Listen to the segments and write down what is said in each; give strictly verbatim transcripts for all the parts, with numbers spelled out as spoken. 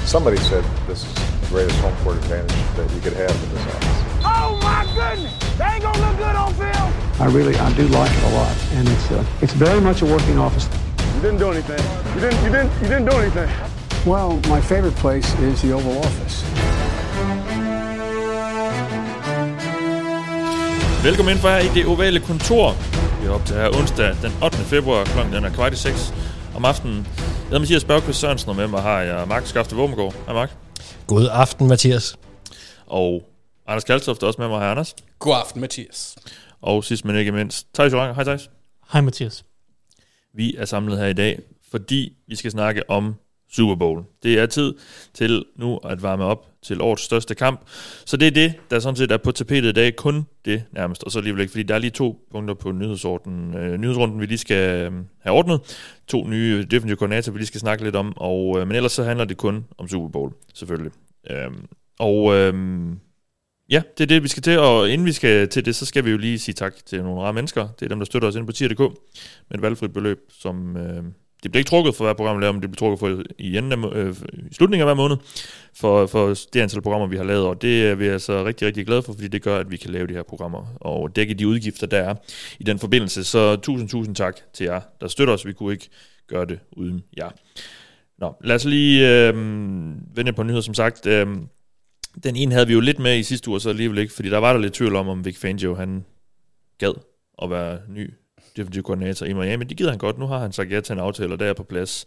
Somebody said this is the greatest home court advantage that you could have in this office. Oh my goodness! They ain't gonna look good on film. I really, I do like it a lot, and it's uh, it's very much a working office. You didn't do anything. You didn't. You didn't. You didn't do anything. Well, my favorite place is the Oval Office. Velkommen ind for her i det ovale kontor. Vi er op til her onsdag den ottende februar, klokken er kvart i seks om aftenen. Jeg hedder Mathias Bergqvist Sørensen, og med mig har jeg Mark Skafte Våbengaard. Hej Mark. God aften, Mathias. Og Anders Kaltoft er også med mig. Hej Anders. God aften, Mathias. Og sidst men ikke mindst, Theis Joranger. Hej Theis. Hej Mathias. Vi er samlet her i dag, fordi vi skal snakke om Super Bowl. Det er tid til nu at varme op til årets største kamp. Så det er det, der sådan set er på tapetet i dag. Kun det nærmest. Og så alligevel ikke, fordi der er lige to punkter på nyhedsordenen. Øh, nyhedsrunden, vi lige skal øh, have ordnet. To nye defensive koordinatorer, vi lige skal snakke lidt om. Og, øh, men ellers så handler det kun om Super Bowl, selvfølgelig. Øhm, og øhm, ja, det er det, vi skal til. Og inden vi skal til det, så skal vi jo lige sige tak til nogle rare mennesker. Det er dem, der støtter os inde på tier punktum d k med et valgfrit beløb, som... Øh, Det bliver ikke trukket for hver program, vi laver, men det bliver trukket for i, enden af, øh, i slutningen af hver måned for, for det antal programmer, vi har lavet. Og det er vi altså rigtig, rigtig glade for, fordi det gør, at vi kan lave de her programmer og dække de udgifter, der er i den forbindelse. Så tusind, tusind tak til jer, der støtter os. Vi kunne ikke gøre det uden jer. Nå, lad os lige øh, vende på nyheder, som sagt. Øh, den ene havde vi jo lidt med i sidste uge, så alligevel ikke, fordi der var der lidt tvivl om, om Vic Fangio, han gad at være ny defensive koordinator i Miami. Det gider han godt. Nu har han sagt ja til en aftale, og der er på plads.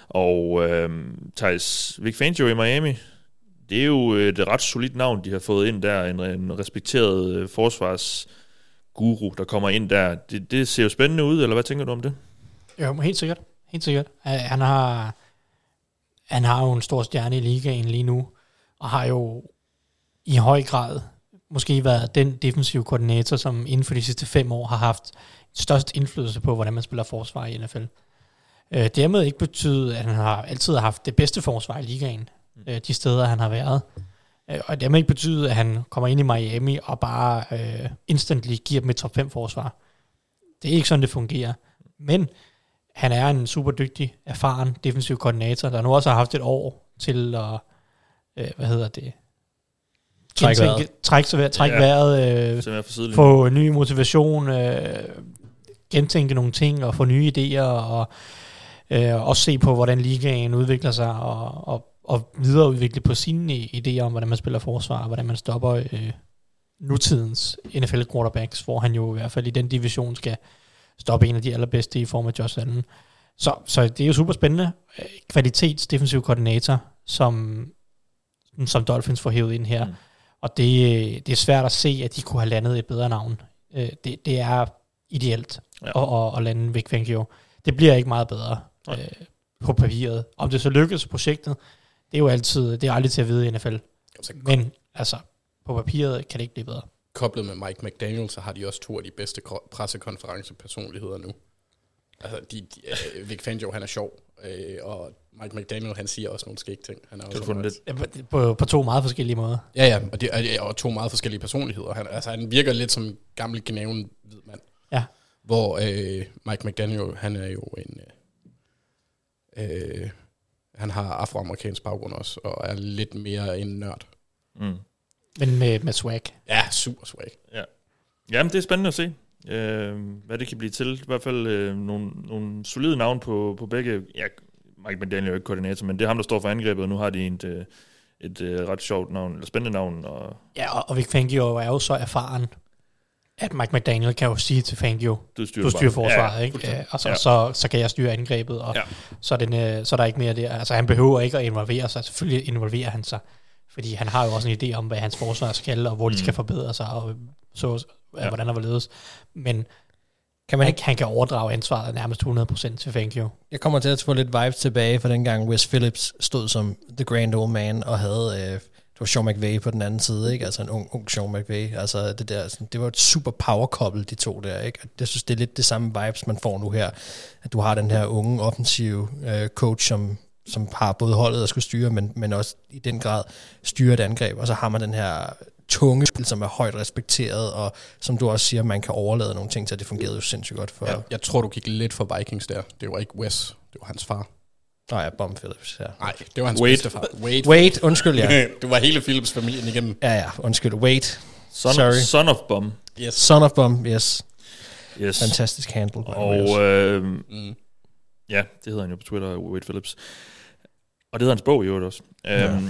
Og øhm, Theis, Vic Fangio i Miami, det er jo et ret solidt navn, de har fået ind der. En, en respekteret øh, forsvarsguru, der kommer ind der. Det, det ser jo spændende ud, eller hvad tænker du om det? Jo, helt sikkert. Helt sikkert. Han har, han har jo en stor stjerne i ligaen lige nu, og har jo i høj grad måske været den defensive koordinator, som inden for de sidste fem år har haft størst indflydelse på, hvordan man spiller forsvar i N F L. Øh, dermed ikke betydet, at han har altid haft det bedste forsvar i ligaen, øh, de steder, han har været. Øh, og dermed ikke betydet, at han kommer ind i Miami og bare øh, instantly giver dem et top fem forsvar. Det er ikke sådan, det fungerer. Men han er en super dygtig, erfaren defensiv koordinator, der nu også har haft et år til at, øh, hvad hedder det, Træk vejret. Træk, træk, træk ja, vejret, øh, få ny motivation, øh, gentænke nogle ting og få nye idéer og øh, også se på, hvordan ligaen udvikler sig og, og, og videreudvikle på sine idéer om, hvordan man spiller forsvar og hvordan man stopper øh, nutidens N F L quarterbacks, hvor han jo i hvert fald i den division skal stoppe en af de allerbedste i form af Josh Allen. Så, så det er jo super spændende. Kvalitets defensiv koordinator, som, som Dolphins får hævet ind her. Mm. Og det, det er svært at se, at de kunne have landet et bedre navn. Det, det er ideelt ja. at, at, at lande Vic Fangio. Det bliver ikke meget bedre øh, på papiret. Om det så lykkes projektet, det er jo altid, det er aldrig til at vide i N F L. Men altså, på papiret kan det ikke blive bedre. Koblet med Mike McDaniel, så har de også to af de bedste pressekonferencepersonligheder nu. Altså, de, de, uh, Vic Fangio, han er sjov, uh, og Mike McDaniel, han siger også nogle skæg ting. Han er også lidt. Ja, på, på to meget forskellige måder. Ja, ja, og, det, og to meget forskellige personligheder. Han, altså, han virker lidt som en gammel gnaven hvid mand. Ja. Hvor uh, Mike McDaniel, han er jo en... Uh, uh, han har afroamerikansk baggrund også, og er lidt mere en nørd. Mm. Men med, med swag. Ja, super swag. Ja. Jamen, det er spændende at se. Øh, hvad det kan blive til. I hvert fald øh, nogle, nogle solide navn på, på begge. Ja, Mike McDaniel er jo ikke koordinator, men det er ham, der står for angrebet, og nu har de et, et, et, et ret sjovt navn, eller spændende navn. Og ja, og, og Vic Fangio er jo så erfaren, at Mike McDaniel kan jo sige til Fangio, du styrer, du styrer forsvaret, ja, ikke? Og så, ja. så, så kan jeg styre angrebet, og ja. så, er den, så er der ikke mere der. Altså, han behøver ikke at involvere sig. Selvfølgelig involverer han sig, fordi han har jo også en idé om, hvad hans forsvar skal, og hvor de mm. skal forbedre sig, og så, ja. hvordan der var ledes. Men kan man ikke, han kan overdrage ansvaret nærmest hundrede procent til Fangio. Jeg kommer til at få lidt vibes tilbage fra dengang Wes Phillips stod som the grand old man og havde øh, det var Sean McVay på den anden side, ikke? Altså en ung, ung Sean McVay. Altså det der, sådan, det var et super power couple, de to der, ikke? Og jeg synes, det er lidt det samme vibes, man får nu her. At du har den her unge offensive øh, coach, som som har både holdet og skulle styre, men, men også i den grad styre et angreb. Og så har man den her tunge spil, som er højt respekteret, og som du også siger, man kan overlade nogle ting til, det fungerede jo sindssygt godt for... Ja, jeg tror, du gik lidt for Vikings der. Det var ikke Wes, det var hans far. Nej, ja, Bum Phillips, ja. Nej, det var hans Wade. bedste far. Wade. Wade, undskyld, ja. Du var hele Phillips familien igennem. Ja, ja, undskyld. Wade. Son, Sorry. son of Bum. Yes. Son of Bum, yes. Yes. Fantastisk handle. Og øh, mm. ja, det hedder han jo på Twitter, Wade Phillips. Og det hedder hans bog i øvrigt også. Ja. Øhm,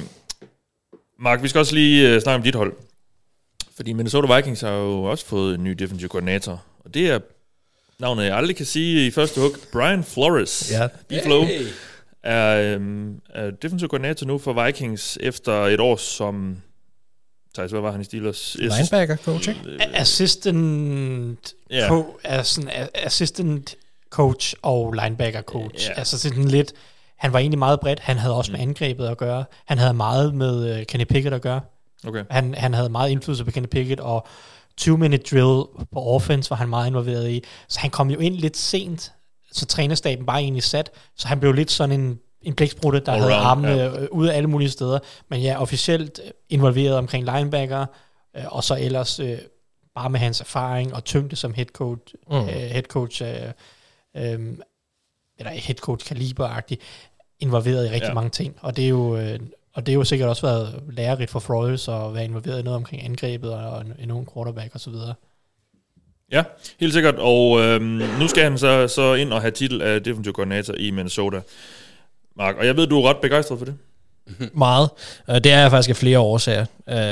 Mark, vi skal også lige uh, snakke om dit hold. Fordi Minnesota Vikings har jo også fået en ny defensive koordinator. Og det er navnet, jeg aldrig kan sige i første hug. Brian Flores. Ja. B-Flow. Hey. Er, øhm, er defensive koordinator nu for Vikings efter et år som... Thijs, hvad var han i Steelers? Linebacker coach, ikke? Assistant, yeah. co- altså, assistant coach og linebacker coach. Yeah. Altså sådan lidt... Han var egentlig meget bredt. Han havde også med angrebet at gøre. Han havde meget med uh, Kenny Pickett at gøre. Okay. Han, han havde meget indflydelse på Kenny Pickett, og tyve-minute drill på offense var han meget involveret i. Så han kom jo ind lidt sent, så trænerstaben bare egentlig sat, så han blev lidt sådan en, en blæksprutte, der All havde round, armene yeah. ude af alle mulige steder. Men ja, officielt involveret omkring linebacker, øh, og så ellers øh, bare med hans erfaring og tyngde som head coach, mm. øh, head coach øh, øh, eller head coach kaliberagtig, involveret i rigtig ja. mange ting. Og det er jo... Øh, Og det har jo sikkert også været lærerigt for Flores at være involveret i noget omkring angrebet og en, en ung quarterback og så videre. Ja, helt sikkert. Og øhm, nu skal han så, så ind og have titel af defensive koordinator i Minnesota. Mark, og jeg ved, du er ret begejstret for det. Meget. Det er jeg faktisk af flere årsager.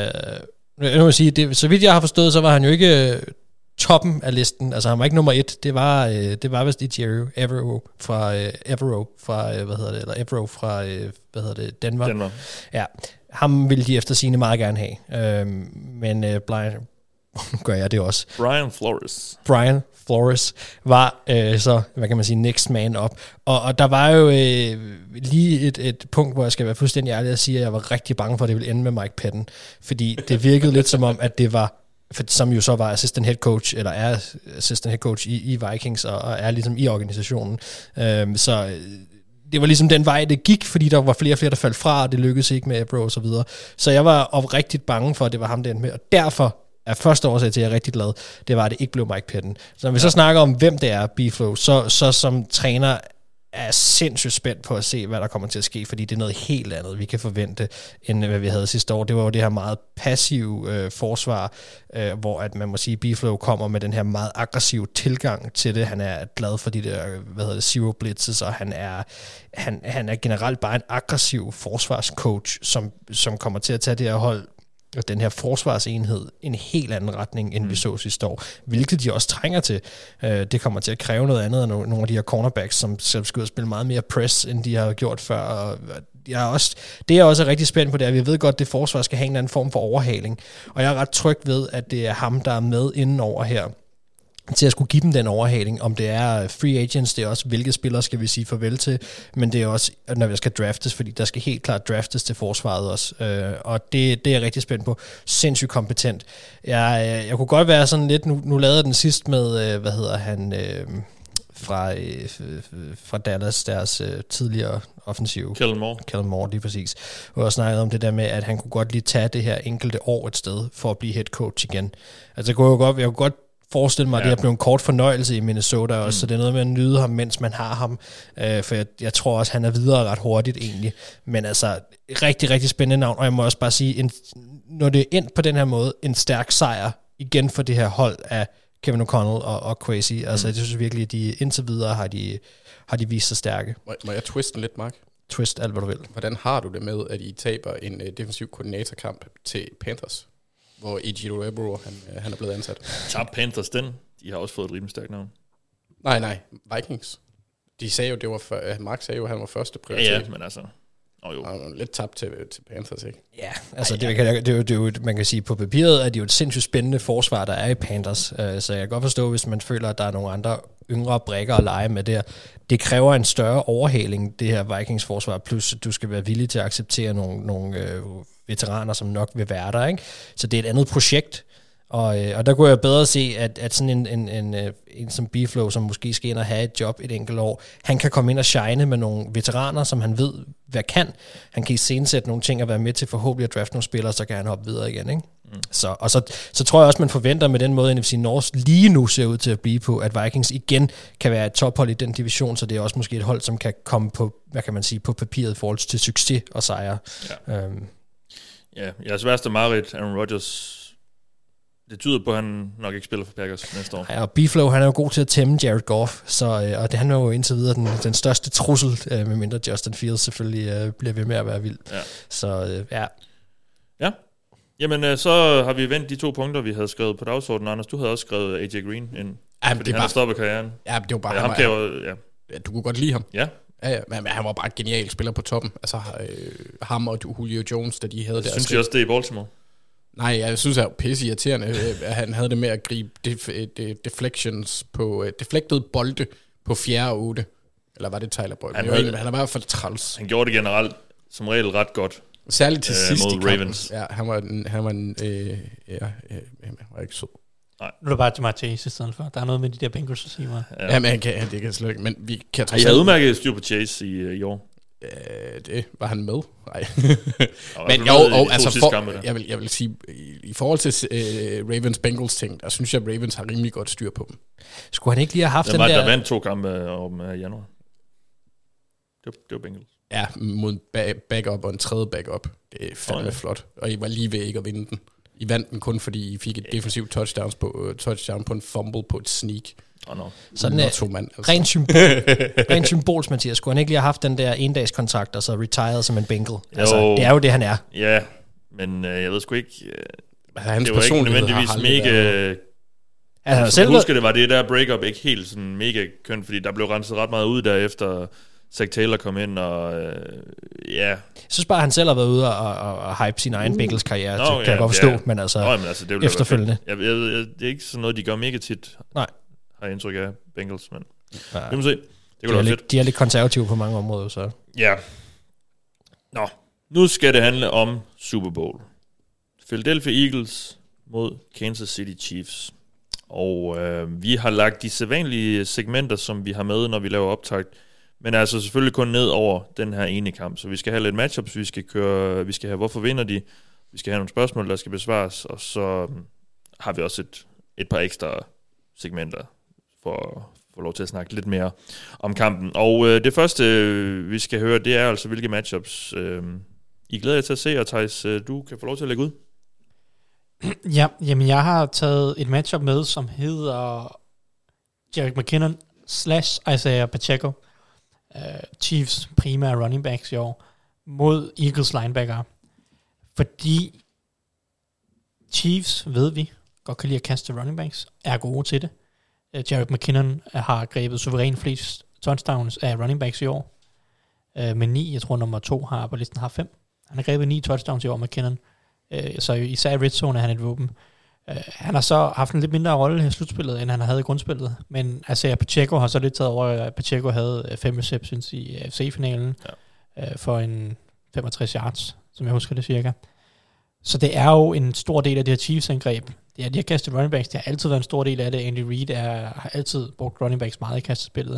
Jeg må sige, det, så vidt jeg har forstået, så var han jo ikke toppen af listen. Altså han var ikke nummer et. Det var det var vist Ejiro Evero fra Evero fra hvad hedder det eller Evero fra hvad hedder det Denver. Denver. Ja, ham ville de efter sine meget gerne have. Øhm, men øh, Brian, gør jeg det også. Brian Flores. Brian Flores var øh, så, hvad kan man sige, next man up. Og, og der var jo øh, lige et, et punkt, hvor jeg skal være fuldstændig ærlig at sige, at jeg var rigtig bange for, at det ville ende med Mike Patton. Fordi det virkede lidt som om, at det var for, som jo så var assistant head coach, eller er assistant head coach i, i Vikings, og, og er ligesom i organisationen. Øhm, så det var ligesom den vej, det gik, fordi der var flere og flere, der faldt fra, og det lykkedes ikke med Ebro og så videre. Så jeg var oprigtigt bange for, at det var ham, der endte med, og derfor er første årsag til, at jeg er rigtig glad, det var, at det ikke blev Mike Patton. Så når vi ja. så snakker om, hvem det er, B-Flow, så, så som træner er sindssygt spændt på at se, hvad der kommer til at ske, fordi det er noget helt andet, vi kan forvente, end hvad vi havde sidste år. Det var jo det her meget passive øh, forsvar, øh, hvor at man må sige, B-Flow kommer med den her meget aggressive tilgang til det. Han er glad for de der, hvad hedder det, zero blitzes, og han er, han, han er generelt bare en aggressiv forsvarscoach, som, som kommer til at tage det her hold og den her forsvarsenhed en helt anden retning, end mm. vi så sidste år, hvilket de også trænger til. Det kommer til at kræve noget andet af nogle af de her cornerbacks, som selv skal spille meget mere press, end de har gjort før. Og jeg er også, det er også rigtig spændt på det, at vi ved godt, at det forsvar skal have en anden form for overhaling. Og jeg er ret tryg ved, at det er ham, der er med indenover her, til at skulle give dem den overhaling, om det er free agents, det er også, hvilke spillere skal vi sige farvel til, men det er også, når vi skal draftes, fordi der skal helt klart draftes til forsvaret også, øh, og det, det er jeg rigtig spændt på. Sindssygt kompetent. Jeg, jeg kunne godt være sådan lidt, nu, nu lavede den sidst med, øh, hvad hedder han, øh, fra, øh, fra Dallas, deres øh, tidligere offensiv. Kellen Moore. Kellen Moore, lige præcis. Og jeg snakkede om det der med, at han kunne godt lige tage det her enkelte år et sted, for at blive head coach igen. Altså jeg kunne jo godt, jeg kunne godt forestille mig, at ja. det har blevet en kort fornøjelse i Minnesota også, mm. så det er noget med at nyde ham, mens man har ham, øh, for jeg, jeg tror også, han er videre ret hurtigt egentlig, men altså, rigtig, rigtig spændende navn, og jeg må også bare sige, en, når det er endt på den her måde, en stærk sejr igen for det her hold af Kevin O'Connell og, og Kwesi, mm. altså jeg synes virkelig, at de indtil videre har de, har de vist sig stærke. Må, må jeg twiste lidt, Mark? Twist alt, hvad du vil. Hvordan har du det med, at I taber en uh, defensiv koordinatorkamp til Panthers? Hvor Ejiro Evero, han, han er blevet ansat. Tab Panthers den. De har også fået et rimelig stærkt navn. Nej, nej. Vikings. De sagde jo, det var for, Mark sagde jo, at han var første prioritet. Ja, ja, men altså... Oh, jo. Han var lidt tabt til, til Panthers, ikke? Ja, altså det, kan, det, er jo, det er jo, man kan sige, på papiret er det jo et sindssygt spændende forsvar, der er i Panthers. Uh, så jeg kan godt forstå, hvis man føler, at der er nogle andre yngre brækker at lege med der. Det kræver en større overhaling, det her Vikings forsvar, plus du skal være villig til at acceptere nogle... nogle uh, veteraner, som nok vil være der, ikke? Så det er et andet projekt, og, øh, og der kunne jeg bedre se, at, at sådan en, en, en, en, en som B-Flow, som måske skal ind og have et job et enkelt år, han kan komme ind og shine med nogle veteraner, som han ved, hvad kan. Han kan iscenesætte nogle ting og være med til forhåbentlig at drafte nogle spillere, så kan han hoppe videre igen, ikke? Mm. Mm. Så, og så, så tror jeg også, man forventer med den måde, N F C North lige nu ser ud til at blive på, at Vikings igen kan være et tophold i den division, så det er også måske et hold, som kan komme på, hvad kan man sige, på papiret i forhold til succes og sejre. Ja, um, ja jeres værste mareridt, Aaron Rodgers, det tyder på, at han nok ikke spiller for Packers næste år. Ja, og B-Flow, han er jo god til at tæmme Jared Goff, så, og det, han er jo indtil videre den, den største trussel, øh, med mindre Justin Fields selvfølgelig øh, bliver ved med at være vild. Ja. Så øh, ja. Ja, jamen øh, så har vi vendt de to punkter, vi havde skrevet på dagsordenen. Anders, du havde også skrevet A J Green ind, ja, fordi det han bare, har stoppet karrieren. Ja, det var bare... Ja, han ham kan var, jo, ja. Du kunne godt lide ham. Ja. Ja, ja, men han var bare et genial spiller på toppen. Altså øh, ham og Julio Jones, da de havde jeg deres... Synes I også det i Baltimore? Nej, jeg synes, det er pisse irriterende, at han havde det med at gribe def- de- deflections på... Uh, deflected bolde på fjerde og otte. Eller var det Tyler Boyd? Han, han, han er i hvert fald træls. Han gjorde det generelt som regel ret godt. Særligt til øh, sidst mod i kampen. Ravens. Ja, han var en... Han var, en øh, ja, øh, han var ikke sød. Nej. Nu er det bare Jamar Chase i stedet for. Der er noget med de der Bengals receiver. Ja, ja men han kan, det kan slet ikke. Men vi kan tage... Jeg havde udmærket styr på Chase i, uh, i år. Øh, det var han med. Nej. Men jo, og, altså for, kampe, jeg, vil, jeg vil sige, i, i forhold til øh, Ravens-Bengals ting, der synes jeg, at Ravens har rimelig godt styr på dem. Skulle han ikke lige have haft der den var, der... Der vandt to kampe om uh, januar. Det var, det var Bengals. Ja, mod en backup og en tredje backup. Det er fandme oh, ja. flot. Og I var lige ved ikke at vinde den. I vandt den kun, fordi I fik et defensivt touchdown på, uh, touchdown på en fumble på et sneak. Oh, no. Sådan er to mand, altså. rent, symbol, rent symbols, Mathias. Skulle han ikke lige have haft den der endagskontrakt, og så retired som en Bengal? Altså, det er jo det, han er. Ja, men øh, jeg ved sgu ikke... Øh, altså, hans det var ikke nødvendigvis mega... Øh, altså, selv jeg husker, det var det der breakup ikke helt sådan mega kønt, fordi der blev renset ret meget ud derefter... Zach Taylor kom ind, og øh, ja... Jeg synes bare, han selv har været ude og, og, og hype sin egen uh. Bengals karriere, Nå, kan ja, jeg godt forstå, ja. men altså, Nå, men altså det efterfølgende. Jeg, jeg, jeg, det er ikke sådan noget, de gør mega tit, Nej. har jeg indtryk af Bengals, men ja. vi må se. Det de, er lidt, de er lidt konservative på mange områder, så... Ja. Nå, nu skal det handle om Super Bowl. Philadelphia Eagles mod Kansas City Chiefs. Og øh, vi har lagt de sædvanlige segmenter, som vi har med, når vi laver optakt, men altså selvfølgelig kun ned over den her ene kamp. Så vi skal have lidt matchups, vi skal køre, vi skal have, hvorfor vinder de, vi skal have nogle spørgsmål, der skal besvares, og så har vi også et, et par ekstra segmenter for at få lov til at snakke lidt mere om kampen. Og øh, det første, øh, vi skal høre, det er altså, hvilke matchups øh, I glæder jer til at se, og Theis, øh, du kan få lov til at lægge ud. Ja, jamen jeg har taget et matchup med, som hedder Jerick McKinnon slash Isaiah Pacheco. Uh, Chiefs primære running backs i år mod Eagles linebacker, fordi Chiefs, ved vi, godt kan lide at kaste running backs, er gode til det. uh, Jerick McKinnon har grebet suveræn flest touchdowns af running backs i år, uh, med ni, jeg tror nummer to har på listen har fem. Han har grebet ni touchdowns i år, McKinnon, uh, så især i red zone er han et våben. Uh, han har så haft en lidt mindre rolle i slutspillet, end han havde i grundspillet. Men altså, Pacheco har så lidt taget over, at Pacheco havde fem receptions i A F C-finalen ja. uh, for en femogtres yards, som jeg husker det cirka. Så det er jo en stor del af det her Chiefs-angreb. Det er de her kastet running backs, det har altid været en stor del af det. Andy Reid er, har altid brugt running backs meget i kastespillet.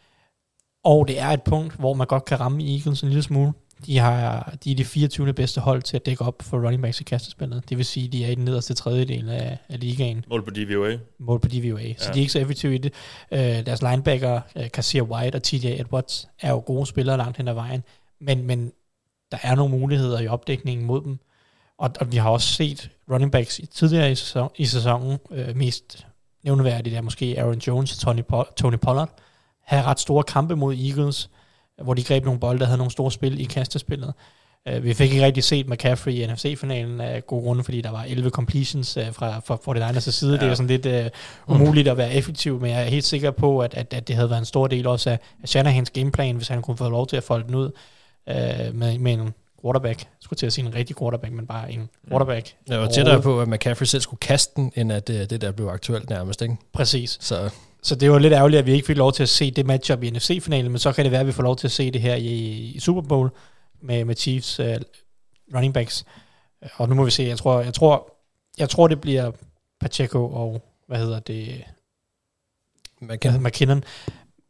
Og det er et punkt, hvor man godt kan ramme Eagles en lille smule. De, har, de er de fireogtyvende bedste hold til at dække op for running backs i kastespillet. Det vil sige, at de er i den nederste tredjedel af, af ligaen. Mål på D V O A. Mål på D V O A. Ja. Så de er ikke så effektive i det. Uh, deres linebacker, uh, Kassir White og T J Edwards, er jo gode spillere langt hen ad vejen. Men, men der er nogle muligheder i opdækningen mod dem. Og, og vi har også set running backs tidligere i, sæson, i sæsonen, uh, mest nævneværdigt er måske Aaron Jones og Tony, Pol- Tony Pollard, have ret store kampe mod Eagles, hvor de greb nogle bolde, der havde nogle store spil i kastespillet. Uh, vi fik ikke rigtig set McCaffrey i N F C-finalen af gode grunde, fordi der var elleve completions uh, fra, fra forty-niners side. Ja. Det er sådan lidt uh, umuligt at være effektiv, men jeg er helt sikker på, at, at, at det havde været en stor del også af, af Shanahans gameplan, hvis han kunne få lov til at folde den ud uh, med, med en quarterback. Jeg skulle til at sige en rigtig quarterback, men bare en quarterback. Jeg var tættere på, at McCaffrey selv skulle kaste den, end at det, det der blev aktuelt nærmest, ikke? Præcis. Så... Så det var lidt ærgerligt, at vi ikke fik lov til at se det matchup i N F C-finalen, men så kan det være, at vi får lov til at se det her i, i Super Bowl med, med Chiefs uh, running backs. Og nu må vi se. Jeg tror, jeg tror, jeg tror det bliver Pacheco og hvad hedder det? McKinnon. McKinnon.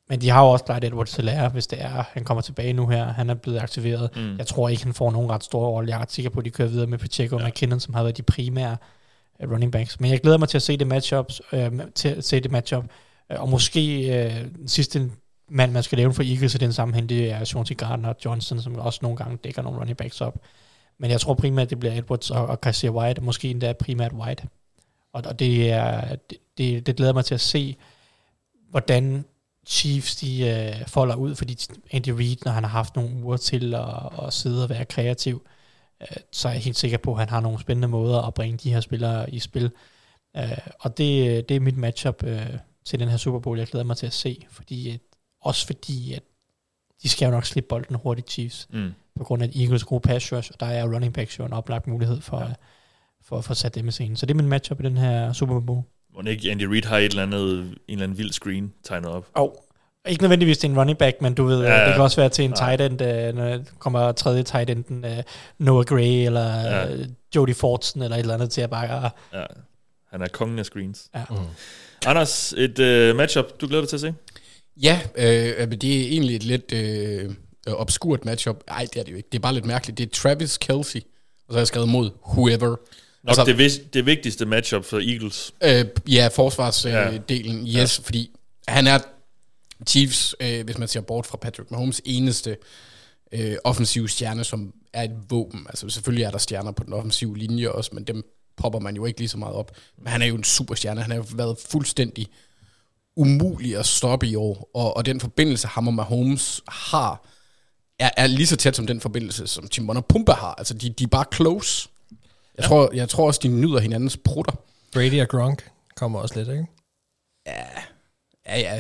Men de har jo også Clyde Edwards-Helaire, hvis det er, han kommer tilbage nu her. Han er blevet aktiveret. Mm. Jeg tror ikke, han får nogen ret store rolle. Jeg er ret sikker på, at de kører videre med Pacheco ja. og McKinnon, som har været de primære running backs. Men jeg glæder mig til at se det matchup, øh, til at se det matchup. Og måske øh, den sidste mand, man skal lave for Eagles i den sammenhæng, det er Chauncey Gardner og Johnson, som også nogle gange dækker nogle running backs op. Men jeg tror primært, det bliver Edwards og, og Kaiser White, og måske endda primært White. Og, og det, er, det, det, det glæder mig til at se, hvordan Chiefs de øh, folder ud, fordi Andy Reid, når han har haft nogle uger til at, at sidde og være kreativ, øh, så er jeg helt sikker på, at han har nogle spændende måder at bringe de her spillere i spil. Øh, og det, det er mit matchup øh, til den her Super Bowl, jeg glæder mig til at se, fordi, også fordi, at de skal jo nok slippe bolden hurtigt, Chiefs, mm. på grund af Eagles gode pass rush, og der er running backs jo en oplagt mulighed for, ja. for, for at sætte dem i scenen. Så det er min matchup i den her Super Bowl. Må ikke Andy Reid har et eller andet, en eller anden vild screen tegnet op? Oh. Ikke nødvendigvis til en running back, men du ved, ja, det kan også være til en ja. tight end, uh, når der kommer tredje tight enden, uh, Noah Gray, eller ja. uh, Jody Fortson, eller et eller andet til at bare... Ja, han er kongen af screens. Ja. Mm. Anders, et uh, matchup, du glæder dig til at se? Ja, øh, det er egentlig et lidt øh, obskurt matchup. Nej, det er det jo ikke. Det er bare lidt mærkeligt. Det er Travis Kelce, og så har jeg skrevet mod whoever. Nok altså, det, vis- det vigtigste matchup for Eagles. Øh, ja, forsvarsdelen, øh, ja. yes, ja. Fordi han er Chiefs, øh, hvis man ser bort fra Patrick Mahomes, eneste øh, offensive stjerne, som er et våben. Altså selvfølgelig er der stjerner på den offensive linje også, men dem popper man jo ikke lige så meget op. Men han er jo en superstjerne. Han har jo været fuldstændig umulig at stoppe i år, og, og den forbindelse, ham og Mahomes har, er, er lige så tæt som den forbindelse, som Timon og Pumba har. Altså, de, de er bare close. Jeg, ja. tror, jeg tror også, de nyder hinandens prutter. Brady og Gronk kommer også lidt, ikke? Ja, ja, ja. ja.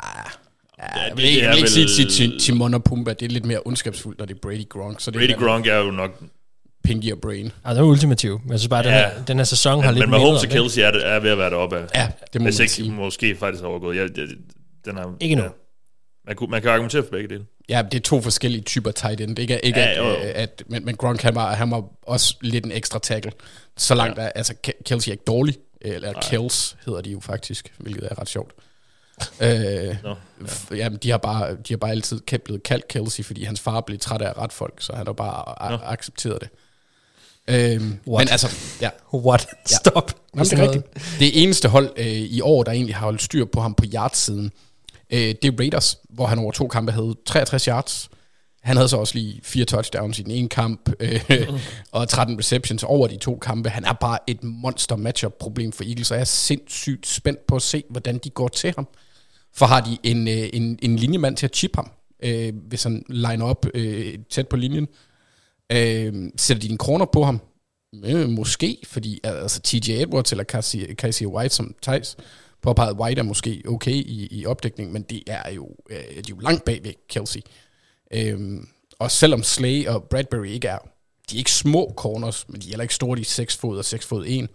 ja jeg vil ikke, jeg vil ikke vel... sige til Timon og Pumba, det er lidt mere ondskabsfuldt, når det er Brady Gronk. Så det Brady er Gronk er jo nok... Pinky og Brain. Ja, det er ultimativ. Men jeg synes bare, ja. den, her, den her sæson ja, har lidt mere... Men Mahomes og Kelce er, er ved at være deroppe af. Ja, det må Hvis man ikke sige. Måske faktisk har overgået. Ja, det, den har, ikke nu. Ja. Man, kunne, man kan argumentere for begge dele. Ja, det er to forskellige typer tight end. Ikke, ikke ja, at, at, at, men, men Gronk, han var, han var også lidt en ekstra tackle. Så langt ja. er... Altså, Kelce er ikke dårlig. Eller Kels hedder de jo faktisk, hvilket er ret sjovt. øh, no, ja. Jamen, de har bare de har bare altid blevet kaldt Kelce, fordi hans far blev træt af ret folk, så han har bare no. a- accepteret det. Øhm, men altså, ja. What? Stop. Ja. Jamen, det er rigtigt. Det eneste hold øh, i år, der egentlig har holdt styr på ham på yards-siden, øh, det er Raiders, hvor han over to kampe havde treogtres yards. Han havde så også lige fire touchdowns i den ene kamp, øh, mm. og tretten receptions over de to kampe. Han er bare et monster matchup-problem for Eagles, og jeg er sindssygt spændt på at se, hvordan de går til ham. For har de en, øh, en, en linjemand til at chip ham, øh, hvis han line op øh, tæt på linjen. Øh, sætter de en kroner på ham? Øh, måske, fordi altså, T J Edwards eller Kaiser White, som Thijs påpegede, White er måske okay i, i opdækning, men det er jo, øh, de er jo langt bagved Kelce. Øh, og selvom Slay og Bradbury ikke er, de er ikke små corners, men de er heller ikke store, de er seks fod og seks fod en.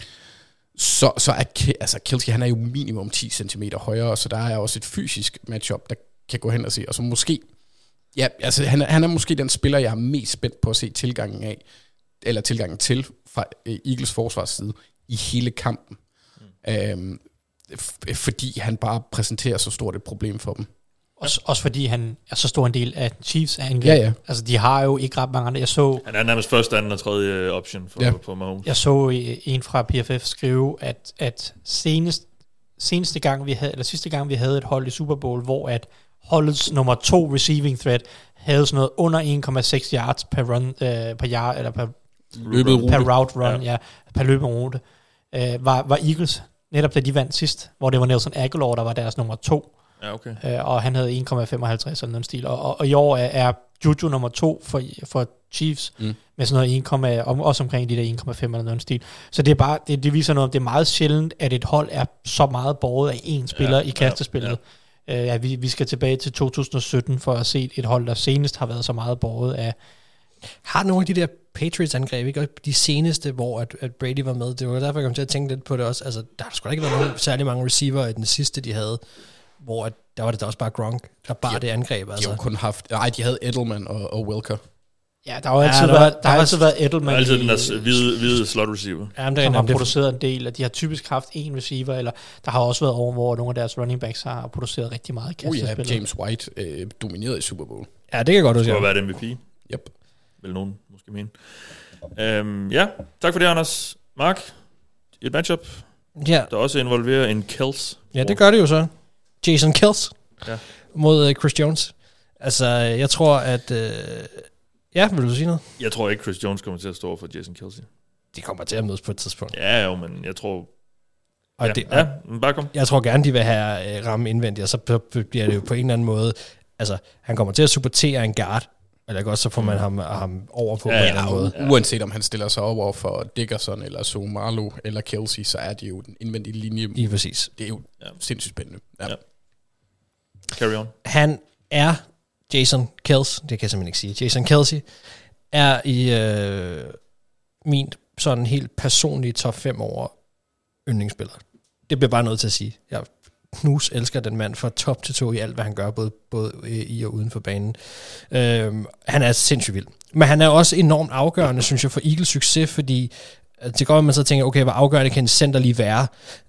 Så, så er altså, Kelce, han er jo minimum ti centimeter højere, så der er også et fysisk matchup, der kan gå hen og se, og så måske ja, altså han er, han er måske den spiller, jeg er mest spændt på at se tilgangen af, eller tilgangen til fra Eagles forsvarsside i hele kampen. Mm. Øhm, f- fordi han bare præsenterer så stort et problem for dem. Også, også fordi han er så stor en del af Chiefs angreb. Ja, ja. Altså, de har jo ikke ret mange andre. Jeg så, han er nærmest første, anden og tredje option for, ja. for Mahomes. Jeg så en fra P F F skrive, at, at senest, seneste gang vi havde, eller sidste gang vi havde et hold i Super Bowl, hvor at holdets nummer to receiving threat havde sådan noget under en komma seks yards per run, øh, per yard, eller per, løbet per route run, ja. ja, per løberute, øh, var, var Eagles, netop da de vandt sidst, hvor det var Nelson Aguilar, der var deres nummer to, ja, okay. øh, og han havde en komma femoghalvtreds eller noget stil, og, og, og i år er, er Juju nummer to for, for Chiefs, mm. med sådan noget en, også omkring de der en komma fem eller noget stil. Så det er bare, det, det viser noget, det er meget sjældent, at et hold er så meget båret af én spiller ja, i kastespillet. Ja, ja. Uh, ja, vi, vi skal tilbage til to tusind og sytten for at se et hold, der senest har været så meget båret af... Har nogle af de der Patriots-angreb, ikke? De seneste, hvor at, at Brady var med, det var derfor, jeg kom til at tænke lidt på det også. Altså, der har sgu da ikke været nogen særlig mange receiver i den sidste, de havde, hvor at, der var det da også bare Gronk, der bare de, det angreb. Altså. De har kun haft... Nej, de havde Edelman og, og Welker. Ja, der har jo altid, ja, der, været, der har altid været Edelman. Altid den der hvide, hvide slot receiver. Ja, der som har produceret en del, og de har typisk haft en receiver, eller der har også været over, hvor nogle af deres running backs har produceret rigtig meget kastespil. Oh ja, James White øh, dominerede i Super Bowl. Ja, det kan godt huske. Det har været M V P. Yep. Vil nogen måske mene. Øhm, ja, tak for det, Anders. Mark, et matchup, ja. der også involverer en Kells. Ja, det gør det jo så. Jason Kells ja. mod uh, Chris Jones. Altså, jeg tror, at... Uh, ja, vil du sige noget? Jeg tror ikke, Chris Jones kommer til at stå for Jason Kelce. De kommer til at mødes på et tidspunkt. Ja, jo, men jeg tror... Og ja, det, ja, men bare kom. Jeg tror gerne, de vil have uh, ramme indvendigt, og så bliver det jo på en eller anden måde... Altså, han kommer til at supportere en guard, eller godt, så får man ham, ham over på, ja, på en eller anden måde. Ja. Uanset om han stiller sig over for Dickerson, eller Soumalo, eller Kelce, så er det jo den indvendige linje. Lige præcis. Det er jo ja. sindssygt spændende. Ja. Ja. Carry on. Han er Jason Kelce, det kan jeg simpelthen ikke sige. Jason Kelce er i øh, min sådan helt personlige top fem over yndlingsspillere. Det bliver bare noget til at sige. Jeg knus elsker den mand fra top til to i alt, hvad han gør, både, både i og uden for banen. Øhm, han er sindssygt vild. Men han er også enormt afgørende, synes jeg, for Eagles succes, fordi det går, at man så tænker, okay, hvor afgørende kan en center lige være?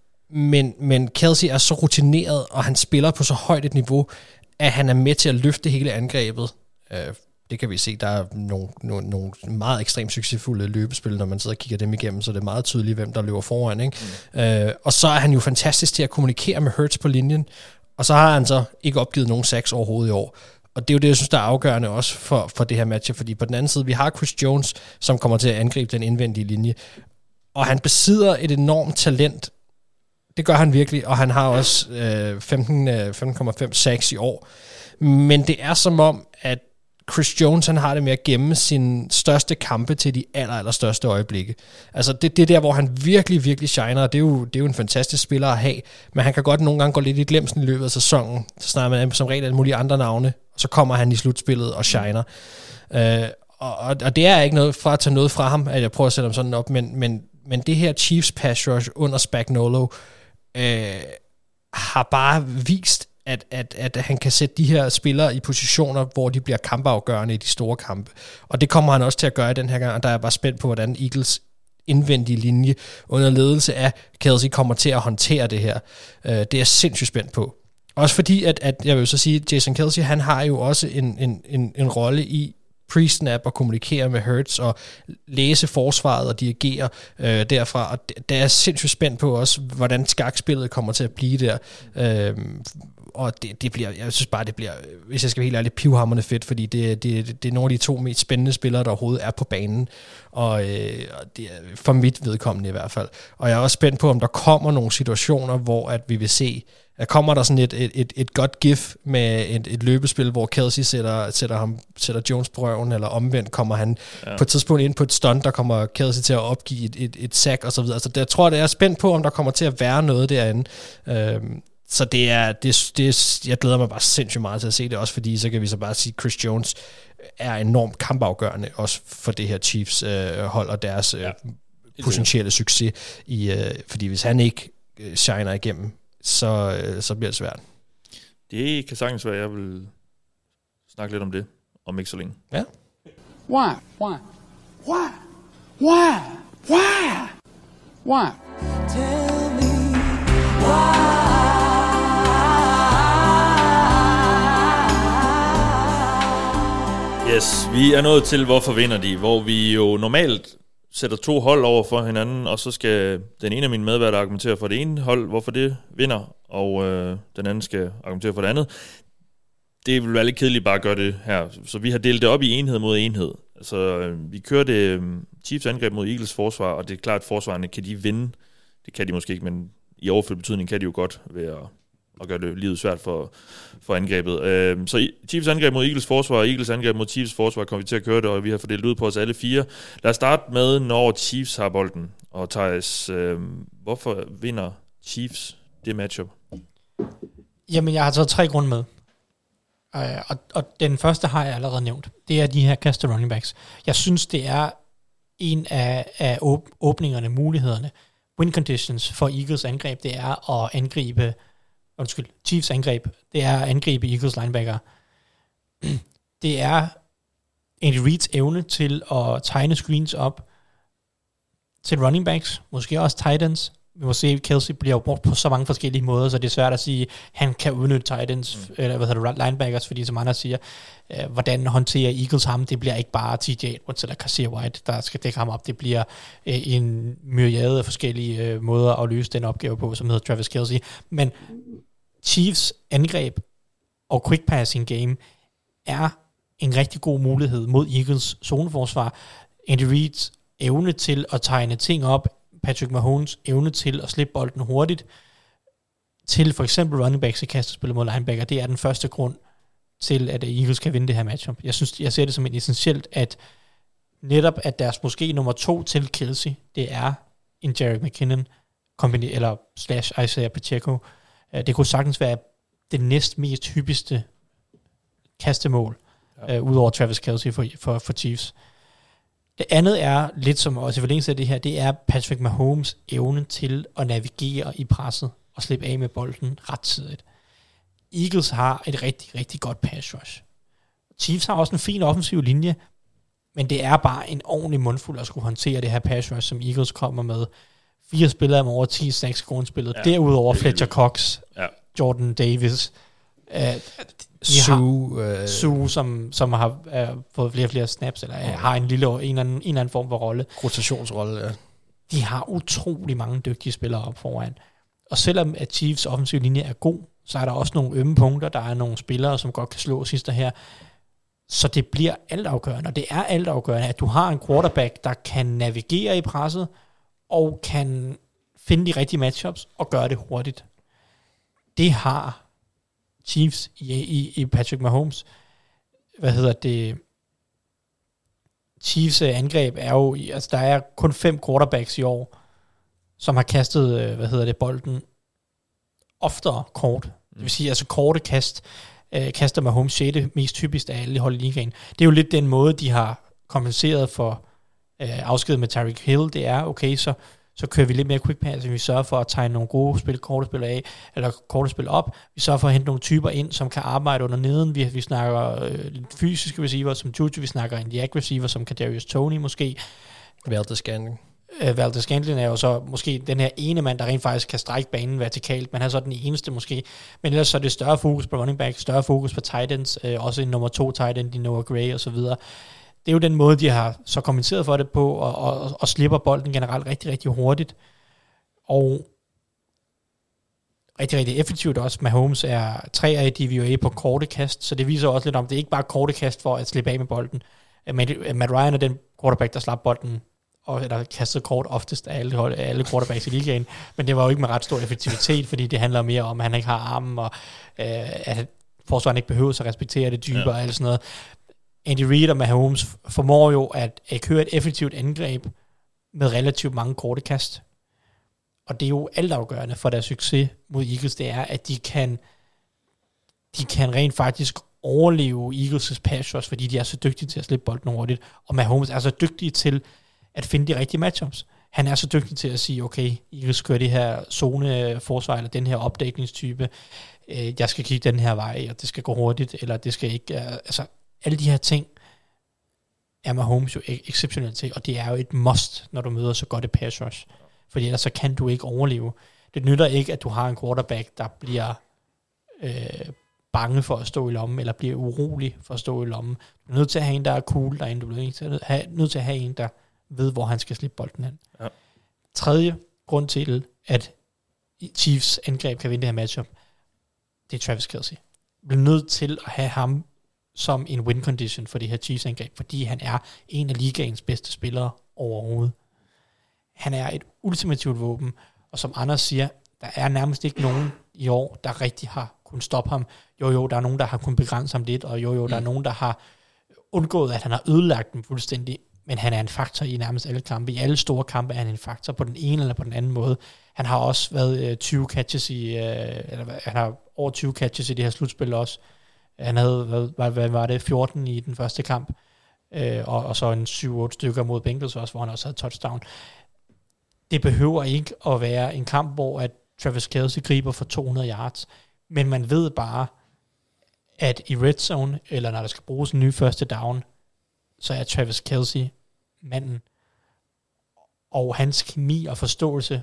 Men, men Kelce er så rutineret, og han spiller på så højt et niveau, at han er med til at løfte hele angrebet. Øh, det kan vi se, der er nogle, nogle, nogle meget ekstremt succesfulde løbespil, når man sidder og kigger dem igennem, så det er meget tydeligt, hvem der løber foran. Ikke? Mm. Øh, og så er han jo fantastisk til at kommunikere med Hurts på linjen, og så har han så ikke opgivet nogen sacks overhovedet i år. Og det er jo det, jeg synes, der er afgørende også for, for det her match, fordi på den anden side, vi har Chris Jones, som kommer til at angribe den indvendige linje, og han besidder et enormt talent. Det gør han virkelig, og han har også øh, femten komma fem sacks i år. Men det er som om, at Chris Jones, han har det med at gemme sine største kampe til de aller, aller største øjeblikke. Altså det, det er der, hvor han virkelig, virkelig shiner, og det er, jo, det er jo en fantastisk spiller at have, men han kan godt nogle gange gå lidt i glemsen i løbet af sæsonen, så snakker man som regel alle mulige andre navne, og så kommer han i slutspillet og shiner. Øh, og, og det er ikke noget fra at tage noget fra ham, at jeg prøver at sætte ham sådan op, men, men, men det her Chiefs pass rush under Spagnuolo øh, har bare vist, At, at, at han kan sætte de her spillere i positioner, hvor de bliver kampafgørende i de store kampe. Og det kommer han også til at gøre i den her gang, og der er bare spændt på, hvordan Eagles indvendige linje under ledelse af Kelce kommer til at håndtere det her. Uh, det er jeg sindssygt spændt på. Også fordi, at, at jeg vil så sige, at Jason Kelce, han har jo også en, en, en, en rolle i pre-snap og kommunikere med Hurts og læse forsvaret og dirigere øh, derfra. Og der er sindssygt spændt på også, hvordan skakspillet kommer til at blive der. Øh, og det, det bliver, jeg synes bare, det bliver, hvis jeg skal være helt ærlig, pivhamrende fedt, fordi det, det, det er nogle af de to mest spændende spillere, der overhovedet er på banen. Og, øh, og det er for mit vedkommende i hvert fald. Og jeg er også spændt på, om der kommer nogle situationer, hvor at vi vil se, at kommer der sådan et, et, et, et godt gif med et, et løbespil, hvor Kelce sætter, sætter, ham, sætter Jones på røven, eller omvendt kommer han ja. på et tidspunkt ind på et stunt, der kommer Kelce til at opgive et, et, et sack og så videre. Så det, jeg tror, det er spændt på, om der kommer til at være noget derinde. Øhm, så det er, det, det, jeg glæder mig bare sindssygt meget til at se det, også fordi så kan vi så bare sige, at Chris Jones er enormt kampafgørende, også for det her Chiefs øh, hold og deres øh, ja. potentielle succes. I, øh, fordi hvis han ikke øh, shiner igennem, så, øh, så bliver det svært. Det kan sagtens være, jeg vil snakke lidt om det, om ikke så længe. Ja. Why? Why? Why? Why? Why? Why? Tell me why. Yes, vi er nået til, hvorfor vinder de, hvor vi jo normalt sætter to hold over for hinanden, og så skal den ene af mine medværter argumentere for det ene hold, hvorfor det vinder, og øh, den anden skal argumentere for det andet. Det vil være lidt kedeligt bare at gøre det her, så vi har delt det op i enhed mod enhed. Altså, øh, vi kørte øh, Chiefs angreb mod Eagles forsvar, og det er klart, at forsvarerne kan de vinde. Det kan de måske ikke, men i overført betydning kan de jo godt ved at, at gøre det livet svært for, for angrebet. Øh, så Chiefs angreb mod Eagles forsvar, og Eagles angreb mod Chiefs forsvar kommer vi til at køre det, og vi har fordelt ud på os alle fire. Lad os starte med, når Chiefs har bolden. Og Thijs, øh, hvorfor vinder Chiefs det matchup? Jamen, jeg har taget tre grunde med. Uh, og, og den første har jeg allerede nævnt. Det er de her kaster running backs. Jeg synes, det er en af, af åb- åbningerne, mulighederne. Win conditions for Eagles angreb, det er at angribe, undskyld, Chiefs angreb, det er at angribe Eagles linebacker. Det er Andy Reeds evne til at tegne screens op til running backs, måske også tight ends. Vi må se, at Kelsey bliver brugt på så mange forskellige måder, så det er svært at sige, at han kan udnytte tight ends, mm. eller hvad hedder det, linebackers, fordi som andre siger, øh, hvordan håndterer Eagles ham, det bliver ikke bare T J Edwards eller Kazir White, der skal dække ham op, det bliver øh, en myriade af forskellige øh, måder at løse den opgave på, som hedder Travis Kelsey. Men Chiefs angreb og quick passing game er en rigtig god mulighed mod Eagles zoneforsvar. Andy Reeds evne til at tegne ting op, Patrick Mahomes evne til at slippe bolden hurtigt, til for eksempel running backs i kastespillet mod linebacker, det er den første grund til, at Eagles kan vinde det her matchup. Jeg synes, jeg ser det som en essentielt, at netop at deres måske nummer to til Kelsey, det er en Jerry McKinnon, kombine- eller slash Isaiah Pacheco. Det kunne sagtens være det næst mest hyppigste kastemål, ja. uh, udover Travis Kelsey for, for, for Chiefs. Det andet er, lidt som også i forlængelse af det her, det er Patrick Mahomes evne til at navigere i presset og slippe af med bolden rettidigt. Eagles har et rigtig, rigtig godt pass rush. Chiefs har også en fin offensiv linje, men det er bare en ordentlig mundfuld at skulle håndtere det her pass rush, som Eagles kommer med. Fire spillere med over ti sacks i grundspillet. Ja, derudover Fletcher Cox, ja. Jordan Davis, uh, Sue, uh, Sue, som, som har uh, fået flere og flere snaps, eller uh, har en lille en eller anden, en eller anden form for rolle. Rotationsrolle, ja. De har utrolig mange dygtige spillere op foran. Og selvom at Chiefs offensiv linje er god, så er der også nogle ømme punkter. Der er nogle spillere, som godt kan slå sidste her. Så det bliver altafgørende, og det er altafgørende, at du har en quarterback, der kan navigere i presset, og kan finde de rigtige matchups, og gøre det hurtigt. Det har Chiefs i, i, i Patrick Mahomes. Hvad hedder det? Chiefs angreb er jo, altså der er kun fem quarterbacks i år, som har kastet, hvad hedder det, bolden oftere kort. Det vil sige, altså korte kast, øh, kaster Mahomes sjette mest typisk af alle hold i ligaen. Det er jo lidt den måde, de har kompenseret for øh, afskedet med Tyreek Hill. Det er, okay, så så kører vi lidt mere quick pass, vi sørger for at tegne nogle gode spil, korte spil af, eller korte spil op. Vi sørger for at hente nogle typer ind, som kan arbejde under neden. Vi, vi snakker øh, fysiske receiver som Juju, vi snakker en yak receiver som Kadarius Toney måske. Valdez Scantling. Øh, Valdez Scantling er jo så måske den her ene mand, der rent faktisk kan strække banen vertikalt, men han er så den eneste måske. Men ellers så er det større fokus på running back, større fokus på tight ends, øh, også en nummer to tight end i Noah Gray og så videre. Det er jo den måde, de har så kommenteret for det på, og, og, og slipper bolden generelt rigtig, rigtig hurtigt. Og rigtig, rigtig effektivt også. Mahomes er treer i D V O A på korte kast, så det viser også lidt om, det er ikke bare korte kast for at slippe af med bolden. Matt Ryan er den quarterback, der slap bolden, og der kastede kort oftest af alle, alle quarterbacks i ligaen, men det var jo ikke med ret stor effektivitet, fordi det handler mere om, at han ikke har armen, og øh, at forsvaren ikke behøver at respektere det dybere, ja. Og alt sådan noget. Andy Reid og Mahomes formår jo at, at køre et effektivt angreb med relativt mange korte kast. Og det er jo altafgørende for deres succes mod Eagles, det er, at de kan, de kan rent faktisk overleve Eagles' pass rush, fordi de er så dygtige til at slippe bolden hurtigt. Og Mahomes er så dygtig til at finde de rigtige matchups. Han er så dygtig til at sige, okay, Eagles kører det her zone-forsvar, eller den her opdækningstype. Jeg skal kigge den her vej, og det skal gå hurtigt, eller det skal ikke... Altså, alle de her ting er Mahomes jo exceptionelt til, og det er jo et must, når du møder så godt et pass rush. Fordi ellers så kan du ikke overleve. Det nytter ikke, at du har en quarterback, der bliver øh, bange for at stå i lommen, eller bliver urolig for at stå i lommen. Du er nødt til at have en, der er cool derinde. Du er nødt til at have, nødt til at have en, der ved, hvor han skal slippe bolden hen. Ja. Tredje grund til, at Chiefs angreb kan vinde det her matchup, det er Travis Kelsey. Du bliver nødt til at have ham som en win condition for det her Chiefs angreb, fordi han er en af ligaens bedste spillere overhovedet. Han er et ultimativt våben, og som Anders siger, der er nærmest ikke nogen i år, der rigtig har kunnet stoppe ham. Jo jo, der er nogen, der har kunnet begrænse ham lidt, og jo jo, der mm. er nogen, der har undgået, at han har ødelagt dem fuldstændig, men han er en faktor i nærmest alle kampe. I alle store kampe er han en faktor på den ene eller på den anden måde. Han har også været uh, tyve catches i, uh, eller han har over tyve catches i det her slutspil også. Han havde, hvad, hvad var det, fjorten i den første kamp, øh, og, og så en syv otte stykker mod Bengals også, hvor han også havde touchdown. Det behøver ikke at være en kamp, hvor at Travis Kelce griber for to hundrede yards, men man ved bare, at i red zone, eller når der skal bruges en ny første down, så er Travis Kelce manden. Og hans kemi og forståelse,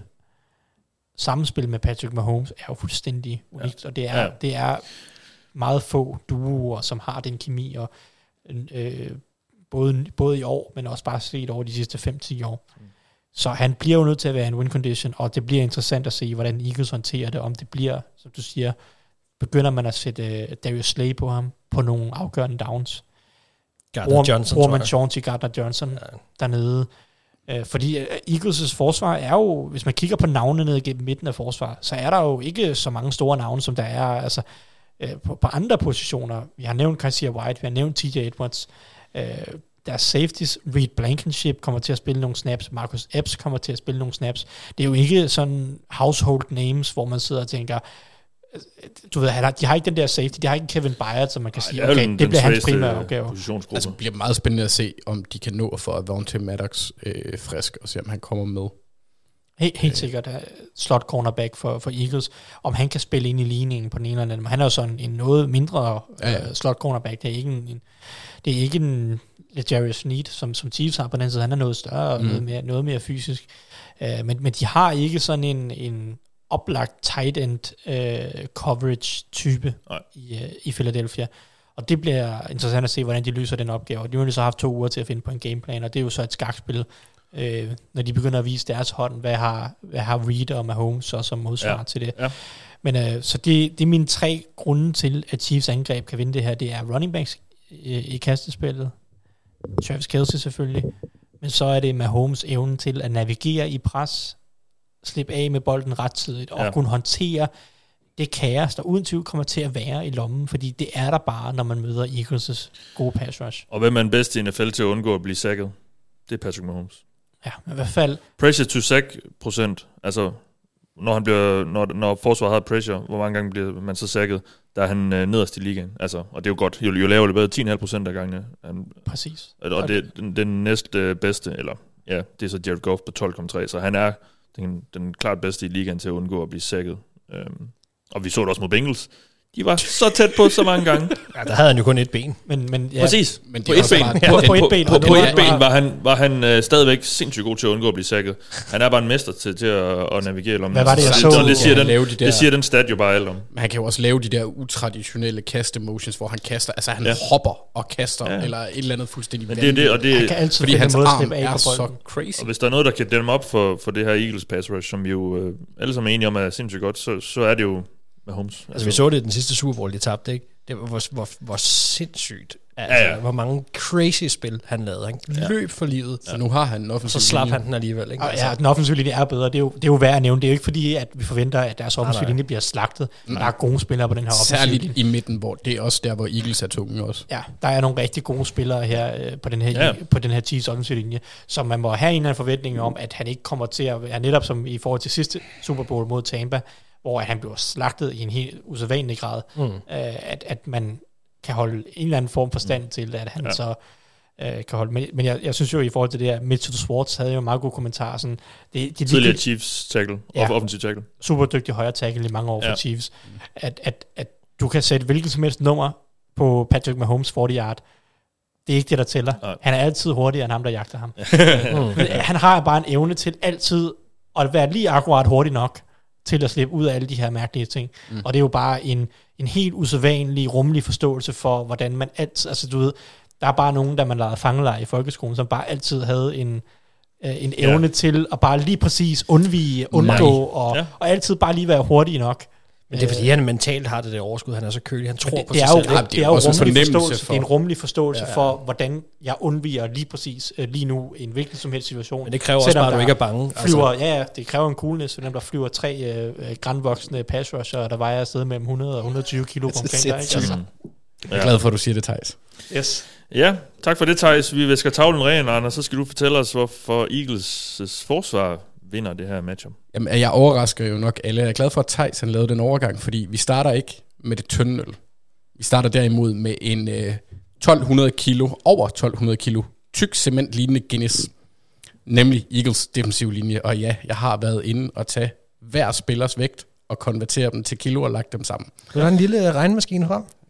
samspil med Patrick Mahomes, er jo fuldstændig unikt. Ja. Og det er, ja. det er meget få duoer, som har den kemi, og øh, både, både i år, men også bare set over de sidste fem til ti år. Mm. Så han bliver jo nødt til at være en win condition, og det bliver interessant at se, hvordan Eagles håndterer det, om det bliver, som du siger, begynder man at sætte uh, Darius Slay på ham, på nogle afgørende downs. Gardner Johnson, bruger man Chauncey Gardner Johnson ja. dernede. Uh, fordi uh, Eagles' forsvar er jo, hvis man kigger på navnene ned gennem midten af forsvar, så er der jo ikke så mange store navne, som der er altså, uh, på, på andre positioner. Vi har nævnt Kaiser White, vi har nævnt T J Edwards, uh, deres safeties, Reed Blankenship kommer til at spille nogle snaps, Marcus Epps kommer til at spille nogle snaps. Det er jo ikke sådan household names, hvor man sidder og tænker, du ved, de har ikke den der safety, de har ikke Kevin Byard, så man kan Ej, sige, okay, det, det bliver hans primære opgave. Altså, det bliver meget spændende at se, om de kan nå at få Avonte Maddox øh, frisk, og se, om han kommer med. Helt, helt sikkert, uh, slot cornerback for, for Eagles, om han kan spille ind i ligningen på den ene eller anden. Han er jo sådan en noget mindre uh, ja, ja. slot cornerback, det er ikke en, en det er ikke en Jarius Sneed, som, som Chiefs har på den side, han er noget større og mm. noget, mere, noget mere fysisk. Uh, men, men de har ikke sådan en, en oplagt tight end uh, coverage type i, uh, i Philadelphia. Og det bliver interessant at se, hvordan de løser den opgave. De har jo så haft to uger til at finde på en gameplan, og det er jo så et skakspil, øh, når de begynder at vise deres hånd, hvad har, hvad har Reed og Mahomes så som modsvar ja. til det. Ja. Men øh, så det, det er mine tre grunde til, at Chiefs angreb kan vinde det her. Det er running backs øh, i kastespillet, Travis Kelce selvfølgelig, men så er det Mahomes evnen til at navigere i pres, slippe af med bolden rettidigt, og ja. kunne håndtere det kaos, der uden tvivl kommer til at være i lommen, fordi det er der bare, når man møder Eagles' gode pass rush. Og hvem er den bedste i N F L til at undgå at blive sacket? Det er Patrick Mahomes. Ja, men i hvert fald... Pressure to sack procent, altså når, han bliver, når, når forsvaret har pressure, hvor mange gange bliver man så sacket, der er han øh, nederst i ligaen. Altså, og det er jo godt, jo, jo lavere det bedre, ti komma fem procent af gangene. Han, Præcis. Og, og det er den, den næste øh, bedste, eller ja, det er så Jared Goff på tolv komma tre, så han er den, den klart bedste i ligaen til at undgå at blive sacket. Øhm, Og vi så det også mod Bengals. De var så tæt på så mange gange. Ja, der havde han jo kun et ben. Men, men, ja. Præcis. Men på et ben, bare, ja, på, på, et ben, på, på, på et ben var han, var han øh, stadigvæk sindssygt god til at undgå at blive sækket. Han er bare en mester til, til at, at navigere om. Hvad var det, jeg så? Det, det, siger ja, den, de der, det siger den stat jo bare alt om. Men han kan jo også lave de der utraditionelle kaste-motions, hvor han kaster, altså han ja. hopper og kaster, ja. eller et eller andet fuldstændig vanvittigt. Det, det, og det, han kan altid fordi hans arm af er så crazy. Og hvis der er noget, der kan dæmme op for, for det her Eagles pass rush, som vi jo øh, alle sammen er enige om er sindssygt godt, så, så er det jo Mahomes. Altså, altså vi så det i den sidste Super Bowl, de tabte, ikke? Det var hvor, hvor, hvor sindssygt. Altså, ja, ja. Hvor mange crazy spil han lavede. Han ja. løb for livet. Så nu har han en offensiv Så slap han den alligevel, ikke? Altså. Ja, den offensive linje er bedre. Det er, jo, det er jo værd at nævne. Det er jo ikke fordi, at vi forventer, at deres offensive linje bliver slagtet. Mm. Der er gode spillere på den her offensive linje. Særligt i midten, hvor det er også der, hvor Eagles er tunge også. Ja, der er nogle rigtig gode spillere her øh, på den her, ja. på den her Chiefs offensive linje, så man må have en eller anden forventning om, at han ikke kommer til at være netop som i forhold til sidste Super Bowl mod Tampa, hvor han bliver slagtet i en helt usædvanlig grad, mm. øh, at, at man kan holde en eller anden form for stand mm. til, at han ja. så øh, kan holde. Men, men jeg, jeg synes jo i forhold til det her, Mitchell Schwartz havde jo en meget god kommentar. Sådan, det, det, Tidligere Chiefs tackle, ja, offensive tackle. Super dygtig højre tackle i mange år for ja. Chiefs. At, at, at du kan sætte hvilket som helst nummer på Patrick Mahomes fyrre yard. Det er ikke det, der tæller. Nej. Han er altid hurtigere end ham, der jagter ham. mm. Han har bare en evne til altid at være lige akkurat hurtig nok til at slippe ud af alle de her mærkelige ting. Mm. Og det er jo bare en, en helt usædvanlig, rummelig forståelse for, hvordan man altid, altså du ved, der er bare nogen, der man lavede fangelejr i folkeskolen, som bare altid havde en, øh, en evne ja. til at bare lige præcis undvige, undgå, og, ja. og altid bare lige være hurtig nok. Men det er fordi, han mentalt har det der overskud, han er så kølig, han tror det, på det sig er jo, selv. Det, det er jo også rummelig en forståelse, for. det er en rummelig forståelse ja, ja. for, hvordan jeg undviger lige præcis uh, lige nu i en hvilken som helst situation. Men det kræver også bare, at du ikke er bange. Flyver, altså. Ja, ja, det kræver en coolness, for dem der flyver tre uh, grandvoksne pass rusher, der vejer afsted mellem hundrede og hundrede og tyve kilo på omkring der, ikke? Altså. Jeg er glad for, at du siger det, Thijs. Yes. Ja, tak for det, Thijs. Vi visker tavlen ren, Anders. Så skal du fortælle os, hvorfor Eagles' forsvar vinder det her matchup. Jamen, jeg overrasker jo nok alle. Jeg er glad for, at Thijs han lavede den overgang, fordi vi starter ikke med det tynde øl. Vi starter derimod med en øh, tolv hundrede kilo, over tolv hundrede kilo, tyk cementlignende Guinness, nemlig Eagles defensiv linje. Og ja, jeg har været inde og tage hver spillers vægt og konvertere dem til kilo og lagt dem sammen. Du har en lille regnmaskine frem.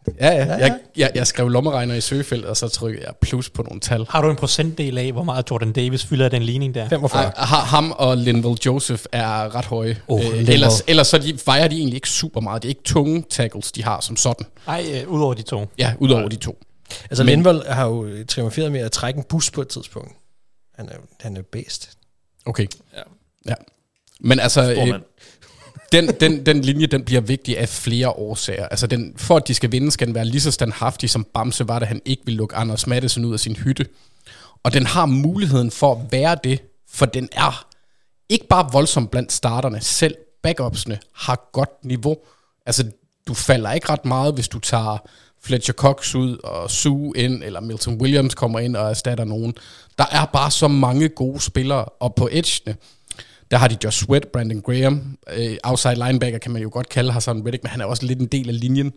Ja, ja. Jeg, jeg, jeg skrev lommeregner i søgefeltet, og så trykkede jeg plus på nogle tal. Har du en procentdel af, hvor meget Jordan Davis fylder den ligning der? femogfyrre. Ej, ham og Linval Joseph er ret høje. Oh, øh, ellers, ellers så de, vejer de egentlig ikke super meget. Det er ikke tunge tackles, de har som sådan. Nej, øh, udover de to. Ja, udover ja. de to. Altså Men, Linval har jo triumferet med at trække en bus på et tidspunkt. Han er, han er bedst. Okay. Ja. ja. Men altså... Øh, den, den, den linje, den bliver vigtig af flere årsager. Altså, den, for at de skal vinde, skal den være lige så standhaftig, som Bamse var, da han ikke ville lukke Anders Mattesen ud af sin hytte. Og den har muligheden for at være det, for den er ikke bare voldsom blandt starterne. Selv backupsene har godt niveau. Altså, du falder ikke ret meget, hvis du tager Fletcher Cox ud og Sue ind, eller Milton Williams kommer ind og erstatter nogen. Der er bare så mange gode spillere, og på edgene, der har de Josh Sweat, Brandon Graham, øh, outside linebacker kan man jo godt kalde Hassan Reddick, men han er også lidt en del af linjen.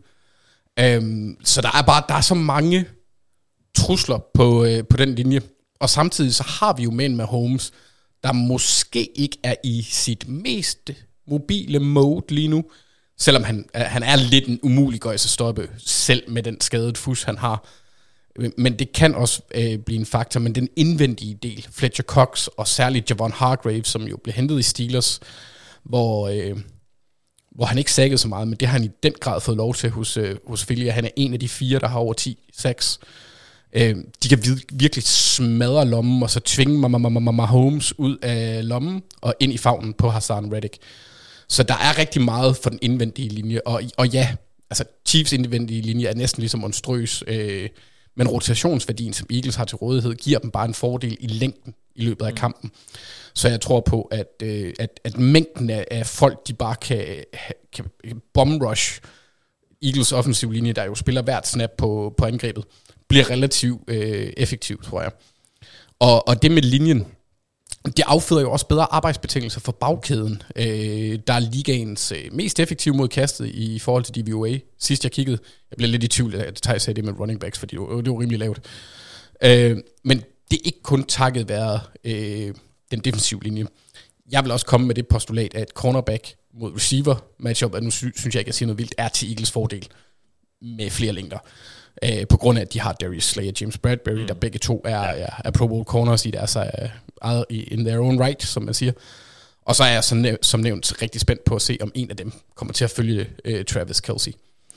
Øhm, så der er bare der er så mange trusler på, øh, på den linje. Og samtidig så har vi jo med en Mahomes, der måske ikke er i sit mest mobile mode lige nu, selvom han, han er lidt en umulig gøjs at stoppe, selv med den skadede fus, han har. Men det kan også øh, blive en faktor, men den indvendige del, Fletcher Cox og særligt Javon Hargrave, som jo blev hentet i Steelers, hvor, øh, hvor han ikke saggede så meget, men det har han i den grad fået lov til hos, øh, hos Philly. Han er en af de fire, der har over ti seks. Øh, de kan virkelig smadre lommen, og så tvinge Mahomes ud af lommen og ind i favnen på Hassan Reddick. Så der er rigtig meget for den indvendige linje, og, og ja, altså Chiefs indvendige linje er næsten ligesom monstrøs, øh, men rotationsværdien, som Eagles har til rådighed, giver dem bare en fordel i længden i løbet af kampen. Så jeg tror på, at, øh, at, at mængden af, af folk, de bare kan, kan bomb-rush Eagles offensiv linje, der jo spiller hvert snap på, på angrebet, bliver relativt øh, effektivt, tror jeg. Og, og det med linjen, det afføder jo også bedre arbejdsbetingelser for bagkæden, øh, der er ligaens øh, mest effektive mod kastet i forhold til D V O A. Sidst jeg kiggede, jeg blev lidt i tvivl, at jeg sagde det med running backs, fordi det var, det var rimelig lavt. Øh, men det er ikke kun takket være øh, den defensive linje. Jeg vil også komme med det postulat, at cornerback mod receiver matchup, og nu sy- synes jeg ikke, at sige noget vildt, er til Eagles fordel med flere længder. Øh, på grund af, at de har Darius Slay og James Bradbury, mm. der begge to er, er, er Pro Bowl corners i deres uh, in their own right, som man siger. Og så er jeg som, næv- som nævnt rigtig spændt på at se, om en af dem kommer til at følge uh, Travis Kelce.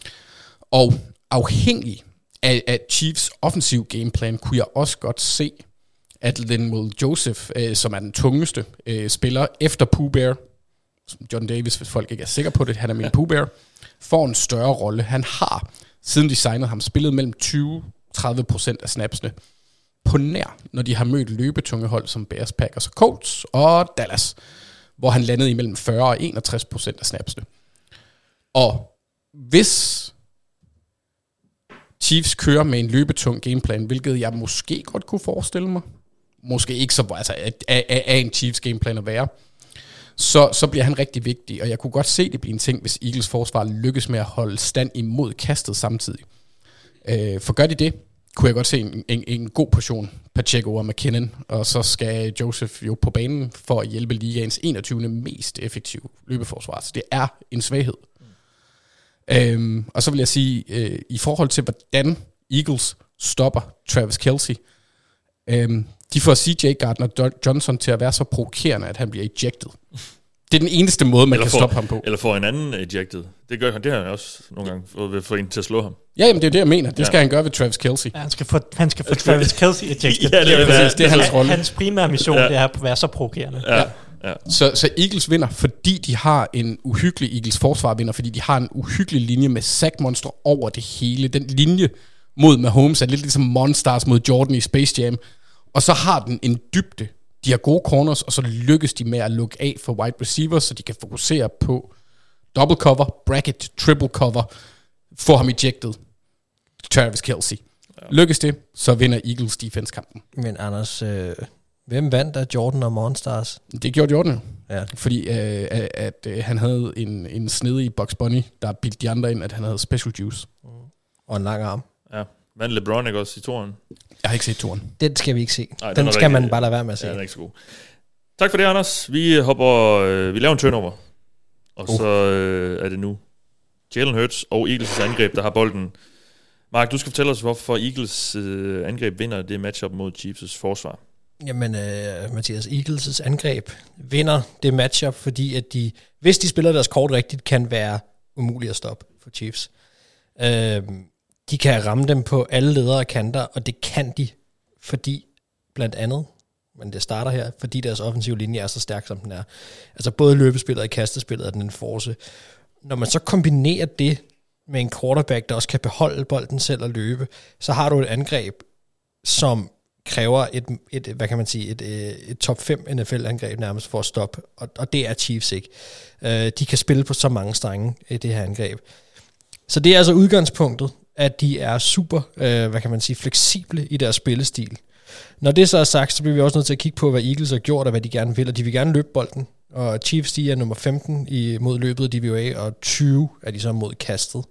Og afhængig af, af Chiefs offensiv gameplan, kunne jeg også godt se, at Linval Joseph, uh, som er den tungeste uh, spiller efter Pooh Bear, John Davis, hvis folk ikke er sikre på det, han er min Pooh Bear, får en større rolle. Han har siden de signede ham, spillet mellem tyve til tredive procent af snapsene på nær, når de har mødt løbetunge hold som Bears, Packers og Colts og Dallas, hvor han landede imellem fyrre og enogtres procent af snapsene. Og hvis Chiefs kører med en løbetung gameplan, hvilket jeg måske godt kunne forestille mig, måske ikke så, altså af, af en Chiefs gameplan at være, Så, så bliver han rigtig vigtig, og jeg kunne godt se det blive en ting, hvis Eagles forsvar lykkes med at holde stand imod kastet samtidig. Øh, for gør de det, kunne jeg godt se en, en, en god portion Pacheco og McKinnon, og så skal Joseph jo på banen for at hjælpe ligaens enogtyvende mest effektive løbeforsvar. Så det er en svaghed. Mm. Øhm, og så vil jeg sige, øh, i forhold til hvordan Eagles stopper Travis Kelce, øhm, de får C J Gardner-Johnson til at være så provokerende, at han bliver ejected. Det er den eneste måde, man eller kan for, stoppe ham på. Eller får en anden ejected. Det gør han, det har han også nogle gange ved at få en til at slå ham. Ja, jamen det er det, jeg mener. Det skal ja. han gøre ved Travis Kelce. Ja, han skal få, han skal få Travis Kelce ejected. Ja, det er, det, er, det er hans rolle. Hans primære mission, ja. det er at være så provokerende. Ja. Ja. Ja. Så, så Eagles vinder, fordi de har en uhyggelig Eagles forsvar vinder, fordi de har en uhyggelig linje med sackmonster over det hele. Den linje mod Mahomes er lidt ligesom Monstars mod Jordan i Space Jam. Og så har den en dybde. De har gode corners, og så lykkes de med at lukke af for wide receivers, så de kan fokusere på double cover, bracket, triple cover, få ham ejected. Travis Kelce. Ja. Lykkes det, så vinder Eagles defense-kampen. Men Anders, øh, hvem vandt af Jordan og Monstars? Det gjorde Jordan jo. Ja. Fordi øh, at, at øh, han havde en, en snedig Bugs Bunny, der bildte de andre ind, at han havde special juice. Mm. Og en lang arm. Ja. Vandt LeBron ikke også i toren? Jeg har ikke set toren. Den skal vi ikke se. Ej, den, den skal rigtig, man bare lade være med at se. Ja, den er ikke så god. Tak for det, Anders. Vi hopper, øh, vi laver en turnover. Og uh. så øh, er det nu Jalen Hurts og Eagles' angreb, der har bolden Mark, du skal fortælle os, hvorfor Eagles øh, angreb vinder det matchup mod Chiefs' forsvar. Jamen, øh, Mathias, Eagles' angreb vinder det matchup, fordi at de, hvis de spiller deres kort rigtigt, kan være umuligt at stoppe for Chiefs. Øh, de kan ramme dem på alle ledere og kanter, og det kan de, fordi blandt andet, men det starter her, fordi deres offensive linje er så stærk, som den er. Altså både løbespillet og kastespillet er den en force. Når man så kombinerer det med en quarterback, der også kan beholde bolden selv og løbe, så har du et angreb, som kræver et, et hvad kan man sige, et, et top fem N F L-angreb nærmest for at stoppe, og, og det er Chiefs ikke. Uh, de kan spille på så mange strenge i det her angreb. Så det er altså udgangspunktet, at de er super, uh, hvad kan man sige, fleksible i deres spillestil. Når det så er sagt, så bliver vi også nødt til at kigge på, hvad Eagles har gjort, og hvad de gerne vil, og de vil gerne løbe bolden. Og Chiefs, de er nummer femten i, mod løbet af D V O A, og tyve er de så mod kastet.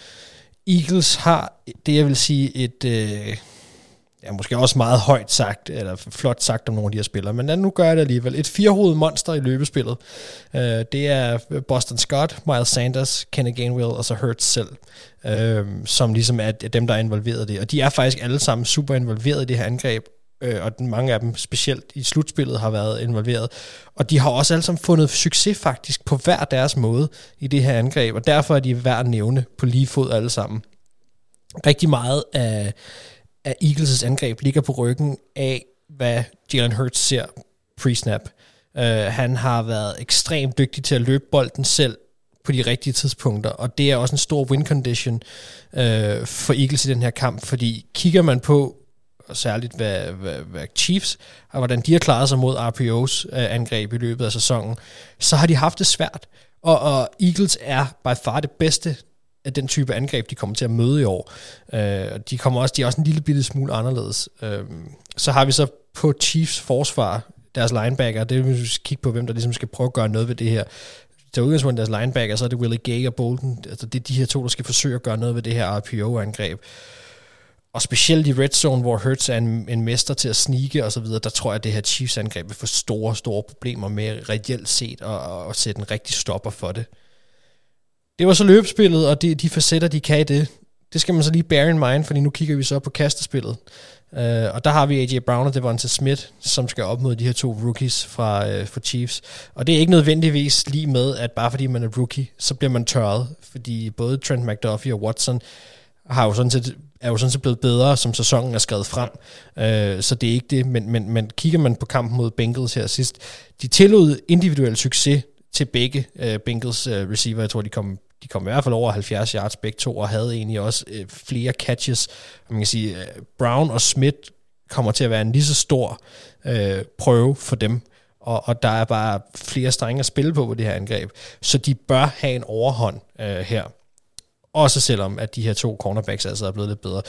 Eagles har, det jeg vil sige, et, øh, ja, måske også meget højt sagt, eller flot sagt om nogle af de her spillere, men nu gør jeg det alligevel. Et firehovedet monster i løbespillet. Uh, det er Boston Scott, Miles Sanders, Kenny Gainwell og så Hurts selv, uh, som ligesom er dem, der er involveret i det. Og de er faktisk alle sammen super involveret i det her angreb, og mange af dem specielt i slutspillet har været involveret. Og de har også alle sammen fundet succes faktisk på hver deres måde i det her angreb, og derfor er de hver nævne på lige fod alle sammen. Rigtig meget af, af Eagles' angreb ligger på ryggen af, hvad Jalen Hurts ser pre-snap. Uh, han har været ekstremt dygtig til at løbe bolden selv på de rigtige tidspunkter, og det er også en stor win condition uh, for Eagles i den her kamp, fordi kigger man på og særligt hvad, hvad, hvad Chiefs, og hvordan de har klaret sig mod R P O's øh, angreb i løbet af sæsonen, så har de haft det svært. Og, og Eagles er by far det bedste af den type angreb, de kommer til at møde i år. Øh, de, kommer også, de er også en lille bitte smule anderledes. Øh, så har vi så på Chiefs forsvar, deres linebacker, det vil vi kigge på, hvem der ligesom skal prøve at gøre noget ved det her. Til udgangspunkt deres linebacker, så er det Willie Gay og Bolden. Altså det er de her to, der skal forsøge at gøre noget ved det her R P O-angreb. Og specielt i red zone, hvor Hurts er en, en mester til at snige og så videre, der tror jeg, at det her Chiefs-angreb vil få store, store problemer med reelt set og, og sætte en rigtig stopper for det. Det var så løbespillet, og de, de facetter, de kan i det. Det skal man så lige bear in mind, fordi nu kigger vi så på kastespillet. Uh, og der har vi A J Brown og Devonta Smith, som skal op mod de her to rookies fra, uh, fra Chiefs. Og det er ikke nødvendigvis lige med, at bare fordi man er rookie, så bliver man tørret. Fordi både Trent McDuffie og Watson har jo sådan set, er jo sådan set blevet bedre, som sæsonen er skrevet frem. Uh, så det er ikke det. Men, men, men kigger man på kampen mod Bengals her sidst, de tillod individuel succes til begge uh, Bengals uh, receiver. Jeg tror, de kom, de kom i hvert fald over halvfjerds yards begge to, og havde egentlig også uh, flere catches. Man kan sige, uh, Brown og Smith kommer til at være en lige så stor uh, prøve for dem. Og, og der er bare flere strenge at spille på på det her angreb. Så de bør have en overhånd uh, her. Også selvom, at de her to cornerbacks altså er blevet lidt bedre.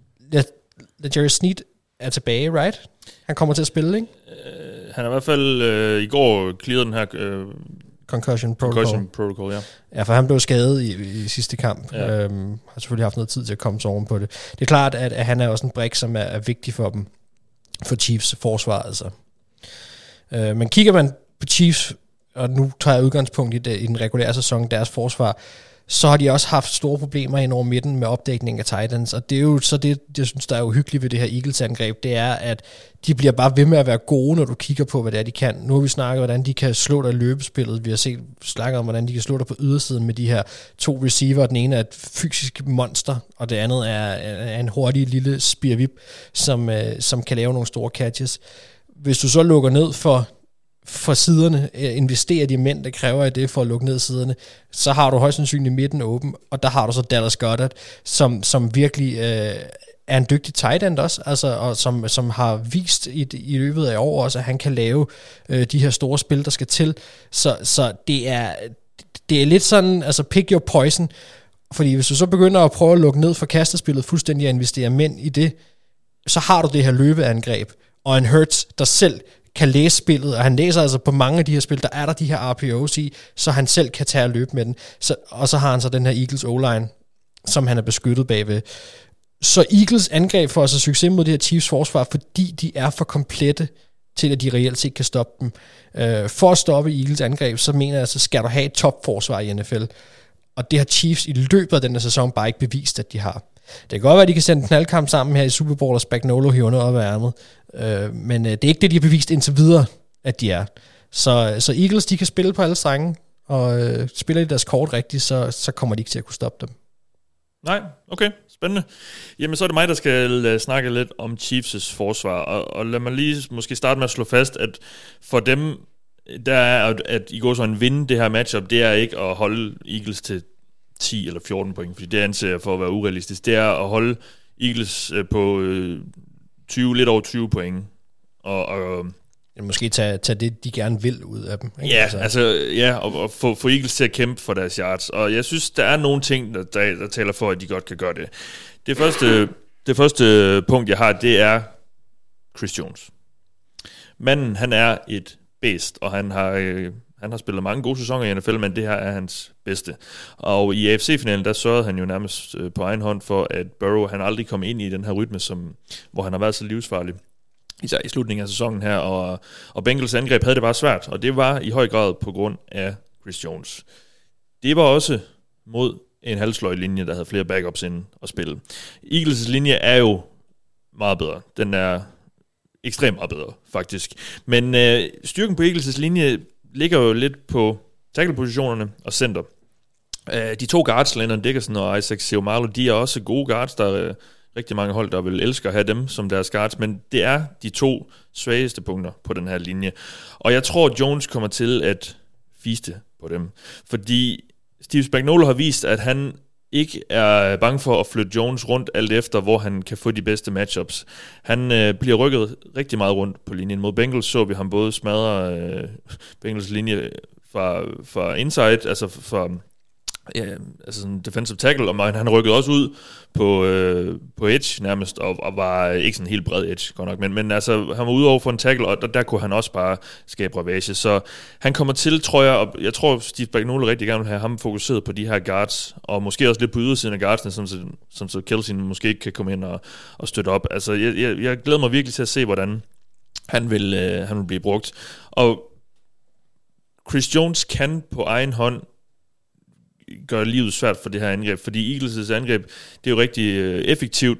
Jerry Sneed er tilbage, right? Han kommer til at spille, ikke? Uh, han er i hvert fald uh, i går clearet den her Uh Concussion protocol. Concussion protocol, ja. Ja, for han blev skadet i, i sidste kamp. Ja. Øhm, har selvfølgelig haft noget tid til at komme sig oven på det. Det er klart, at, at han er også en brik, som er, er vigtig for dem. For Chiefs forsvar, altså. Øh, men kigger man på Chiefs, og nu tager jeg udgangspunkt i, det, i den regulære sæson, deres forsvar, så har de også haft store problemer ind over midten med opdækning af tight ends, og det er jo så det, jeg synes, der er uhyggeligt ved det her Eagles-angreb, det er, at de bliver bare ved med at være gode, når du kigger på, hvad det er, de kan. Nu har vi snakket, hvordan de kan slå dig i løbespillet. Vi har set snakket om, hvordan de kan slå dig på ydersiden med de her to receiver. Den ene er et fysisk monster, og det andet er, er en hurtig lille spirvip, som, øh, som kan lave nogle store catches. Hvis du så lukker ned for for siderne, investerer de mænd, der kræver i det for at lukke ned siderne, så har du højst sandsynligt midten åben, og der har du så Dallas Goedert, som, som virkelig øh, er en dygtig tight end også, altså, og som, som har vist i, i løbet af år også, at han kan lave øh, de her store spil, der skal til. Så, så det er det er lidt sådan, altså pick your poison, fordi hvis du så begynder at prøve at lukke ned for kastespillet fuldstændig og investere mænd i det, så har du det her løbeangreb, og en Hurts, der selv kan læse spillet, og han læser altså på mange af de her spil, der er der de her R P O's i, så han selv kan tage og løbe med den. Så, og så har han så den her Eagles O-line, som han er beskyttet bagved. Så Eagles angreb får altså succes mod det her Chiefs forsvar, fordi de er for komplette til, at de reelt set kan stoppe dem. Uh, for at stoppe Eagles angreb, så mener jeg, så skal du have et topforsvar i N F L. Og det har Chiefs i løbet af den her sæson bare ikke bevist, at de har. Det kan godt være, at de kan sende en knaldkamp sammen her i Super Bowl, og Spagnuolo hiver noget op af ærmet. Øh, men øh, det er ikke det, de har bevist indtil videre, at de er. Så, så Eagles, de kan spille på alle strenge, og øh, spiller de deres kort rigtigt, så, så kommer de ikke til at kunne stoppe dem. Nej, okay, spændende. Jamen, så er det mig, der skal uh, snakke lidt om Chiefs' forsvar, og, og lad mig lige måske starte med at slå fast, at for dem, der er, at, at I går så en vinde det her matchup, det er ikke at holde Eagles til ti eller fjorten point, fordi det anser jeg for at være urealistisk. Det er at holde Eagles uh, på uh, tyve, lidt over tyve point, og... og måske tage, tage det, de gerne vil ud af dem. Ikke? Ja, altså, altså ja, og, og få, få Eagles til at kæmpe for deres yards. Og jeg synes, der er nogle ting, der, der, der taler for, at de godt kan gøre det. Det første, det første punkt, jeg har, det er Chris Jones. Manden, han er et beast, og han har, øh, han har spillet mange gode sæsoner i N F L, men det her er hans bedste. Og i A F C-finalen, der sørgede han jo nærmest øh, på egen hånd for, at Burrow, han aldrig kom ind i den her rytme, som, hvor han har været så livsfarlig. Især i slutningen af sæsonen her, og, og Bengals angreb havde det bare svært, og det var i høj grad på grund af Chris Jones. Det var også mod en halvsløj linje, der havde flere backups ind at spille. Eagles' linje er jo meget bedre. Den er ekstremt meget bedre, faktisk. Men øh, styrken på Eagles' linje ligger jo lidt på tackle-positionerne og center. Øh, de to guards, Landon Dickerson og Isaac Seumalo, de er også gode guards, der øh, rigtig mange hold, der vil elske at have dem som deres guards, men det er de to svageste punkter på den her linje. Og jeg tror, at Jones kommer til at feaste på dem, fordi Steve Spagnuolo har vist, at han ikke er bange for at flytte Jones rundt alt efter, hvor han kan få de bedste matchups. Han øh, bliver rykket rigtig meget rundt på linjen. Mod Bengals så vi ham både smadre øh, Bengals linje fra, fra inside, altså fra ja, altså sådan defensive tackle, og han rykkede også ud på, øh, på edge nærmest, og, og var ikke sådan helt bred edge, godt nok, men, men altså, han var ude over for en tackle, og der, der kunne han også bare skabe ravage, så han kommer til, tror jeg, og jeg tror, Steve Spagnuolo rigtig gerne vil have ham fokuseret på de her guards, og måske også lidt på ydersiden af guardsene, sådan så, sådan så Kelsey måske ikke kan komme ind og, og støtte op. Altså, jeg, jeg, jeg glæder mig virkelig til at se, hvordan han vil, øh, han vil blive brugt, og Chris Jones kan på egen hånd gør livet svært for det her angreb, fordi Eagles' angreb, det er jo rigtig øh, effektivt.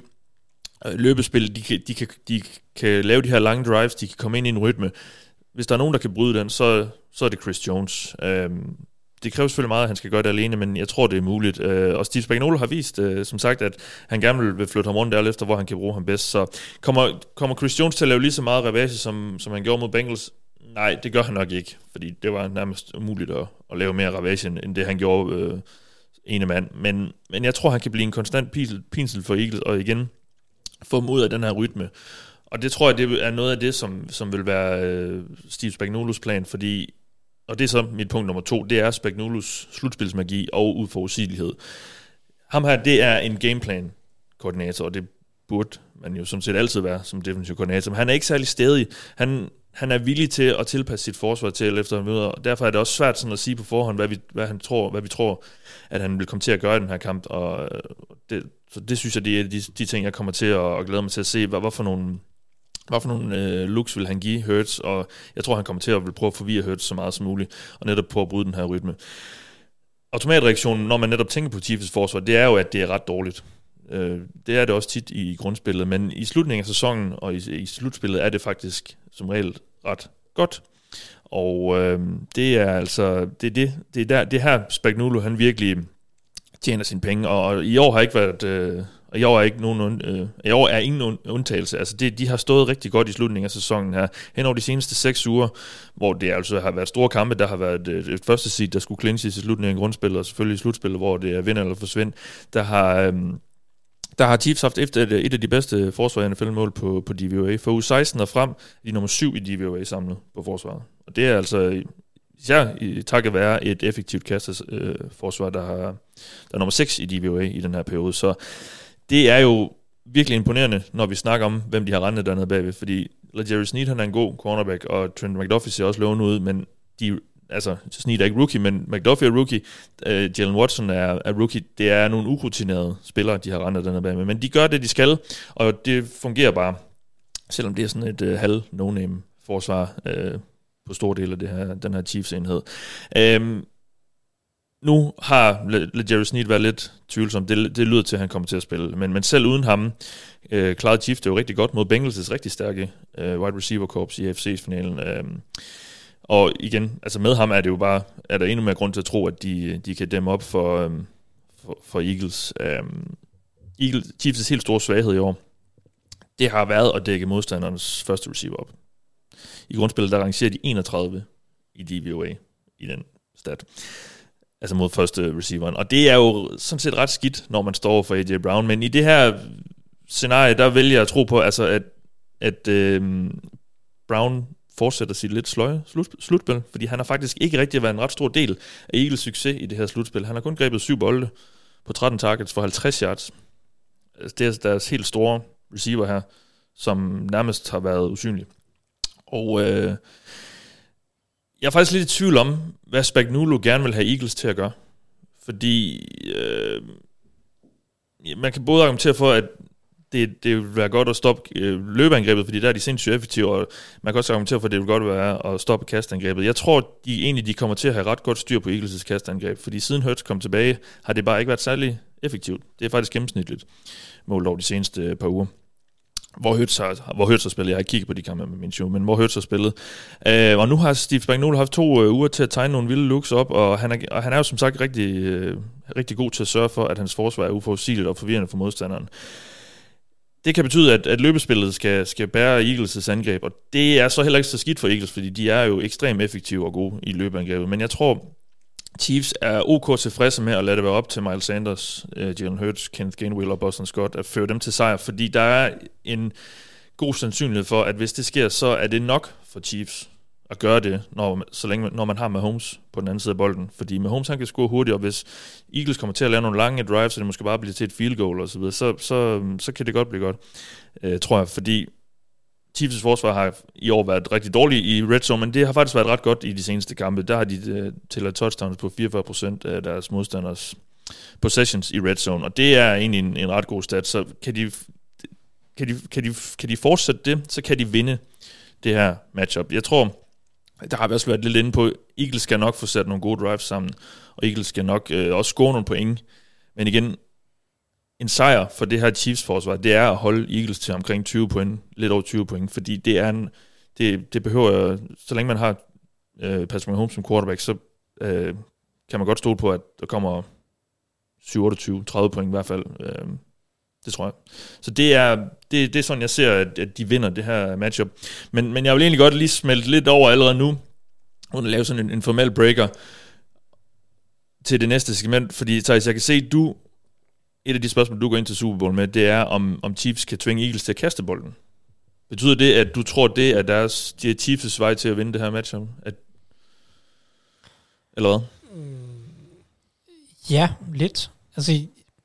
Løbespil, de kan, de, kan, de kan lave de her lange drives, de kan komme ind i en rytme. Hvis der er nogen, der kan bryde den, så, så er det Chris Jones. Øhm, det kræver selvfølgelig meget, at han skal gøre det alene, men jeg tror, det er muligt. Øh, og Steve Spagnuolo har vist, øh, som sagt, at han gerne vil flytte ham rundt alt efter, hvor han kan bruge ham bedst. Så kommer, kommer Chris Jones til at lave lige så meget ravage, som, som han gjorde mod Bengals? Nej, det gør han nok ikke, fordi det var nærmest umuligt at, at lave mere ravage, end det han gjorde øh, ene mand. Men, men jeg tror, han kan blive en konstant pinsel, pinsel for Eagles, og igen få dem ud af den her rytme. Og det tror jeg, det er noget af det, som, som vil være øh, Steve Spagnuolos plan, fordi, og det er så mit punkt nummer to, det er Spagnuolos slutspilsmagi og uforudsigelighed. Ham her, det er en gameplan-koordinator, og det burde man jo sådan set altid være som defensive koordinator, men han er ikke særlig stædig. Han Han er villig til at tilpasse sit forsvar til efter han møder, og derfor er det også svært sådan at sige på forhånd, hvad vi, hvad han tror, hvad vi tror, at han vil komme til at gøre i den her kamp, og det, så det synes jeg, det er de, de ting, jeg kommer til at, at glæde mig til at se, hvad, hvad for nogle, hvad for nogle øh, looks vil han give Hurts, og jeg tror, han kommer til at vil prøve at forvirre Hurts så meget som muligt, og netop prøve at bryde den her rytme. Automatreaktionen, når man netop tænker på Chiefs forsvar, det er jo, at det er ret dårligt. Det er det også tit i grundspillet, men i slutningen af sæsonen og i, i slutspillet er det faktisk som regel ret godt. Og øh, det er altså det er det det er der det her Spagnuolo han virkelig tjener sine penge, og, og i år har ikke været øh, og i år er ikke nogen øh, i år er ingen undtagelse. Altså det, de har stået rigtig godt i slutningen af sæsonen her hen over de seneste seks uger, hvor det altså har været store kampe. Der har været et, et første seed, der skulle clinches i slutningen af grundspillet, og selvfølgelig i slutspillet, hvor det er vind eller forsvind. Der har øh, Der har Chiefs haft efter et, et af de bedste forsvar i N F L-mål på, på D V O A. For uge seksten og frem, de er nummer syv i D V O A samlet på forsvaret. Og det er altså især i takket være et effektivt kastersforsvar, øh, der, har, der er nummer seks i D V O A i den her periode. Så det er jo virkelig imponerende, når vi snakker om, hvem de har rendet dernede bagved. Fordi L'Jarius Sneed, han er en god cornerback, og Trent McDuffie ser også lovende ud, men de altså, Sneed er ikke rookie, men McDuffie er rookie, uh, Jalen Watson er, er rookie. Det er nogle urutinerede spillere, de har rendet dernede bag med, men de gør det, de skal, og det fungerer bare, selvom det er sådan et uh, halv no-name forsvar uh, på stor del af det her, den her Chiefs-enhed. Um, nu har L'Jarius Sneed været lidt tvivlsom. Det, det lyder til, at han kommer til at spille. Men, men selv uden ham, øh, klarede Chiefs det jo rigtig godt mod Bengals' rigtig stærke øh, wide receiver corps i A F C-finalen. Øh, og igen, altså med ham er det jo bare, er der endnu mere grund til at tro, at de, de kan dæmme op for, øh, for, for Eagles. Øh, Eagles. Chiefs' helt store svaghed i år, det har været at dække modstandernes første receiver op. I grundspillet, der rangerer de enogtredive i D V O A i den stat. Altså mod første receiveren. Og det er jo sådan set ret skidt, når man står for A J Brown. Men i det her scenarie, der vælger jeg at tro på, altså at, at øh, Brown fortsætter sit lidt sløje slut, slutspil, fordi han har faktisk ikke rigtig været en ret stor del af Eagles succes i det her slutspil. Han har kun grebet syv bolde på tretten targets for halvtreds yards. Altså, det er deres helt store receiver her, som nærmest har været usynlig. Og øh, jeg er faktisk lidt i tvivl om, hvad Spagnuolo gerne vil have Eagles til at gøre. Fordi øh, man kan både argumentere for, at det, det vil være godt at stoppe øh, løbeangrebet, fordi der er de sindssygt effektive, og man kan også argumentere for, at det vil godt være at stoppe kastangrebet. Jeg tror de, egentlig, de kommer til at have ret godt styr på Eagles' kastangreb, fordi siden Hurts kom tilbage, har det bare ikke været særlig effektivt. Det er faktisk gennemsnitligt målt over de seneste par uger. Hvor Hurts har, hvor Hurts har spillet, jeg har ikke kigget på de kampe med min show, men hvor Hurts har spillet. Øh, og nu har Steve Spagnuolo haft to øh, uger til at tegne nogle vilde looks op, og han er, og han er jo som sagt rigtig, øh, rigtig god til at sørge for, at hans forsvar er uforudsigeligt og forvirrende for modstanderen. Det kan betyde, at, at løbespillet skal, skal bære Eagles' angreb, og det er så heller ikke så skidt for Eagles, fordi de er jo ekstremt effektive og gode i løbeangrebet. Men jeg tror, Chiefs er ok tilfredse med at lade det være op til Miles Sanders, uh, Jalen Hurts, Kenneth Gainwell og Boston Scott at føre dem til sejr, fordi der er en god sandsynlighed for, at hvis det sker, så er det nok for Chiefs at gøre det, når, så længe, når man har Mahomes på den anden side af bolden. Fordi Mahomes han kan score hurtigt, og hvis Eagles kommer til at lave nogle lange drives, så det måske bare bliver til et field goal og så videre, så, så, så kan det godt blive godt, uh, tror jeg, fordi Chiefs' forsvar har i år været rigtig dårligt i red zone, men det har faktisk været ret godt i de seneste kampe. Der har de uh, tilladt touchdowns på fireogfyrre procent af deres modstanders possessions i red zone, og det er egentlig en, en ret god stat. Så kan de, kan, de, kan, de, kan de fortsætte det, så kan de vinde det her matchup. Jeg tror, der har vi også været lidt inde på, Eagles skal nok få sat nogle gode drives sammen, og Eagles skal nok uh, også score nogle point. Men igen, en sejr for det her Chiefs-forsvar, det er at holde Eagles til omkring tyve point, lidt over tyve point, fordi det er en, det, det behøver, så længe man har øh, Patrick Mahomes som quarterback, så øh, kan man godt stole på, at der kommer syv, otteogtyve, tredive point i hvert fald. Øh, det tror jeg. Så det er, det, det er sådan, jeg ser, at, at de vinder det her matchup. Men, men jeg vil egentlig godt lige smelte lidt over allerede nu, uden at lave sådan en, en formel breaker til det næste segment, fordi Thijs, jeg kan se, du et af de spørgsmål, du går ind til Super Bowl med, det er, om, om Chiefs kan tvinge Eagles til at kaste bolden. Betyder det, at du tror, det er deres, de er Chiefs' vej til at vinde det her match? At, eller hvad? Ja, lidt. Altså,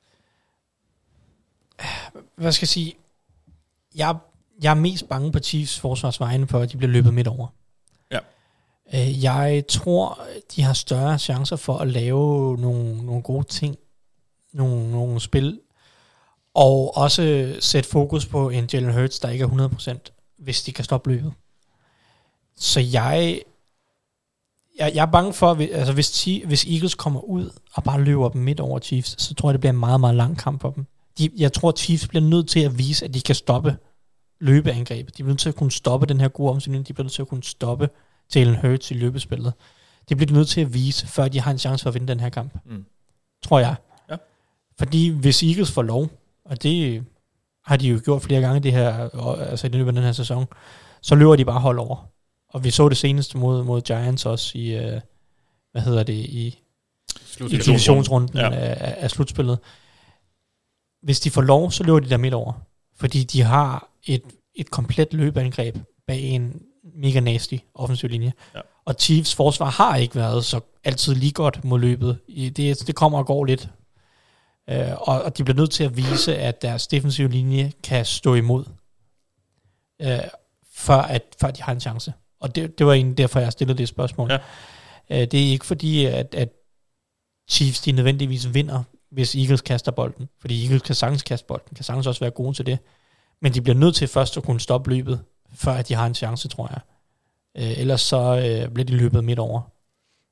hvad skal jeg sige? Jeg, jeg er mest bange på Chiefs forsvarsvejen for, at de bliver løbet midt over. Ja. Jeg tror, de har større chancer for at lave nogle, nogle gode ting, nogle, nogle spil, og også sætte fokus på en Jalen Hurts, der ikke er hundrede procent, hvis de kan stoppe løbet. Så jeg, jeg, jeg er bange for, at altså hvis, hvis Eagles kommer ud og bare løber dem midt over Chiefs, så tror jeg, det bliver en meget, meget lang kamp for dem. De, jeg tror, at Chiefs bliver nødt til at vise, at de kan stoppe løbeangrebet. De bliver nødt til at kunne stoppe den her gode omstilling. De bliver nødt til at kunne stoppe Jalen Hurts i løbespillet. De bliver nødt til at vise, før de har en chance for at vinde den her kamp. Mm. Tror jeg. Ja. Fordi hvis Eagles får lov, og det har de jo gjort flere gange det her, altså i løbet af den her sæson, så løber de bare hold over. Og vi så det seneste mod, mod Giants også i, uh, hvad hedder det, i, i divisionsrunden ja. af, af slutspillet. Hvis de får lov, så løber de der midt over. Fordi de har et, et komplet løbeangreb bag en mega nasty offensiv linje. Ja. Og Chiefs forsvar har ikke været så altid lige godt mod løbet. Det, det kommer og går lidt. Uh, og, og de bliver nødt til at vise, at deres defensive linje kan stå imod, uh, før, at, før de har en chance. Og det, det var egentlig derfor, jeg stillede det spørgsmål. Ja. Uh, det er ikke fordi, at, at Chiefs de nødvendigvis vinder, hvis Eagles kaster bolden. Fordi Eagles kan sagtens kaste bolden, kan sagtens også være gode til det. Men de bliver nødt til først at kunne stoppe løbet, før at de har en chance, tror jeg. Uh, ellers så uh, bliver de løbet midt over.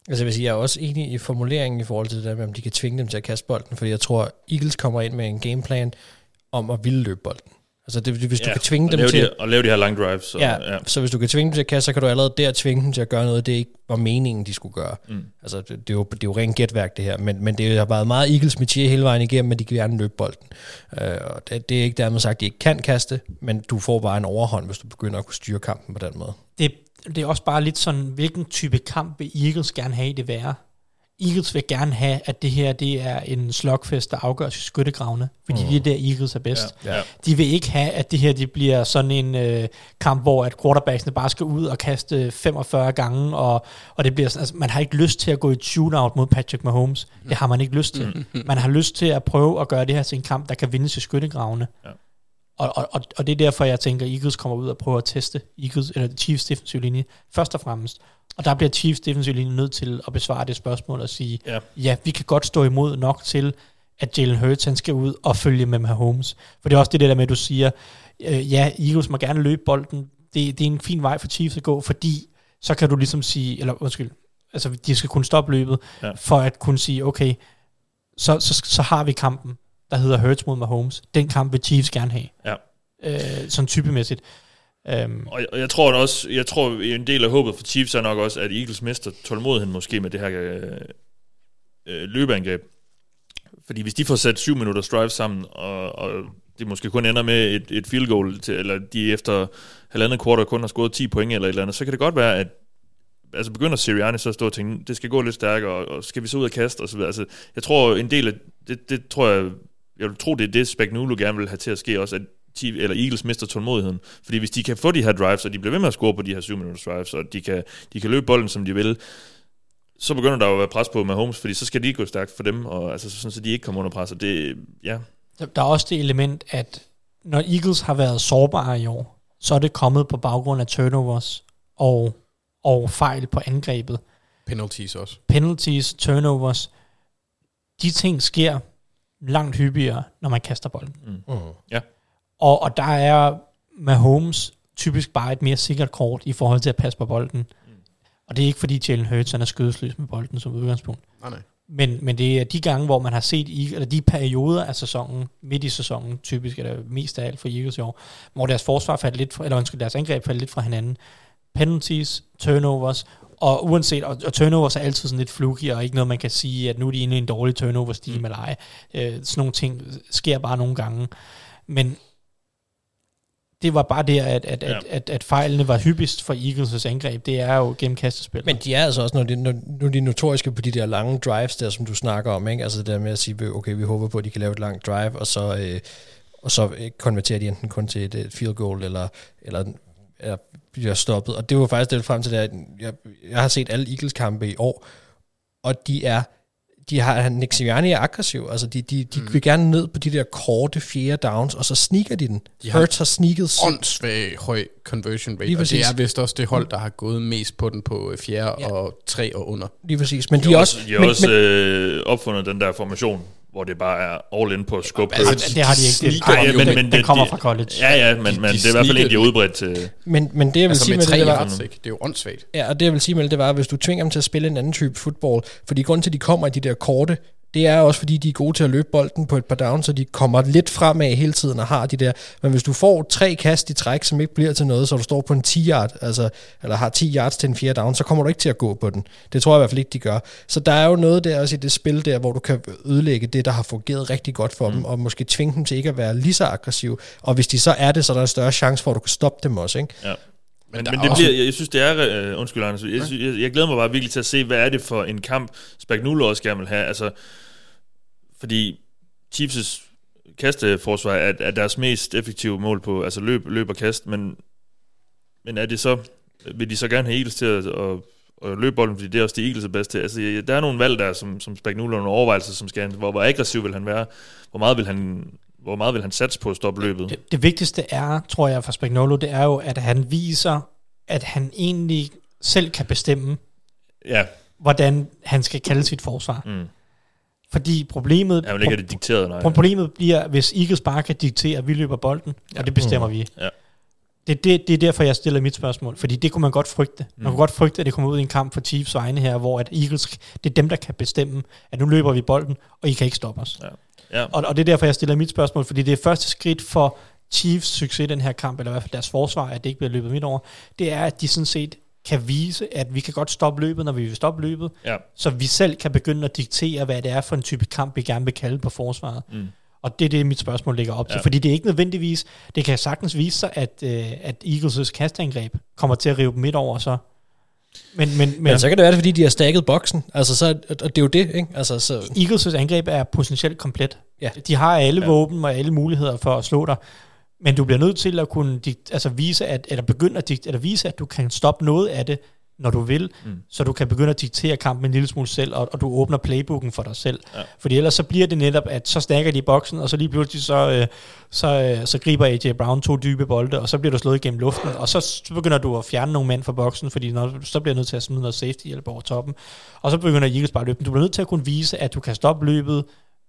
Altså jeg vil sige, jeg er også enig i formuleringen i forhold til det der med, om de kan tvinge dem til at kaste bolden, fordi jeg tror, Eagles kommer ind med en gameplan om at ville løbe bolden. Altså det, hvis du ja, kan tvinge dem til... De, og lave de her long drives. Så, ja, ja, så hvis du kan tvinge dem til at kaste, så kan du allerede der tvinge dem til at gøre noget, det ikke var meningen, de skulle gøre. Mm. Altså det, det, er jo, det er jo rent gætværk det her, men, men det har været meget Eagles metier hele vejen igennem, men de kan gerne løbe bolden. Uh, og det, det er ikke dermed sagt, at de ikke kan kaste, men du får bare en overhånd, hvis du begynder at kunne styre kampen på den måde. Det, det er også bare lidt sådan, hvilken type kamp vil Eagles gerne have i det være? Eagles vil gerne have, at det her det er en slugfest, der afgøres i skyttegravene, fordi mm. det er der Eagles er bedst. Ja. Ja. De vil ikke have, at det her det bliver sådan en øh, kamp, hvor at quarterbacksene bare skal ud og kaste femogfyrre gange, og, og det bliver sådan, altså, man har ikke lyst til at gå i et shootout mod Patrick Mahomes. Mm. Det har man ikke lyst til. Mm. Man har lyst til at prøve at gøre det her til en kamp, der kan vindes i skyttegravene. Ja. Og, og, og det er derfor, jeg tænker, at Eagles kommer ud og prøver at teste Eagles, eller Chiefs defensive linje, først og fremmest. Og der bliver Chiefs defensive linje nødt til at besvare det spørgsmål og sige, ja, ja vi kan godt stå imod nok til, at Jalen Hurts han skal ud og følge med Mahomes. For det er også det der med, at du siger, øh, ja, Eagles må gerne løbe bolden. Det, det er en fin vej for Chiefs at gå, fordi så kan du ligesom sige, eller undskyld, altså de skal kunne stoppe løbet, ja, for at kunne sige, okay, så, så, så har vi kampen, der hedder Hurts mod Mahomes. Den kamp vil Chiefs gerne have. Ja. Øh, sådan typemæssigt. Um, og, jeg, og jeg tror også, jeg tror en del af håbet for Chiefs er nok også, at Eagles mister tålmodigheden måske med det her øh, øh, løbeangreb. Fordi hvis de får sat syv minutters drive sammen, og, og det måske kun ender med et, et field goal, til, eller de efter halvandet kvartal kun har scoret ti point eller et eller andet, så kan det godt være, at altså begynder Sirianni så at stå og tænke, det skal gå lidt stærkere, og, og skal vi så ud og kaste, og så videre. Altså, jeg tror en del af, det, det tror jeg, jeg vil tro, det er det, Spagnuolo gerne vil have til at ske også, at eller Eagles mister tålmodigheden. Fordi hvis de kan få de her drives, og de bliver ved med at score på de her syv minutters drives, og de kan, de kan løbe bolden, som de vil, så begynder der jo at være pres på Mahomes, fordi så skal de gå stærkt for dem, og altså, sådan, så de ikke kommer under pres. Og det, ja. Der er også det element, at når Eagles har været sårbare i år, så er det kommet på baggrund af turnovers og, og fejl på angrebet. Penalties også. Penalties, turnovers. De ting sker langt hyppigere, når man kaster bolden. Mm. Mm. Ja. Og, og der er Mahomes typisk bare et mere sikkert kort i forhold til at passe på bolden. Mm. Og det er ikke fordi Jalen Hurts han er skødesløs med bolden som udgangspunkt. Nej, nej. Men, men det er de gange, hvor man har set, eller de perioder af sæsonen, midt i sæsonen, typisk er det mest af alt for Eagles i år, hvor deres forsvar faldt lidt fra, eller undskyld, deres angreb faldt lidt fra hinanden. Penalties, turnovers, og uanset, og, og turnovers er altid sådan lidt fluky, og ikke noget, man kan sige, at nu er de inde i en dårlig turnover-stil mm. eller ej. Øh, sådan nogle ting sker bare nogle gange. Men det var bare det, at, at, ja. at, at, at fejlene var hyppigst for Eagles' angreb. Det er jo gennem kastespil. Men de er altså også, når de, når, nu er de notoriske på de der lange drives der, som du snakker om, ikke? Altså det der med at sige, okay, vi håber på, at de kan lave et langt drive, og så, øh, og så konverterer de enten kun til et, et field goal, eller, eller, eller bliver stoppet. Og det var faktisk det frem til det, at jeg, jeg har set alle Eagles-kampe i år, og de er de har, Nick Sirianni er aggressiv, altså de, de, de mm. vil gerne ned på de der korte fjerde downs, og så sneaker de den. De Hurts har sneaket åndssvag høj conversion rate, lige og præcis. Det er vist også det hold, der har gået mest på den på fjerde ja. og tre og under. Lige præcis, men de, de har også, de har også men, øh, opfundet den der formation, hvor det bare er all in på skub. Altså, det har de ikke. Det, Ej, ja, men, men, det kommer fra college. Ja, ja, men, de, men de det er i hvert fald ikke, de er udbredt til. Men, men det jeg vil altså sige med, med det, det var, det er jo åndssvagt. Ja, og det jeg vil sige med det var, hvis du tvinger dem til at spille en anden type fodbold, fordi grunden til, at de kommer i de der korte, det er også fordi, de er gode til at løbe bolden på et par downs, så de kommer lidt fremad hele tiden og har de der. Men hvis du får tre kast i træk, som ikke bliver til noget, så du står på en ti yard, altså, eller har ti yards til en fjerde down, så kommer du ikke til at gå på den. Det tror jeg i hvert fald ikke, de gør. Så der er jo noget der også i det spil der, hvor du kan ødelægge det, der har fungeret rigtig godt for mm. dem, og måske tvinge dem til ikke at være lige så aggressiv. Og hvis de så er det, så er der en større chance for, at du kan stoppe dem også, ikke? Ja. Men, men det også... bliver, jeg synes, det er, uh, undskyld Anders, jeg, synes, jeg, jeg glæder mig bare virkelig til at se, hvad er det for en kamp, Spagnuolo også gerne vil have, altså fordi Chiefs' kasteforsvar er, er deres mest effektive mål på, altså løb, løb og kast, men, men er det så, vil de så gerne have Eagles til at, at, at løbe bolden, fordi det er også det Eagles er bedst til. Altså, der er nogle valg der, som, som Spagnuolo, nogle overvejelser, som skal, hvor, hvor aggressiv vil han være, hvor meget vil han, hvor meget vil han satse på at stoppe løbet? Det, det vigtigste er, tror jeg, for Spagnuolo, det er jo, at han viser, at han egentlig selv kan bestemme, ja. hvordan han skal kalde sit forsvar. Mm. Fordi problemet, ja, ikke det dikteret, nej. problemet bliver, hvis Eagles bare kan diktere, at vi løber bolden, ja. og det bestemmer mm. vi. Ja. Det, det, det er derfor, jeg stiller mit spørgsmål. Fordi det kunne man godt frygte. Man mm. kunne godt frygte, at det kommer ud i en kamp for Chiefs vegne her, hvor at Eagles, det er dem, der kan bestemme, at nu løber vi bolden, og I kan ikke stoppe os. Ja. Ja. Og, og det er derfor, jeg stiller mit spørgsmål, fordi det er første skridt for Chiefs succes i den her kamp, eller i hvert fald deres forsvar, at det ikke bliver løbet midt over, det er, at de sådan set kan vise, at vi kan godt stoppe løbet, når vi vil stoppe løbet, ja. Så vi selv kan begynde at diktere, hvad det er for en type kamp, vi gerne vil kalde på forsvaret. Mm. Og det er det, mit spørgsmål ligger op til. Ja. Fordi det er ikke nødvendigvis, det kan sagtens vise sig, at, øh, at Eagles' kastangreb kommer til at rive dem midt over, så. Men, men, men ja, så kan det være det, fordi de har stækket boksen. Altså, så, og det er jo det, ikke? Altså, så. Eagles' angreb er potentielt komplet. Ja. De har alle ja. våben og alle muligheder for at slå dig. Men du bliver nødt til at kunne altså vise, at, eller begynde at, eller vise, at du kan stoppe noget af det, når du vil, mm. så du kan begynde at diktere kampen en lille smule selv, og, og du åbner playbooken for dig selv. Ja. Fordi ellers så bliver det netop, at så stærker de i boksen, og så lige pludselig så, øh, så, øh, så griber A J Brown to dybe bolde, og så bliver du slået igennem luften, og så, så begynder du at fjerne nogle mænd fra boksen, fordi når, så bliver du nødt til at smide noget safety hjælp over toppen, og så begynder Eagles bare at løbe. Du bliver nødt til at kunne vise, at du kan stoppe løbet,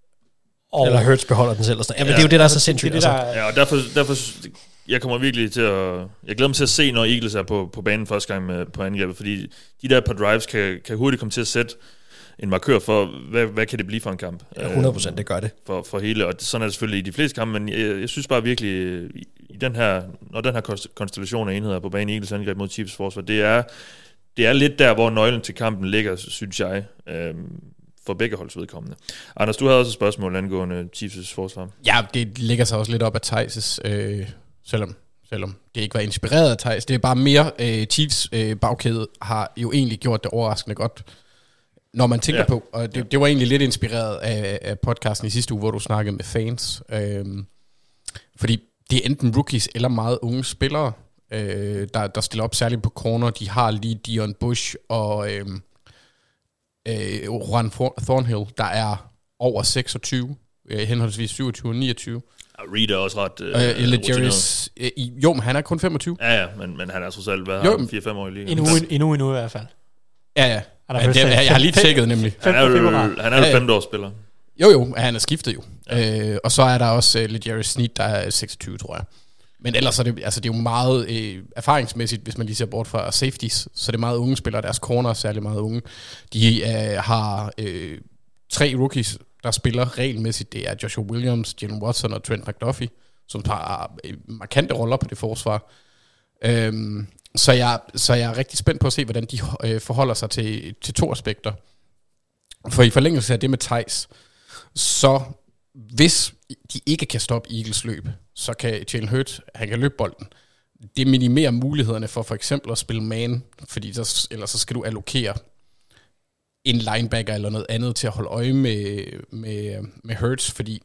og eller Hurts beholder den selv. Ja, men ja, det er jo det, der er så sindssygt. Det, det, der, ja, og derfor, derfor jeg kommer virkelig til at... Jeg glæder mig til at se, når Eagles er på, på banen første gang med, på angrebet, fordi de der par drives kan, kan hurtigt komme til at sætte en markør for, hvad, hvad kan det blive for en kamp. Ja, hundrede procent, det gør det. For, for hele, og sådan er det selvfølgelig i de fleste kampe, men jeg, jeg synes bare virkelig, i den her, når den her konstellation af enheder på banen i Eagles angreb mod Chiefs forsvar, det er, det er lidt der, hvor nøglen til kampen ligger, synes jeg, øhm, for begge holds vedkommende. Anders, du havde også et spørgsmål angående Chiefs' forsvar. Ja, det ligger sig også lidt op af Theis' øh, selvom, selvom det ikke var inspireret af Theis. Det er bare mere, øh, Chiefs øh, bagkæde har jo egentlig gjort det overraskende godt, når man tænker ja. på. Og det, det var egentlig lidt inspireret af, af podcasten i sidste uge, hvor du snakkede med fans. Øh, fordi det er enten rookies eller meget unge spillere, øh, der, der stiller op, særligt på corner. De har lige Dion Bush og øh, øh, Juan Thornhill, der er over seksogtyve, øh, henholdsvis syvogtyve og niogtyve. Reed er også ret øh, øh, Legarius, øh, jo, men han er kun femogtyve. Ja, ja, men, men han er trods alt været fire fem år i ligaen. Endnu, endnu, endnu i hvert fald. Ja, ja. ja det, jeg, jeg har lige tjekket nemlig. Han er jo, han er jo ja, femteårsspiller. Jo, jo, han er skiftet jo. Ja. Øh, og så er der også uh, Legarius Sneed, der er seksogtyve, tror jeg. Men ellers er det, altså, det er jo meget øh, erfaringsmæssigt, hvis man lige ser bort fra safeties, så det er meget unge spillere, deres corner er særlig meget unge. De øh, har øh, tre rookies, der spiller regelmæssigt. Det er Joshua Williams, Jalen Watson og Trent McDuffie, som har øh, markante roller på det forsvar. Øhm, så, jeg, så jeg er rigtig spændt på at se, hvordan de øh, forholder sig til, til to aspekter. For i forlængelse af det med Theis, så hvis de ikke kan stoppe Eagles løb, så kan Jalen Hurts, han kan løbe bolden. Det minimerer mulighederne for for eksempel at spille man, fordi så, ellers så skal du allokere en linebacker eller noget andet til at holde øje med, med, med Hurts, fordi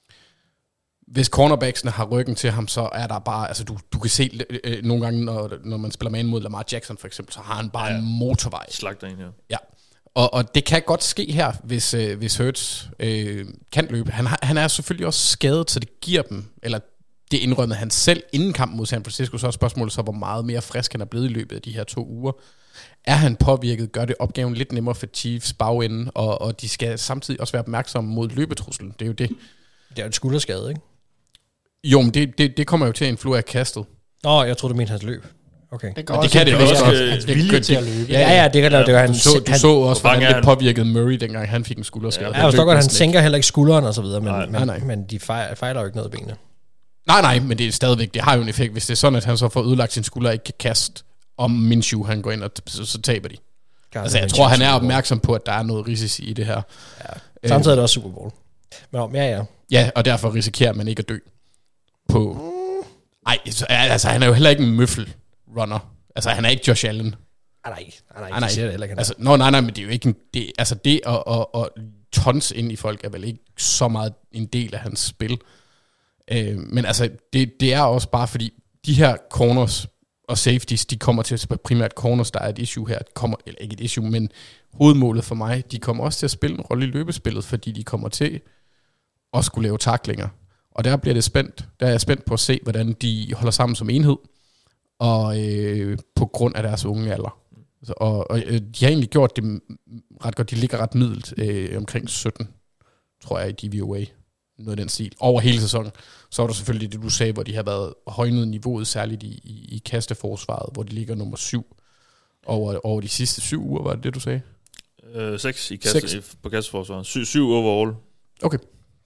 hvis cornerbacksene har ryggen til ham, så er der bare, altså du, du kan se øh, nogle gange, når, når man spiller man mod Lamar Jackson for eksempel, så har han bare ja. en motorvej. Slagter en, ja. Ja. Og, og det kan godt ske her, hvis, øh, hvis Hurts øh, kan løbe. Han, har, han er selvfølgelig også skadet, så det giver dem, eller det indrømmede han selv inden kampen mod San Francisco, så er spørgsmålet så, hvor meget mere frisk han er blevet i løbet af de her to uger. Er han påvirket, gør det opgaven lidt nemmere for Chiefs bagenden, og, og de skal samtidig også være opmærksomme mod løbetruslen. Det er jo det. Det er jo et skulderskade, ikke? Jo, men det, det, det kommer jo til at influere kastet. Åh, oh, jeg troede, du mente hans løb. Okay. Det, det kan det også. Hans vilje til at løbe. Ja, ja, det kan ja, det gør han. Du så, du han, så også, hvordan det påvirkede Murray, dengang han fik en skulderskade. Ja, jeg forstår godt, han sænker heller ikke skulderen og så videre, men, nej, men, nej, nej. men de fejler, fejler jo ikke noget af benene. Nej, nej, men det er stadigvæk, det har jo en effekt. Hvis det er sådan, at han så får ødelagt sin skulder og ikke kan kaste, om Minshew han går ind, og så, så taber de. God, altså, jeg tror, han er opmærksom på, at der er noget risici i det her. Ja. Samtidig er det også Super Bowl. Men om, ja, ja. Ja, og derfor risikerer man ikke at dø på... Nej, altså, han er jo heller ikke en møffel-runner. Altså, han er ikke Josh Allen. Nej, nej, nej, nej, nej. Det heller ikke. Altså, nå, nej, nej, men det er jo ikke en... Det, altså, det at, at, at tons ind i folk er vel ikke så meget en del af hans spil. Øh, men altså, det, det er også bare fordi, de her corners og safeties, de kommer til at spille primært corners, der er et issue her. Kommer, eller ikke et issue, men hovedmålet for mig, de kommer også til at spille en rolle i løbespillet, fordi de kommer til at skulle lave tacklinger. Og der bliver det spændt. Der er jeg spændt på at se, hvordan de holder sammen som enhed, og øh, på grund af deres unge alder. Så, og, og de har egentlig gjort det ret godt. De ligger ret middelt, øh, omkring sytten, tror jeg, i D V O A. noget af den stil, over hele sæsonen. Så er der selvfølgelig det, du sagde, hvor de har været højnet niveauet, særligt i, i, i kasteforsvaret, hvor de ligger nummer syv over, over de sidste syv uger, var det det, du sagde? Øh, seks i kaste, seks. På kasteforsvaret. Syv, syv overall. Okay.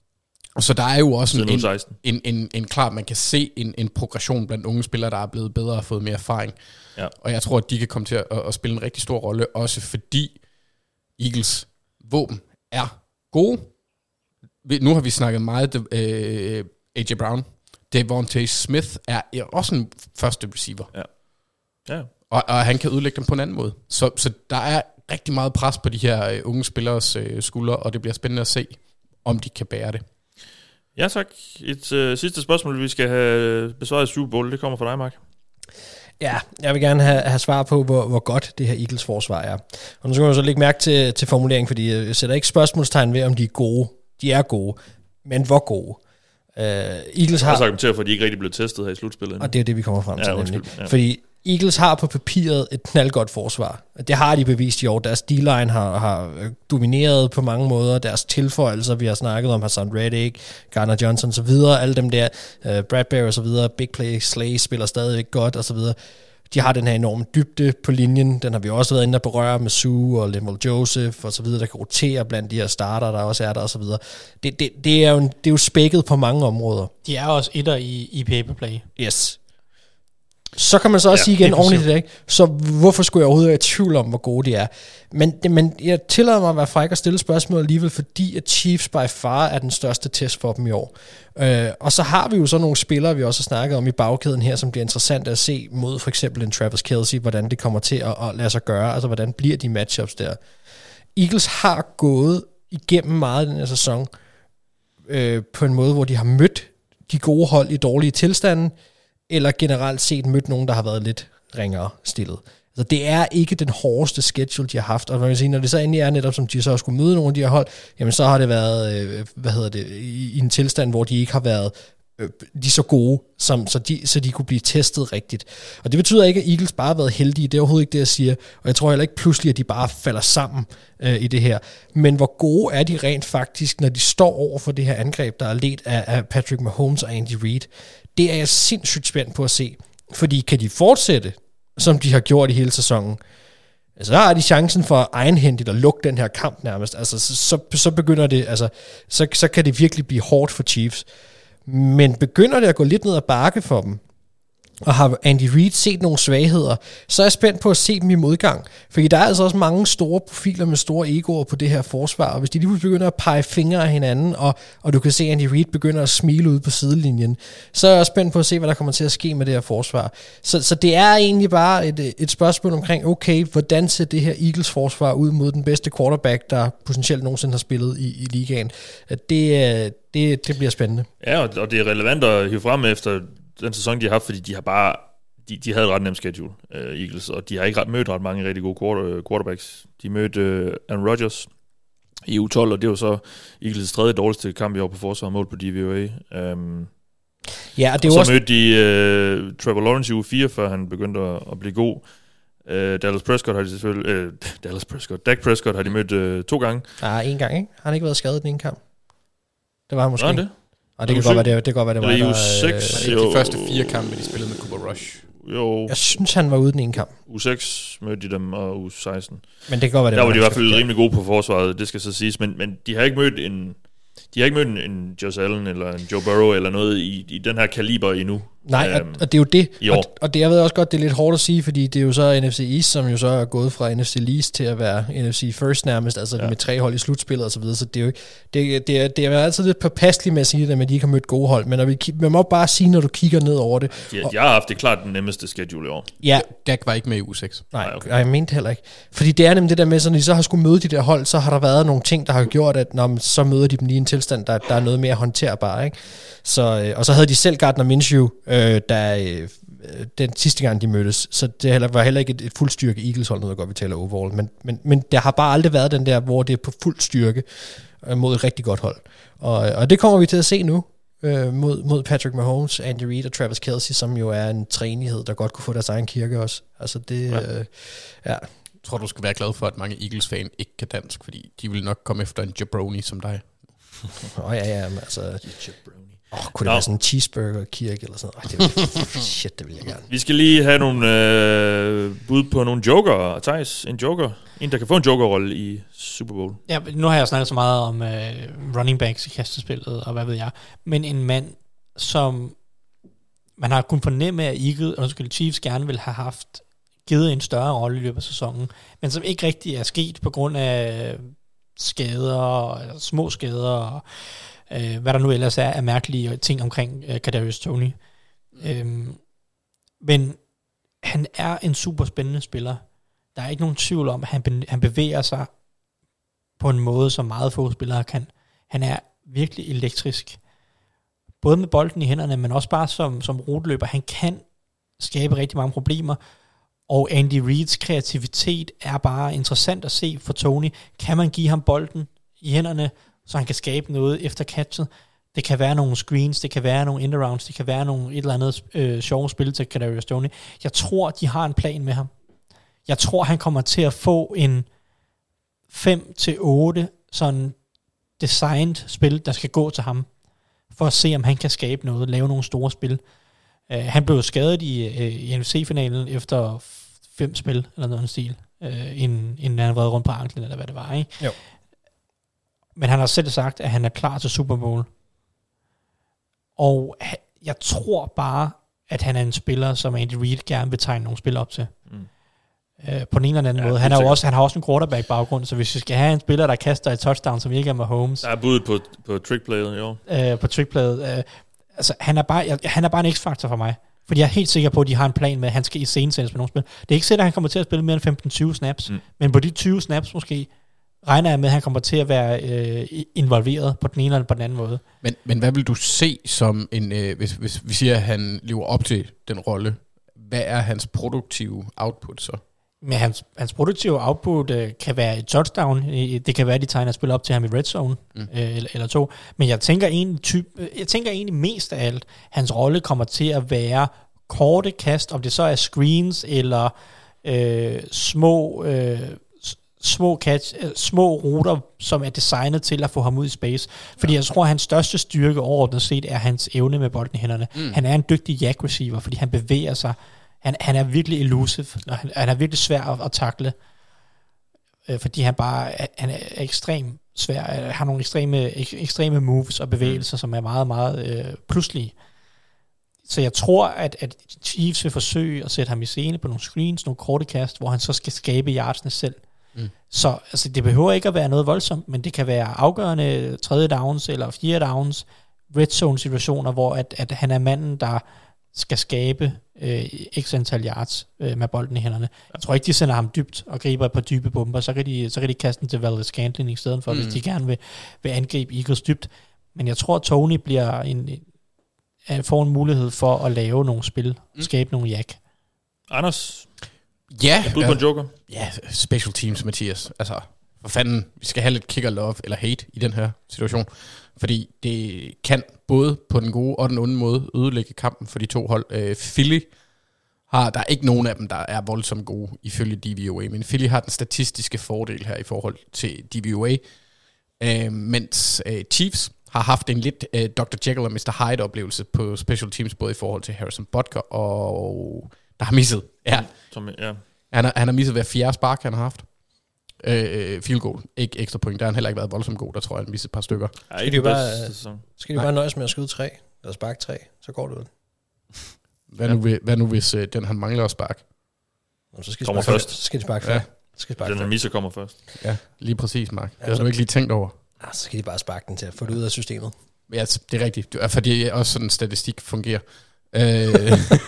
Så der er jo også en, en, en, en, en klar, man kan se en, en progression blandt unge spillere, der er blevet bedre og har fået mere erfaring. Ja. Og jeg tror, at de kan komme til at, at spille en rigtig stor rolle, også fordi Eagles våben er gode. Nu har vi snakket meget øh, A J Brown. Devontae Smith er også en første receiver. Ja. Ja. Og, og han kan udlægge dem på en anden måde. Så, så der er rigtig meget pres på de her øh, unge spillers øh, skuldre, og det bliver spændende at se, om de kan bære det. Ja tak. Et øh, sidste spørgsmål, vi skal have besvaret i Super Bowl, det kommer fra dig, Mark. Ja, jeg vil gerne have, have svar på, hvor, hvor godt det her Eagles forsvar er. Og nu skal man så lægge mærke til, til formuleringen, fordi jeg sætter ikke spørgsmålstegn ved, om de er gode. De er gode, men hvor gode? Uh, Eagles har... Jeg har argumenteret for, at de ikke rigtig blev testet her i slutspillet. Og det er det, vi kommer frem til. Ja, undskyld, ja. Fordi Eagles har på papiret et knaldgodt forsvar. Det har de bevist i år. Deres D-line har, har domineret på mange måder. Deres tilføjelser, vi har snakket om, Hassan Reddick, Gardner Johnson osv., alle dem der, uh, Bradbury osv., Big Play Slay spiller stadigvæk godt osv. De har den her enorme dybde på linjen. Den har vi også været inde at berøre med Sue og Lemuel Joseph og så videre, der kan rotere blandt de her starter, der også er der og så videre. Det, det, det, er jo, det er jo spækket på mange områder. De er også etter i, i paperplay. Yes. Så kan man så også ja, sige igen ordentligt det, ikke? Så hvorfor skulle jeg overhovedet være i tvivl om, hvor gode de er? Men, men jeg tillader mig at være fræk og stille spørgsmål alligevel, fordi at Chiefs by far er den største test for dem i år. Øh, og så har vi jo så nogle spillere, vi også har snakket om i bagkæden her, som bliver interessant at se mod for eksempel en Travis Kelce, hvordan det kommer til at, at lade sig gøre, altså hvordan bliver de matchups der. Eagles har gået igennem meget den her sæson øh, på en måde, hvor de har mødt de gode hold i dårlige tilstande, eller generelt set mødt nogen, der har været lidt ringere stillet. Altså, det er ikke den hårdeste schedule, de har haft, og man kan sige, når det så endelig er netop, som de så skulle møde nogle af de her hold, jamen så har det været, øh, hvad hedder det, i, i en tilstand, hvor de ikke har været øh, de så gode, som, så, de, så de kunne blive testet rigtigt. Og det betyder ikke, at Eagles bare har været heldige, det er overhovedet ikke det, jeg siger, og jeg tror heller ikke pludselig, at de bare falder sammen øh, i det her. Men hvor gode er de rent faktisk, når de står over for det her angreb, der er ledt af, af Patrick Mahomes og Andy Reid? Det er jeg sindssygt spændt på at se. Fordi kan de fortsætte, som de har gjort i hele sæsonen, så har de chancen for egenhændigt at lukke den her kamp nærmest. Altså, så, så, så begynder det, altså, så, så kan det virkelig blive hårdt for Chiefs. Men begynder det at gå lidt ned ad bakke for dem, og har Andy Reid set nogle svagheder, så er jeg spændt på at se dem i modgang. Fordi der er altså også mange store profiler med store egoer på det her forsvar, og hvis de lige begynder at pege fingre af hinanden, og, og du kan se, at Andy Reid begynder at smile ud på sidelinjen, så er jeg spændt på at se, hvad der kommer til at ske med det her forsvar. Så, så det er egentlig bare et, et spørgsmål omkring, okay, hvordan ser det her Eagles forsvar ud mod den bedste quarterback, der potentielt nogensinde har spillet i, i ligaen? Det, det, det bliver spændende. Ja, og det er relevant at hive frem efter den sæson, de har haft, fordi de har bare, de, de havde et ret nemt schedule, uh, Eagles, og de har ikke ret, mødt ret mange rigtig gode quarter, quarterbacks. De mødte uh, Aaron Rodgers i U tolv, og det var så Eagles tredje dårligste kamp i år på forsvar mål på D V O A. Um, ja, og det og så også... mødte de uh, Trevor Lawrence i U fire, før han begyndte at, at blive god. Uh, Dallas Prescott har de selvfølgelig... Uh, Dallas Prescott. Dak Prescott har de mødt uh, to gange. Ah, en gang, ikke? Har han ikke været skadet i den ene kamp? Det var han måske. Nå, det? Og det kan godt være, det, det kan godt være, det var det der... U seks, øh, de første fire kampe, de spillede med Cooper Rush. Jo. Jeg synes, han var ude den ene kamp. U seks mødte de dem, og U seksten. Men det kan godt være, det der var var de i hvert fald rimelig gode på forsvaret, det skal så siges. Men, men de har ikke mødt en... De har ikke mødt en, en Josh Allen eller en Joe Burrow eller noget i, i den her kaliber endnu. Nej, øhm, og, og det er jo det. Og, og det, jeg ved også godt, det er lidt hårdt at sige, fordi det er jo så N F C East, som jo så er gået fra N F C Least til at være N F C First nærmest, altså ja. Med tre hold i slutspillet og så videre. Så det er jo det, det, er, det er altid lidt påpasseligt med at sige det, at de ikke har mødt gode hold. Men når vi, man må bare sige, når du kigger ned over det. De, de har haft det klart den nemmeste schedule i år. Ja. Dak var ikke med i U seks. Nej, okay. Jeg mente heller ikke. Fordi det er nemlig det der med, så når de så har skulle møde de der hold, så har der været nogle ting, der har gjort, at når man, så møder de dem lige i en tilstand, der, der er noget mere håndterbar, ikke? Så, og så havde de selv Gardner Minshew, øh, der øh, den sidste gang de mødtes, så det var heller ikke et, et fuldstyrke Eagles-hold, noget godt vi taler overall, men, men, men der har bare aldrig været den der, hvor det er på fuld styrke øh, mod et rigtig godt hold. Og, og det kommer vi til at se nu, øh, mod, mod Patrick Mahomes, Andy Reid og Travis Kelce, som jo er en træenighed, der godt kunne få deres egen kirke også. Altså det, ja. Øh, ja. Jeg tror, du skal være glad for, at mange Eagles-fan ikke kan dansk, fordi de vil nok komme efter en jabroni som dig. Åh oh, ja, ja, men altså... Åh, oh, kunne det Nå. være sådan en cheeseburger-kirke eller sådan noget? Oh, det vil, shit, det vil jeg gerne. Vi skal lige have nogle øh, bud på nogle joker. Thijs, en joker. En, der kan få en jokerrolle i Super Bowl. Ja, nu har jeg snakket så meget om øh, running backs i kastespillet, og hvad ved jeg. Men en mand, som man har kunnet fornemme, at Eagles, og Chiefs gerne vil have haft givet en større rolle i løbet af sæsonen, men som ikke rigtig er sket på grund af skader, eller små skader, og øh, hvad der nu ellers er af mærkelige ting omkring øh, Kadarius Toney. Øhm, men han er en super spændende spiller. Der er ikke nogen tvivl om, at han, be- han bevæger sig på en måde, som meget få spillere kan. Han er virkelig elektrisk. Både med bolden i hænderne, men også bare som, som ruteløber. Han kan skabe rigtig mange problemer. Og Andy Reeds kreativitet er bare interessant at se for Toney. Kan man give ham bolden i hænderne, så han kan skabe noget efter catchet? Det kan være nogle screens, det kan være nogle end-arounds, det kan være nogle et eller andet øh, sjove spil til Kadarius Toney. Jeg tror, de har en plan med ham. Jeg tror, han kommer til at få en fem til otte sådan designed spil, der skal gå til ham, for at se, om han kan skabe noget, lave nogle store spil. Uh, han blev skadet i, uh, i N F C-finalen efter fem spil, eller noget stil, uh, inden, inden han var rundt på anklen, eller hvad det var, ikke? Jo. Men han har selv sagt, at han er klar til Super Bowl. Og jeg tror bare, at han er en spiller, som Andy Reid gerne vil tegne nogle spil op til. Mm. Uh, på den ene eller anden ja, måde. Han, er også, han har også en quarterback-baggrund, så hvis vi skal have en spiller, der kaster et touchdown, som ikke er Mahomes... Der er budet på, på trickplayet, jo. Uh, på trickplayet. Uh, altså, han er, bare, han er bare en x-faktor for mig. Fordi jeg er helt sikker på, at de har en plan med, at han skal iscenesættes med nogle spil. Det er ikke sikkert, at han kommer til at spille mere end femten til tyve snaps, mm. men på de tyve snaps måske, regner jeg med, at han kommer til at være øh, involveret på den ene eller på den anden måde. Men, men hvad vil du se som en, øh, hvis, hvis vi siger, at han lever op til den rolle, hvad er hans produktive output så? Men hans, hans produktive output øh, kan være et touchdown. Det kan være, at de tegner spil op til ham i red zone, mm. øh, eller, eller to. Men jeg tænker, egentlig typ, jeg tænker egentlig mest af alt, hans rolle kommer til at være korte kast, om det så er screens, eller øh, små, øh, små, catch, øh, små ruter, som er designet til at få ham ud i space. Fordi ja. jeg tror, at hans største styrke overordnet set er hans evne med bolden i hænderne. Mm. Han er en dygtig jack receiver, fordi han bevæger sig. Han, han er virkelig elusive, og han, han er virkelig svær at, at takle, øh, fordi han bare han er ekstremt svær, øh, har nogle ekstreme, ek, ekstreme moves og bevægelser, mm. som er meget, meget øh, pludselige. Så jeg tror, at, at Chiefs vil forsøge at sætte ham i scene på nogle screens, nogle korte kast, hvor han så skal skabe yardsene selv. Mm. Så altså, det behøver ikke at være noget voldsomt, men det kan være afgørende tredje downs eller fjerde downs, red zone situationer, hvor at, at han er manden, der skal skabe øh, x antal yards øh, med bolden i hænderne. Jeg tror ikke, de sender ham dybt og griber på dybe bomber, så kan de, så kan de kaste den til Valdez Scantling i stedet for, mm. hvis de gerne vil, vil angribe Eagles dybt. Men jeg tror, at Toney bliver en, en, får en mulighed for at lave nogle spil, mm. skabe nogle jack. Anders? Ja. Er du på en joker? Ja, special teams, Mathias. Altså, for fanden, vi skal have lidt kicker love eller hate i den her situation. Fordi det kan både på den gode og den onde måde ødelægge kampen for de to hold. Øh, Philly har, der er ikke nogen af dem, der er voldsomt gode ifølge D V O A, men Philly har den statistiske fordel her i forhold til D V O A, øh, mens øh, Chiefs har haft en lidt øh, doktor Jekyll og mister Hyde oplevelse på special teams, både i forhold til Harrison Butker og der har misset. Ja. Som, ja. Han, har, han har misset hver fjerde spark, han har haft. Øh, field goal, ikke ekstra point. Der har han heller ikke været voldsomt god, der tror jeg, han misset et par stykker. Ja, skal de bare, skal de bare nøjes med at skyde tre, eller sparke tre, så går det ud. Hvad, ja. nu, hvad nu hvis øh, den han mangler at sparke? Så skal de kommer sparke, først. Så skal de sparke ja. Skal de sparke den her misser kommer først. Ja, lige præcis, Mark. Det har du ikke lige tænkt over. Ah, så skal de bare sparke den til at få det ud af systemet. Ja, det er rigtigt. Det er fordi også sådan en statistik fungerer. Øh.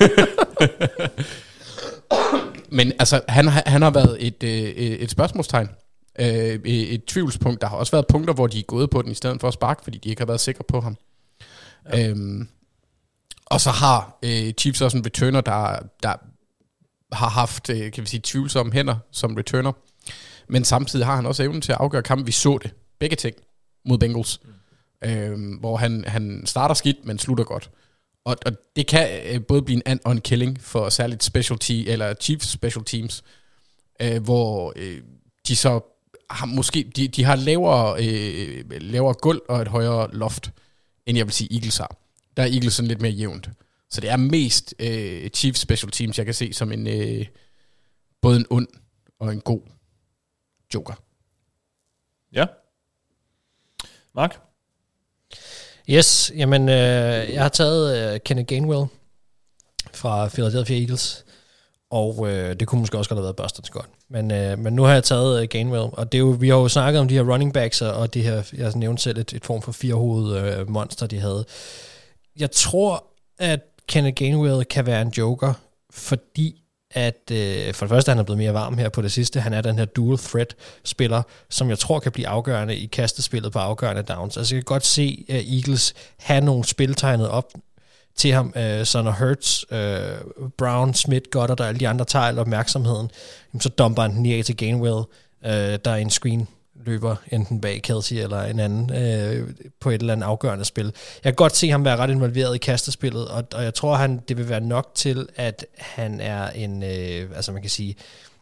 Men altså, han, han har været et, et, et spørgsmålstegn. Et, et tvivlspunkt. Der har også været punkter, hvor de er gået på den, i stedet for at sparke, fordi de ikke har været sikre på ham. Ja. Øhm, og så har øh, Chiefs også en returner, der, der har haft, øh, kan vi sige, tvivlsomme hænder som returner. Men samtidig har han også evnen til at afgøre kampen. Vi så det. Begge ting mod Bengals. Mm. Øhm, hvor han, han starter skidt, men slutter godt. Og, og det kan øh, både blive en and og en killing for særligt specialty, eller Chiefs special teams, øh, hvor øh, de så har måske, de, de har lavere, øh, lavere gulv og et højere loft, end jeg vil sige Eagles har. Der er Eagles sådan lidt mere jævnt. Så det er mest øh, Chiefs special teams, jeg kan se som en øh, både en ond og en god joker. Ja. Mark? Yes, jamen øh, jeg har taget øh, Kenneth Gainwell fra Philadelphia Eagles, og øh, det kunne måske også godt have været Boston Scott. Men, øh, men nu har jeg taget øh, Gainwell, og det er jo, vi har jo snakket om de her running backs, og det her, jeg nævnte selv, et, et form for firehovedet øh, monster, de havde. Jeg tror, at Kenneth Gainwell kan være en joker, fordi at øh, for det første, han er blevet mere varm her på det sidste. Han er den her dual threat spiller, som jeg tror kan blive afgørende i kastespillet på afgørende downs. Altså jeg kan godt se uh, Eagles have nogle spil tegnet op til ham, uh, så når Hurts, uh, Brown, Smith, Goddard og alle de andre tager opmærksomheden, så dumper han den lige af til Gainwell, uh, der er en screen løber enten bag Kelsey eller en anden øh, på et eller andet afgørende spil. Jeg kan godt se ham være ret involveret i kastespillet, og, og jeg tror, han det vil være nok til, at han er en, øh, altså man kan sige,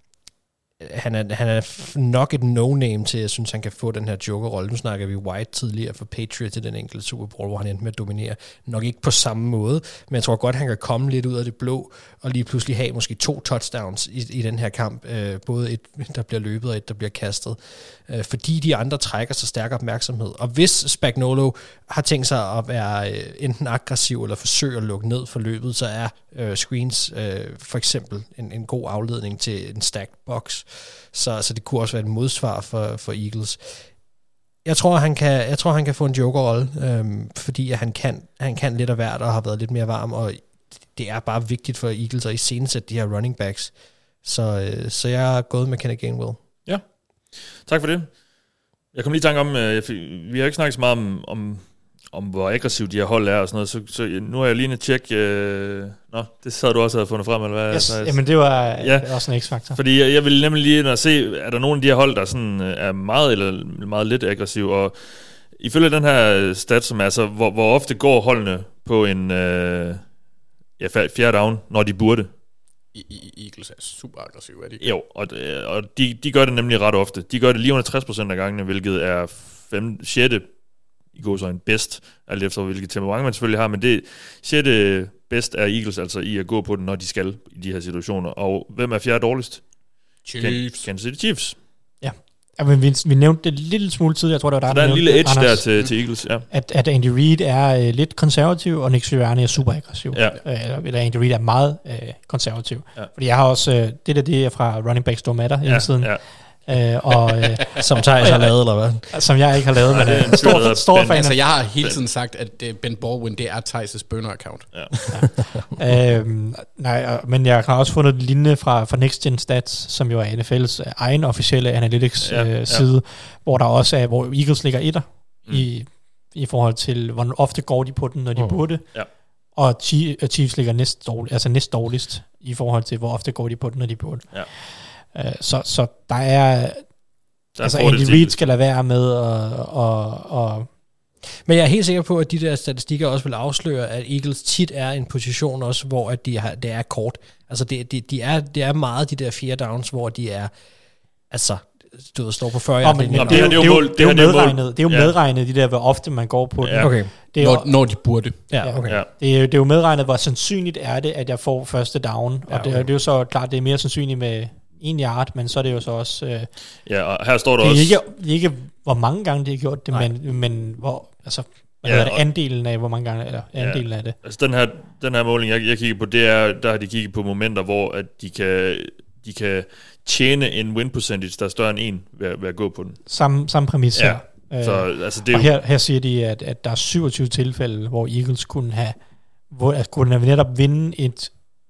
han er, han er nok et no-name til, at jeg synes, han kan få den her joker-rolle. Nu snakker vi White tidligere for Patriots i den enkelte Super Bowl, hvor han endte med at dominere. Nok ikke på samme måde, men jeg tror godt, han kan komme lidt ud af det blå, og lige pludselig have måske to touchdowns i, i den her kamp. Øh, både et, der bliver løbet, og et, der bliver kastet. Øh, fordi de andre trækker så stærk opmærksomhed. Og hvis Spagnuolo har tænkt sig at være øh, enten aggressiv, eller forsøge at lukke ned for løbet, så er øh, screens øh, for eksempel en, en god afledning til en stacked box. Så, så det kunne også være et modsvar for, for Eagles. Jeg tror, han kan, jeg tror, han kan få en joker-rolle, øhm, fordi han kan, han kan lidt af hvert og har været lidt mere varm, og det er bare vigtigt for Eagles at iscenesætte de her running backs. Så, øh, så jeg er gået med Kenneth Gainwell. Ja, tak for det. Jeg kom lige i tanke om, øh, vi har ikke snakket så meget om, om, om hvor aggressivt de her hold er og sådan noget, så, så nu har jeg lige en tjek. Øh, nå, det sad du også havde fundet frem, eller hvad? Yes, jamen det var ja, også en x-faktor. Fordi jeg, jeg vil nemlig lige ind og se, er der nogen af de her hold, der sådan er meget eller meget lidt aggressive, og ifølge den her stat, som er så, hvor, hvor ofte går holdene på en øh, ja, fjerde down, når de burde? Eagles er super aggressive, er de? Jo, og, og de, de gør det nemlig ret ofte. De gør det lige under tres procent af gangene, hvilket er fem, sjette i går så en bedst, alt efter hvilket temperament man selvfølgelig har, men det sjette bedst er Eagles altså i at gå på den, når de skal i de her situationer. Og hvem er fjerde dårligst? Chiefs. Kansas City Chiefs. Ja, ja men vi, vi nævnte det lidt smule tidligere, jeg tror det var der, så der er en lille edge Anders, der til, til Eagles, ja. At, at Andy Reid er øh, lidt konservativ, og Nick Sirianni er super aggressiv. Ja. Øh, eller Andy Reid er meget øh, konservativ. Ja. Fordi jeg har også, øh, det der det er fra Running Backs Don't Matter, ja, siden. Ja. Øh, og, øh, som Thijs har lavet, eller hvad? Som jeg ikke har lavet, men er stor, stor fan. Altså, jeg har hele tiden sagt, at uh, Ben Baldwin, det er Thijs' burner-account. Ja. ja. øhm, nej, men jeg har også fundet et lignende fra, fra Next Gen Stats, som jo er N F L's egen officielle analytics-side, ja, øh, side, ja. hvor der også er, hvor Eagles ligger etter mm. i, i forhold til, hvor ofte går de på den, når de mm. burde. Ja. Og Chiefs ligger næst, dårlig, altså næst dårligst i forhold til, hvor ofte går de på den, når de burde. Ja. Uh, så, så der er... Der altså Andy Reid skal lade være med og, og, og men jeg er helt sikker på, at de der statistikker også vil afsløre, at Eagles tit er i en position også, hvor at de har, det er kort. Altså det, de, de er, det er meget de der fjerde downs, hvor de er altså du ved, står på fyrre. Oh, det, det, det, det, det er jo medregnet. Det er jo ja. medregnet de der, hvor ofte man går på ja. den. Okay. Det er når, når de burde. Ja, okay. Ja. Det, er, det er jo medregnet, hvor sandsynligt er det, at jeg får første down. Ja, og det, okay. det er jo så klart, det er mere sandsynligt med en yard, men så er det jo så også... Øh, ja, og her står der det er også... Ikke, ikke, hvor mange gange de har gjort det, men, men hvor... Altså, hvad ja, er det, andelen af, hvor mange gange... Eller andelen ja, af det. Altså, den her, den her måling, jeg, jeg kigger på, det er... Der har de kigget på momenter, hvor at de kan... De kan tjene en win percentage, der er større end en ved, ved at gå på den. Samme, samme præmis ja. her. Så, øh, altså, det er og her, her siger de, at, at der er syvogtyve tilfælde, hvor Eagles kunne have... Hvor, at kunne netop vinde et...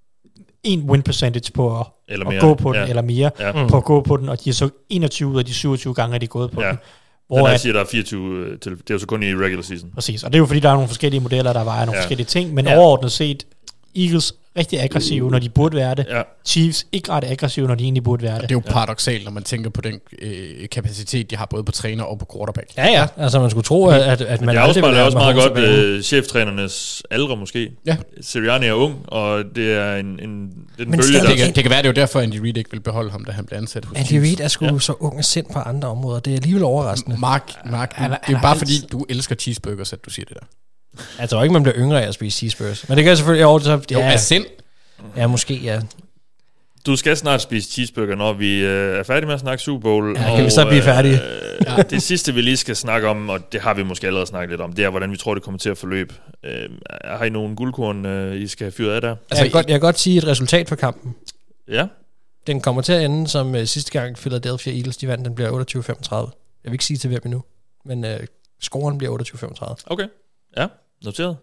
en win percentage på at, at gå på den, ja. eller mere, ja. på at gå på den, og de er så enogtyve ud af de syvogtyve gange, at de er gået på ja. den. Hvor den her at, siger, der er fireogtyve til, det er jo så kun i regular season. Præcis, og det er jo fordi, der er nogle forskellige modeller, der vejer nogle ja. forskellige ting, men ja. overordnet set, Eagles rigtig aggressive, når de burde være det. Ja. Chiefs ikke ret aggressive, når de egentlig burde være det. Det er jo paradoksalt, når man tænker på den øh, kapacitet, de har både på træner og på quarterback. Ja, ja. Altså, man skulle tro, at, at man... Det afspejler også meget godt øh, cheftrænernes aldre, måske. Ja. Sirianni er ung, og det er en, en, det er en Men bølge, stadig- der... Det kan, det kan være, det er jo derfor, Andy Reid ikke vil beholde ham, da han blev ansat hos Andy Chiefs. Reid er sgu ja. så ung og sind på andre områder. Det er alligevel overraskende. Mark, Mark Han er- det er han jo er bare alt- fordi, du elsker cheeseburgers, at du siger det der. Jeg tror ikke, man bliver yngre af at spise cheeseburgers. Men det kan jeg selvfølgelig... Jo, så, Jo, ja, af sind. ja, måske, ja. Du skal snart spise cheeseburger, når vi øh, er færdige med at snakke Super Bowl. Ja, kan vi så blive færdige? Øh, ja. Det sidste, vi lige skal snakke om, og det har vi måske allerede snakket lidt om, det er, hvordan vi tror, det kommer til at forløbe. Øh, har I nogle guldkorn, øh, I skal have fyret af der? Altså, jeg, kan godt, jeg kan godt sige et resultat for kampen. Ja. Den kommer til at ende som uh, sidste gang Philadelphia Eagles, de vandt, den bliver otteogtyve femogtredive. Jeg vil ikke sige til hvem endnu, men uh, scoren bliver otteogtyve femogtredive. Okay, ja, noteret.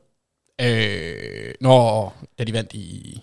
Øh, når da de vandt i...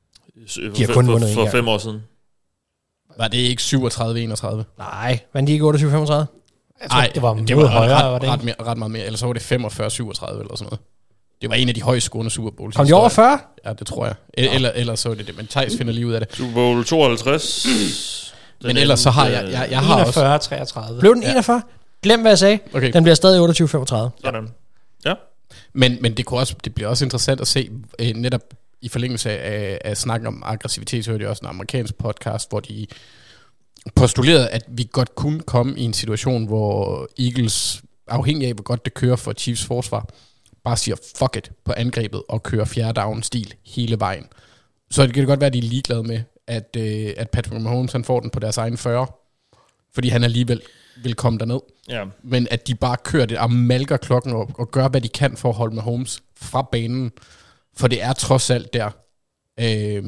De har kun for, vundet en for, for gang. fem år siden. Var det ikke syvogtredive enogtredive? Nej, vandt de ikke otteogtyve femogtredive? Nej, det var det noget var højere, ret, var ret, det ret, ikke? mere, ret meget mere. Ellers så var det femogfyrre syvogtredive eller sådan noget. Det var en af de højst scorende Super Bowls. Kom de over fyrre? Ja, det tror jeg. E- eller, ellers så var det det. Men Theis finder lige ud af det. Super Bowl tooghalvtreds. Men ellers så har jeg... Jeg, jeg har også... enogfyrre treogtredive. Blev den enogfyrre? Glem hvad jeg sagde. Okay. Den bliver stadig otteogtyve femogtredive. Sådan. Ja. Men, men det, kunne også, det bliver også interessant at se, øh, netop i forlængelse af, af snakken om aggressivitet, så hørte jeg også en amerikansk podcast, hvor de postulerede, at vi godt kunne komme i en situation, hvor Eagles, afhængig af hvor godt det kører for Chiefs forsvar, bare siger fuck it på angrebet og kører fjerde down-stil hele vejen. Så det kan det godt være, at de er ligeglade med, at, øh, at Patrick Mahomes han får den på deres egen fyrre, fordi han alligevel vil komme derned. Ja. Men at de bare kører det og malker klokken og, og gør, hvad de kan for at holde Mahomes fra banen. For det er trods alt der, øh,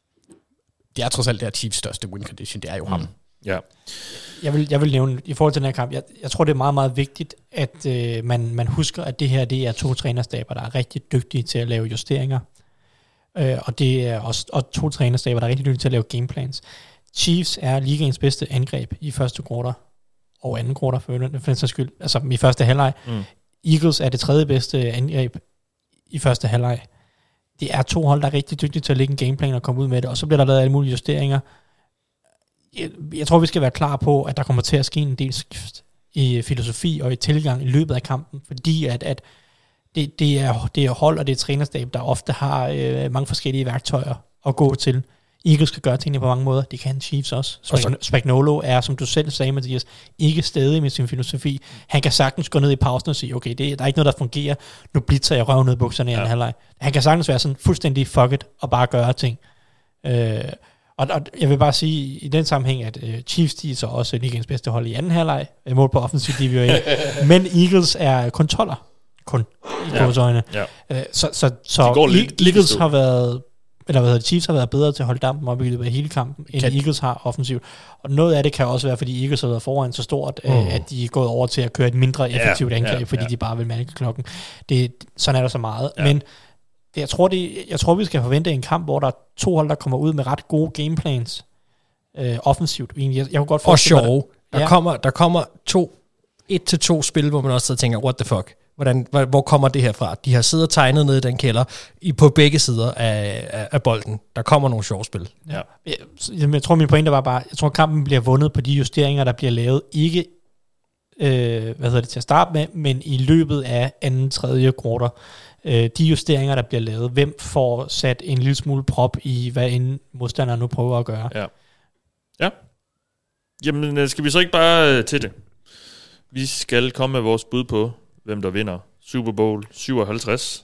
det er trods alt der Chiefs største win condition, det er jo mm. ham. Ja. Jeg vil, jeg vil nævne, i forhold til den her kamp, jeg, jeg tror, det er meget, meget vigtigt, at øh, man, man husker, at det her, det er to trænerstaber, der er rigtig dygtige til at lave justeringer. Øh, og det er også og to trænerstaber, der er rigtig dygtige til at lave gameplans. Chiefs er ligaens bedste angreb i første quarter, og anden quarter for, for den sags skyld, altså i første halvleg. Mm. Eagles er det tredje bedste angreb i første halvleg. Det er to hold, der er rigtig dygtige til at lægge en gameplan og komme ud med det, og så bliver der lavet alle mulige justeringer. Jeg, jeg tror, vi skal være klar på, at der kommer til at ske en del skift i filosofi og i tilgang i løbet af kampen, fordi at, at det, det, er, det er hold og det er trænerstab, der ofte har øh, mange forskellige værktøjer at gå til. Eagles kan gøre tingene på mange måder. Det kan Chiefs også. Spag- Spagnuolo er, som du selv sagde, Mathias, ikke stedig med sin filosofi. Han kan sagtens gå ned i pausen og sige, okay, det, der er ikke noget, der fungerer. Nu blitzer jeg røven ned i bukserne i ja. en halvleg. Han kan sagtens være sådan fuldstændig fuck it og bare gøre ting. Øh, og, og jeg vil bare sige i den sammenhæng, at øh, Chiefs de er så også ligaens bedste hold i anden halvleg. Mål på offensiv D V O. Men Eagles er kun toller. Kun i ja. vores øjne. Ja. Øh, så så, så lidt, Eagles lidt har været... eller hvad hedder det, Chiefs har været bedre til at holde dampen op i løbet af hele kampen, end kan. Eagles har offensivt. Og noget af det kan også være, fordi Eagles har været foran så stort, mm. øh, at de er gået over til at køre et mindre effektivt yeah, angreb, yeah, fordi yeah. de bare vil malke klokken. Det, sådan er der så meget. Yeah. Men det, jeg, tror, det, jeg tror, vi skal forvente en kamp, hvor der er to hold, der kommer ud med ret gode gameplans øh, offensivt. Jeg, jeg kunne godt forestille mig... Og sjove. Der, ja. kommer, der kommer to, et til to spil, hvor man også tænker, what the fuck? Hvordan, hvor kommer det her fra? De har siddet og tegnet ned i den kælder i, på begge sider af, af, af bolden. Der kommer nogle sjove spil. Ja. Jeg, jeg tror, min pointe var bare, jeg tror, kampen bliver vundet på de justeringer, der bliver lavet. Ikke øh, hvad hedder det, til at starte med, men i løbet af anden, tredje quarter. Øh, de justeringer, der bliver lavet. Hvem får sat en lille smule prop i, hvad en modstander nu prøver at gøre? Ja. Ja. Jamen, skal vi så ikke bare til det? Vi skal komme med vores bud på, hvem der vinder Super Bowl syvoghalvtreds.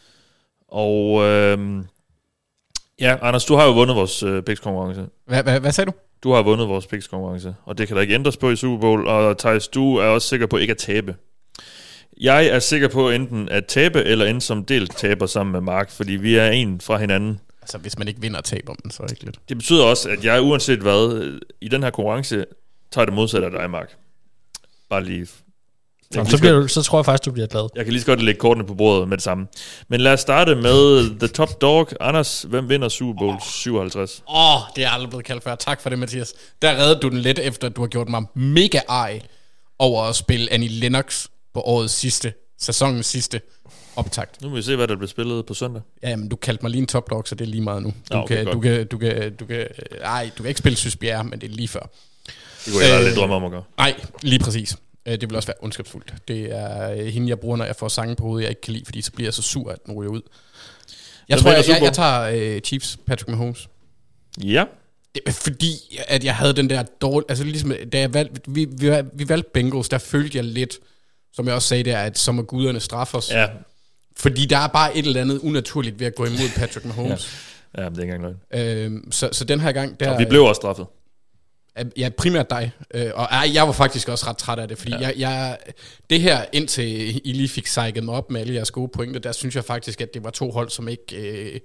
Og øhm, ja, Anders, du har jo vundet vores øh, picks-konkurrence. Hvad, hvad, hvad sagde du? Du har vundet vores picks-konkurrence, og det kan der ikke ændres på i Super Bowl. Og Theis, du er også sikker på ikke at tabe. Jeg er sikker på enten at tabe, eller enten som delt taber sammen med Mark, fordi vi er en fra hinanden. Altså, hvis man ikke vinder, taber man så ikke lidt. Det betyder også, at jeg uanset hvad, i den her konkurrence, tager det modsatte af dig, Mark. Bare lige... Så, så, bliver du, så tror jeg faktisk, du bliver glad. Jeg kan lige så godt lægge kortene på bordet med det samme. Men lad os starte med The Top Dog. Anders, hvem vinder Super Bowl oh. syvoghalvtreds? Åh, oh, det er aldrig blevet kaldt før. Tak for det, Mathias. Der reddede du den lidt, efter at du har gjort mig mega ej over at spille Annie Lennox på årets sidste, sæsonens sidste optakt. Nu må vi se, hvad der bliver spillet på søndag. Ja, men du kaldte mig lige en top dog, så det er lige meget nu. Du, ja, okay, kan, du, kan, du, kan, du kan... Ej, du kan ikke spille Sysbjerg, men det er lige før. Det kunne jeg øh, aldrig drømme om at gøre. Nej, lige præcis. Det vil også være ondskabsfuldt. Det er hende, jeg bruger, når jeg får sange på hovedet, jeg ikke kan lide, fordi så bliver jeg så sur, at den ryger ud. Jeg Hvem tror, jeg, jeg, jeg tager uh, Chiefs, Patrick Mahomes. Ja. Det, fordi at jeg havde den der dårlige... Altså ligesom, da jeg valgte, vi, vi, vi valgte Bengals, der følte jeg lidt, som jeg også sagde der, at så må guderne straffe os. Ja. Fordi der er bare et eller andet unaturligt ved at gå imod Patrick Mahomes. ja. ja, det er ikke engang løgn. Øhm, så, så den her gang... Der, og vi blev også straffet. Ja, primært dig. Øh, og jeg var faktisk også ret træt af det, fordi ja. jeg, jeg, det her, indtil I lige fik sejket mig op med alle jeres gode pointer, der synes jeg faktisk, at det var to hold, som ikke... Øh,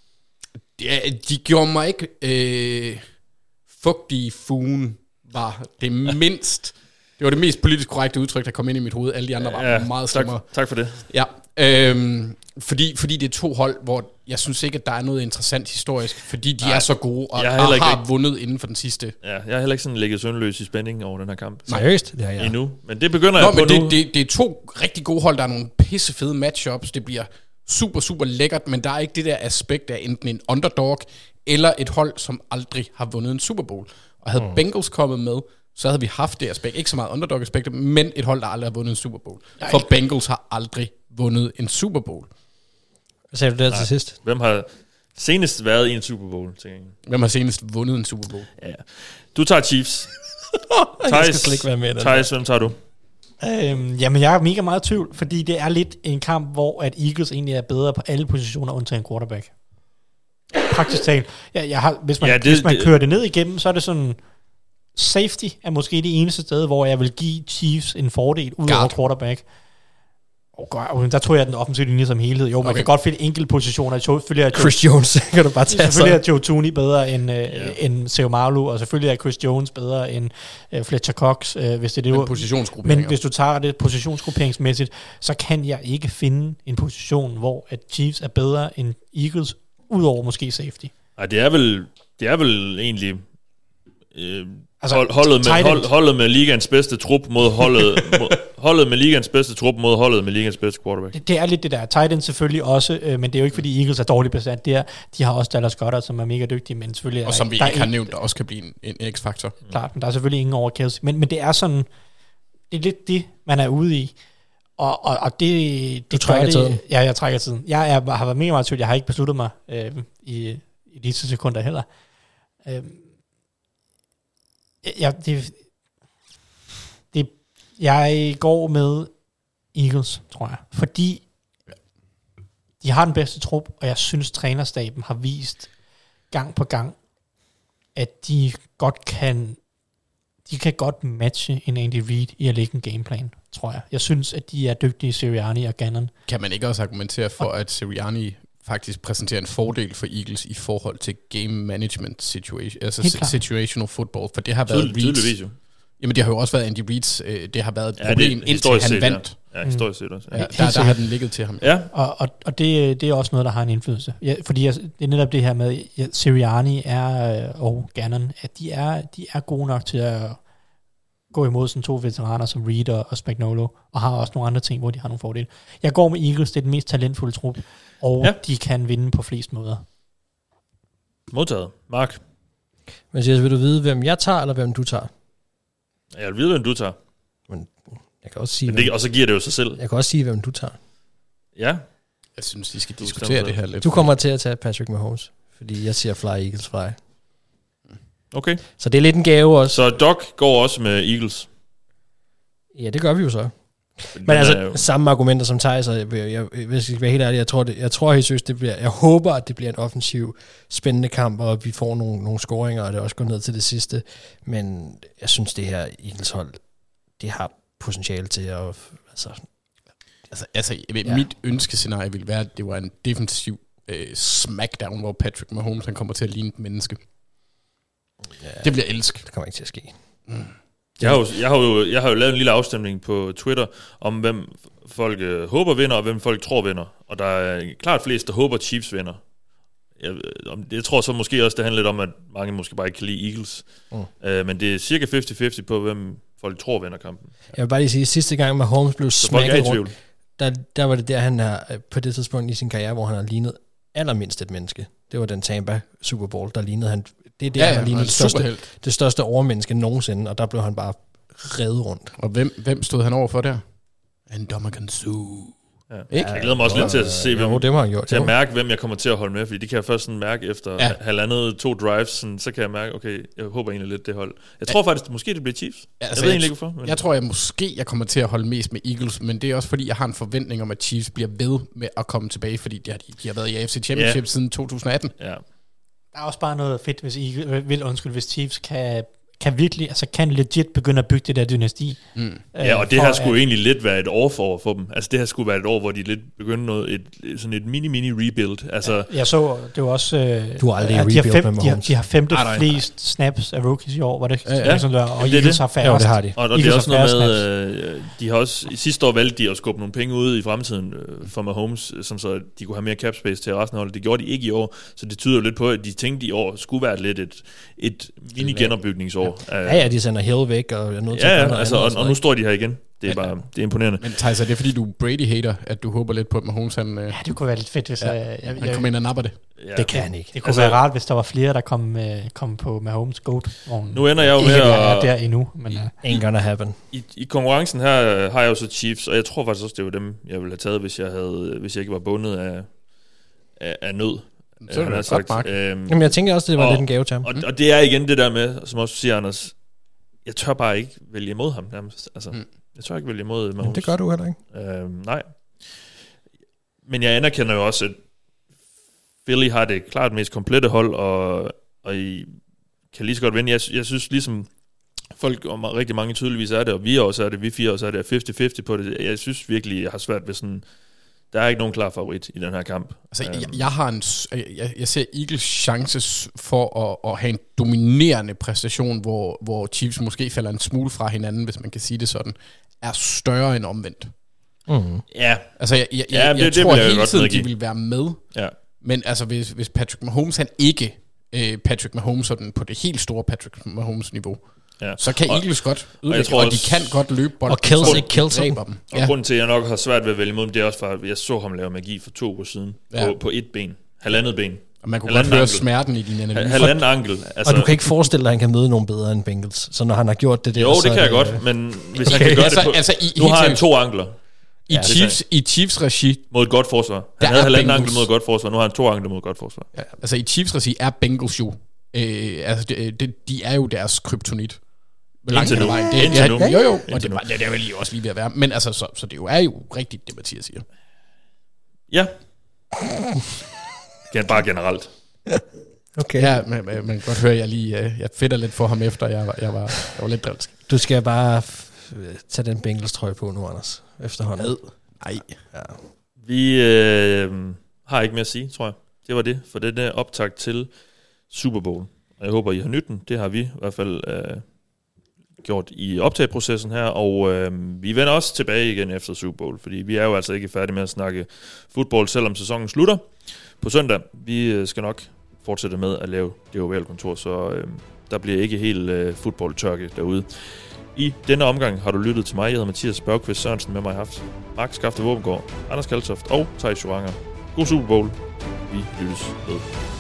de, de gjorde mig ikke... Øh, fugtige fugen var det mindst... Det var det mest politisk korrekte udtryk, der kom ind i mit hoved. Alle de andre var ja, meget slemmere. Tak, tak for det. Ja, øhm, fordi, fordi det er to hold, hvor jeg synes ikke, at der er noget interessant historisk, fordi de Nej, er så gode, og, har, og har ikke vundet inden for den sidste. Ja, jeg har heller ikke sådan ligget søvnløs i spænding over den her kamp. Seriøst? Det har jeg. Endnu. Men det begynder Nå, jeg på men nu. Det, det, det er to rigtig gode hold, der er nogle pissefede matchups, det bliver super, super lækkert, men der er ikke det der aspekt af enten en underdog, eller et hold, som aldrig har vundet en Super Bowl. Og havde mm. Bengals kommet med, så havde vi haft det aspekt, ikke så meget underdog-aspekt, men et hold, der aldrig har vundet en Super Bowl. Nej. For Bengals har aldrig vundet en Super Bowl. Hvad sagde du der til sidst? Hvem har senest været i en Super Bowl? Hvem har senest vundet en Super Bowl? Ja. Du tager Chiefs. Jeg skal slet ikke være med. Thijs, hvem tager du? Øhm, jamen, jeg er mega meget i tvivl, fordi det er lidt en kamp, hvor at Eagles egentlig er bedre på alle positioner, undtagen quarterback. Praktisk talt. Jeg, jeg har, hvis man, ja, det, hvis man det, kører det ned igennem, så er det sådan... Safety er måske det eneste sted, hvor jeg vil give Chiefs en fordel ud over quarterback. Oh God, der tror jeg den offensive linje som helhed. Jo, man okay. kan godt finde enkelte positioner. Selvfølgelig er Chris Joe, Jones kan du bare tage Selvfølgelig er Joe Thuney bedre end, yeah. øh, end Seomalu, og selvfølgelig er Chris Jones bedre end øh, Fletcher Cox. Øh, hvis det er det, men hvis du tager det positionsgrupperingsmæssigt, så kan jeg ikke finde en position, hvor at Chiefs er bedre end Eagles, udover måske safety. Nej, det er vel, det er vel egentlig... Øh, Altså, hold, holdet, med, hold, holdet med ligaens bedste trup mod holdet mod, holdet med ligaens bedste trup mod holdet med ligaens bedste quarterback. Det, det er lidt det der. Tight end selvfølgelig også, øh, men det er jo ikke fordi Eagles er dårligt besat. Det er, de har også Dallas Goedert, som er mega dygtige, men selvfølgelig... Og som vi ikke har nævnt, der også kan blive en, en x-faktor. Klart, men der er selvfølgelig ingen over Kelsey. Men, men det er sådan... Det er lidt det, man er ude i. Og, og, og det... det du trækker det, tiden. Ja, jeg trækker tiden. Jeg er, har været mega meget tvivl. Jeg har ikke besluttet mig øh, i, i de sekunder heller. Øh, Ja, det, det, jeg går med Eagles, tror jeg. Fordi de har den bedste trup, og jeg synes, trænerstaben har vist gang på gang, at de godt kan, de kan godt matche en Andy Reid i at lægge en gameplan, tror jeg. Jeg synes, at de er dygtige, Sirianni og Gannon. Kan man ikke også argumentere for, at Sirianni faktisk præsenterer en fordel for Eagles i forhold til game management situation, altså situational football, for det har været Reeds, jamen det har jo også været Andy Reeds, øh, det har været et ja, problem, indtil han set, vandt. Ja, ja historisk set også. Ja. Ja, der, der har den ligget til ham. Ja. Og, og, og det, det er også noget, der har en indflydelse. Ja, fordi jeg, det er netop det her med, at Sirianni er, og Gannon, at de er, de er gode nok til at gå imod sådan to veteraner som Reed og, og Spagnuolo, og har også nogle andre ting, hvor de har nogle fordele. Jeg går med Eagles, det er den mest talentfulde trup, og ja. de kan vinde på flest måder. Modtaget. Mark? Men Jens, vil du vide, hvem jeg tager, eller hvem du tager? Jeg vil vide, hvem du tager. Men jeg kan også sige, Men det, hvem, og så giver det jo sig selv. Jeg kan også sige, hvem du tager. Ja. Jeg synes, de skal du diskutere det her lidt. Du kommer til at tage Patrick Mahomes, fordi jeg siger Fly Eagles Fly. Okay. Så det er lidt en gave også. Så Doc går også med Eagles? Ja, det gør vi jo så. Men Den altså, jo... samme argumenter som Thijs, og jeg, jeg, jeg, hvis jeg skal være helt ærlig, jeg tror, det, jeg tror helt seriøst, det bliver, jeg håber, at det bliver en offensiv, spændende kamp, og vi får nogle, nogle scoringer, og det også går ned til det sidste. Men jeg synes, det her Eagles hold, det har potentiale til at... Altså, altså, altså ja. Mit ønskescenarie ville være, at det var en defensiv øh, smackdown, hvor Patrick Mahomes han kommer til at ligne et menneske. Ja, det bliver elsk. Det kommer ikke til at ske. Mm. Jeg har, jo, jeg, har jo, jeg har jo lavet en lille afstemning på Twitter om, hvem folk øh, håber vinder, og hvem folk tror vinder. Og der er klart flest, der håber Chiefs vinder. Jeg, jeg tror så måske også, det handler lidt om, at mange måske bare ikke kan lide Eagles. Mm. Øh, men det er cirka halvtreds halvtreds på, hvem folk tror vinder kampen. Jeg vil bare lige sige, at sidste gang Mahomes blev smækket rundt, der, der var det der, han er på det tidspunkt i sin karriere, hvor han har lignet allermindst et menneske. Det var den Tampa Super Bowl, der lignede han. Det er der, ja, han lignede det største, det største overmenneske nogensinde, og der blev han bare revet rundt. Og hvem, hvem stod han over for der? Ndamukong Suh. Ja. Ikke? Jeg glæder mig også lidt til at se, hvem, jo, det har han gjort, til at mærke, hvem jeg kommer til at holde med, fordi det kan jeg først sådan mærke efter ja. halvandet, to drives, sådan, så kan jeg mærke, okay, jeg håber egentlig lidt det hold. Jeg tror ja. faktisk, måske det bliver Chiefs. Ja, altså, jeg ved egentlig ikke hvorfor. Men... Jeg tror, jeg måske jeg kommer til at holde mest med Eagles, men det er også fordi, jeg har en forventning om, at Chiefs bliver ved med at komme tilbage, fordi de har, de har været i A F C Championship ja. siden to tusind atten. Ja. Der er også bare noget fedt, hvis I vil, undskyld, hvis Chiefs kan... kan virkelig, altså kan legit begynde at bygge det der dynasti. Mm. Ja, og det her skulle at, egentlig lidt være et år for, for dem. Altså det her skulle være et år, hvor de lidt begyndte noget, et, sådan et mini-mini rebuild. Altså, jeg så, det var også... Øh, du har aldrig rebuild de har, fem, med de, har, de har femte ah, nej, flest nej. snaps af rookies i år, var det? Ja, ja. Sådan der, og ja, Eagles har færrest. Ja, det har de. Og, og det er også noget med, øh, de har også, i sidste år valgte de at skubbe nogle penge ud i fremtiden øh, for Mahomes, som så de kunne have mere cap space til resten af holdet. Det gjorde de ikke i år, så det tyder jo lidt på, at de tænkte i år skulle være lidt et, et mini-genopbygningsår. Ja, ja, ja, de sender Hill væk og er nødt til ja, at ja, altså, og, og nu står de her igen. Det er bare, det er imponerende. Men Thijs, er det fordi du er Brady-hater, at du håber lidt på, at Mahomes han... Ja, det kunne være lidt fedt, hvis ja, jeg, jeg, han kom ind og napper det. Ja, det kan han ikke. Det kunne altså, være rart, hvis der var flere, der kom, uh, kom på Mahomes GOAT-vognen. Nu ender jeg jo med at... at... er der endnu, men... Uh, ain't gonna happen. I, I konkurrencen her har jeg jo så Chiefs, og jeg tror faktisk også, det var dem, jeg ville have taget, hvis jeg, havde, hvis jeg ikke var bundet af, af, af nød. Så er det sagt. Øhm, Jamen, jeg tænker også, det var og, lidt en gave til ham. Og, og det er igen det der med, som også siger Anders, jeg tør bare ikke vælge imod ham nærmest. Altså, mm. Jeg tør ikke vælge imod Mahomes. Men det gør du heller ikke. Øhm, nej. Men jeg anerkender jo også, at Philly har det klart mest komplette hold, og, og I kan lige så godt vinde. Jeg, jeg synes ligesom, folk og rigtig mange tydeligvis er det, og vi også er det, vi fire også er det, halvtreds halvtreds på det. Jeg synes virkelig, jeg har svært ved sådan... Der er ikke nogen klar favorit i den her kamp. Altså, um, jeg, jeg har en, jeg, jeg ser Eagles chances for at, at have en dominerende præstation, hvor, hvor Chiefs måske falder en smule fra hinanden, hvis man kan sige det sådan, er større end omvendt. Mm. Ja. Altså, jeg, jeg, ja, jeg, det, jeg det tror jeg hele tiden, de vil være med. Ja. Men altså, hvis, hvis Patrick Mahomes, han ikke øh, Patrick Mahomes sådan på det helt store Patrick Mahomes-niveau, ja. så kan Eagles godt udvikle, og, og de kan godt løbe bolden. Og Kelce ikke Kelce dem. Og ja. grunden til, at jeg nok har svært ved at vælge imod dem, det er også, for jeg så ham lave magi for to uger siden, ja. på, på et ben, halvandet ben. Og man kunne godt høre smerten i din analyse. Halvanden ankel. Altså. Og du kan ikke forestille dig, at han kan møde nogen bedre end Bengals, så når han har gjort det der... Jo, det så kan jeg det, godt, men hvis okay. han kan gøre altså, det på... Altså, i, nu har han to ankler. I, ja, Chiefs, I Chiefs regi... Mod et godt forsvar. Han havde halvanden ankel mod et godt forsvar, nu har han to ankler mod et godt forsvar. Ja, altså i Chiefs regi er Bengals jo... Øh, altså, det, det, de er jo deres kryptonit. Indtil nu. Det, det, det, det, det, jo, jo, og det, det, det er jo lige også lige ved at være. Men altså, så, så det jo er jo rigtigt, det Mathias siger. Ja. Bare generelt. Okay. Ja, man, man kan godt høre, at jeg lige jeg fedter lidt for ham efter, jeg var, jeg var, jeg var lidt drilsk. Du skal bare tage den Bengals trøje på nu, Anders, efterhånden. Nej. Ja. Vi øh, har ikke mere at sige, tror jeg. Det var det, for den er optakt til Super Bowl. Og jeg håber, I har nydt den. Det har vi i hvert fald øh, gjort i optageprocessen her, og øh, vi vender også tilbage igen efter Super Bowl, fordi vi er jo altså ikke færdige med at snakke fodbold, selvom sæsonen slutter på søndag. Vi skal nok fortsætte med at lave det ovale kontor, så øh, der bliver ikke helt øh, fodboldtørke derude. I denne omgang har du lyttet til mig. Jeg hedder Mathias Børkvist Sørensen, med mig haft Mark Skafte Våbengård, Anders Kaltoft og Thijs Joranger. God Super Bowl. Vi lyttes ved.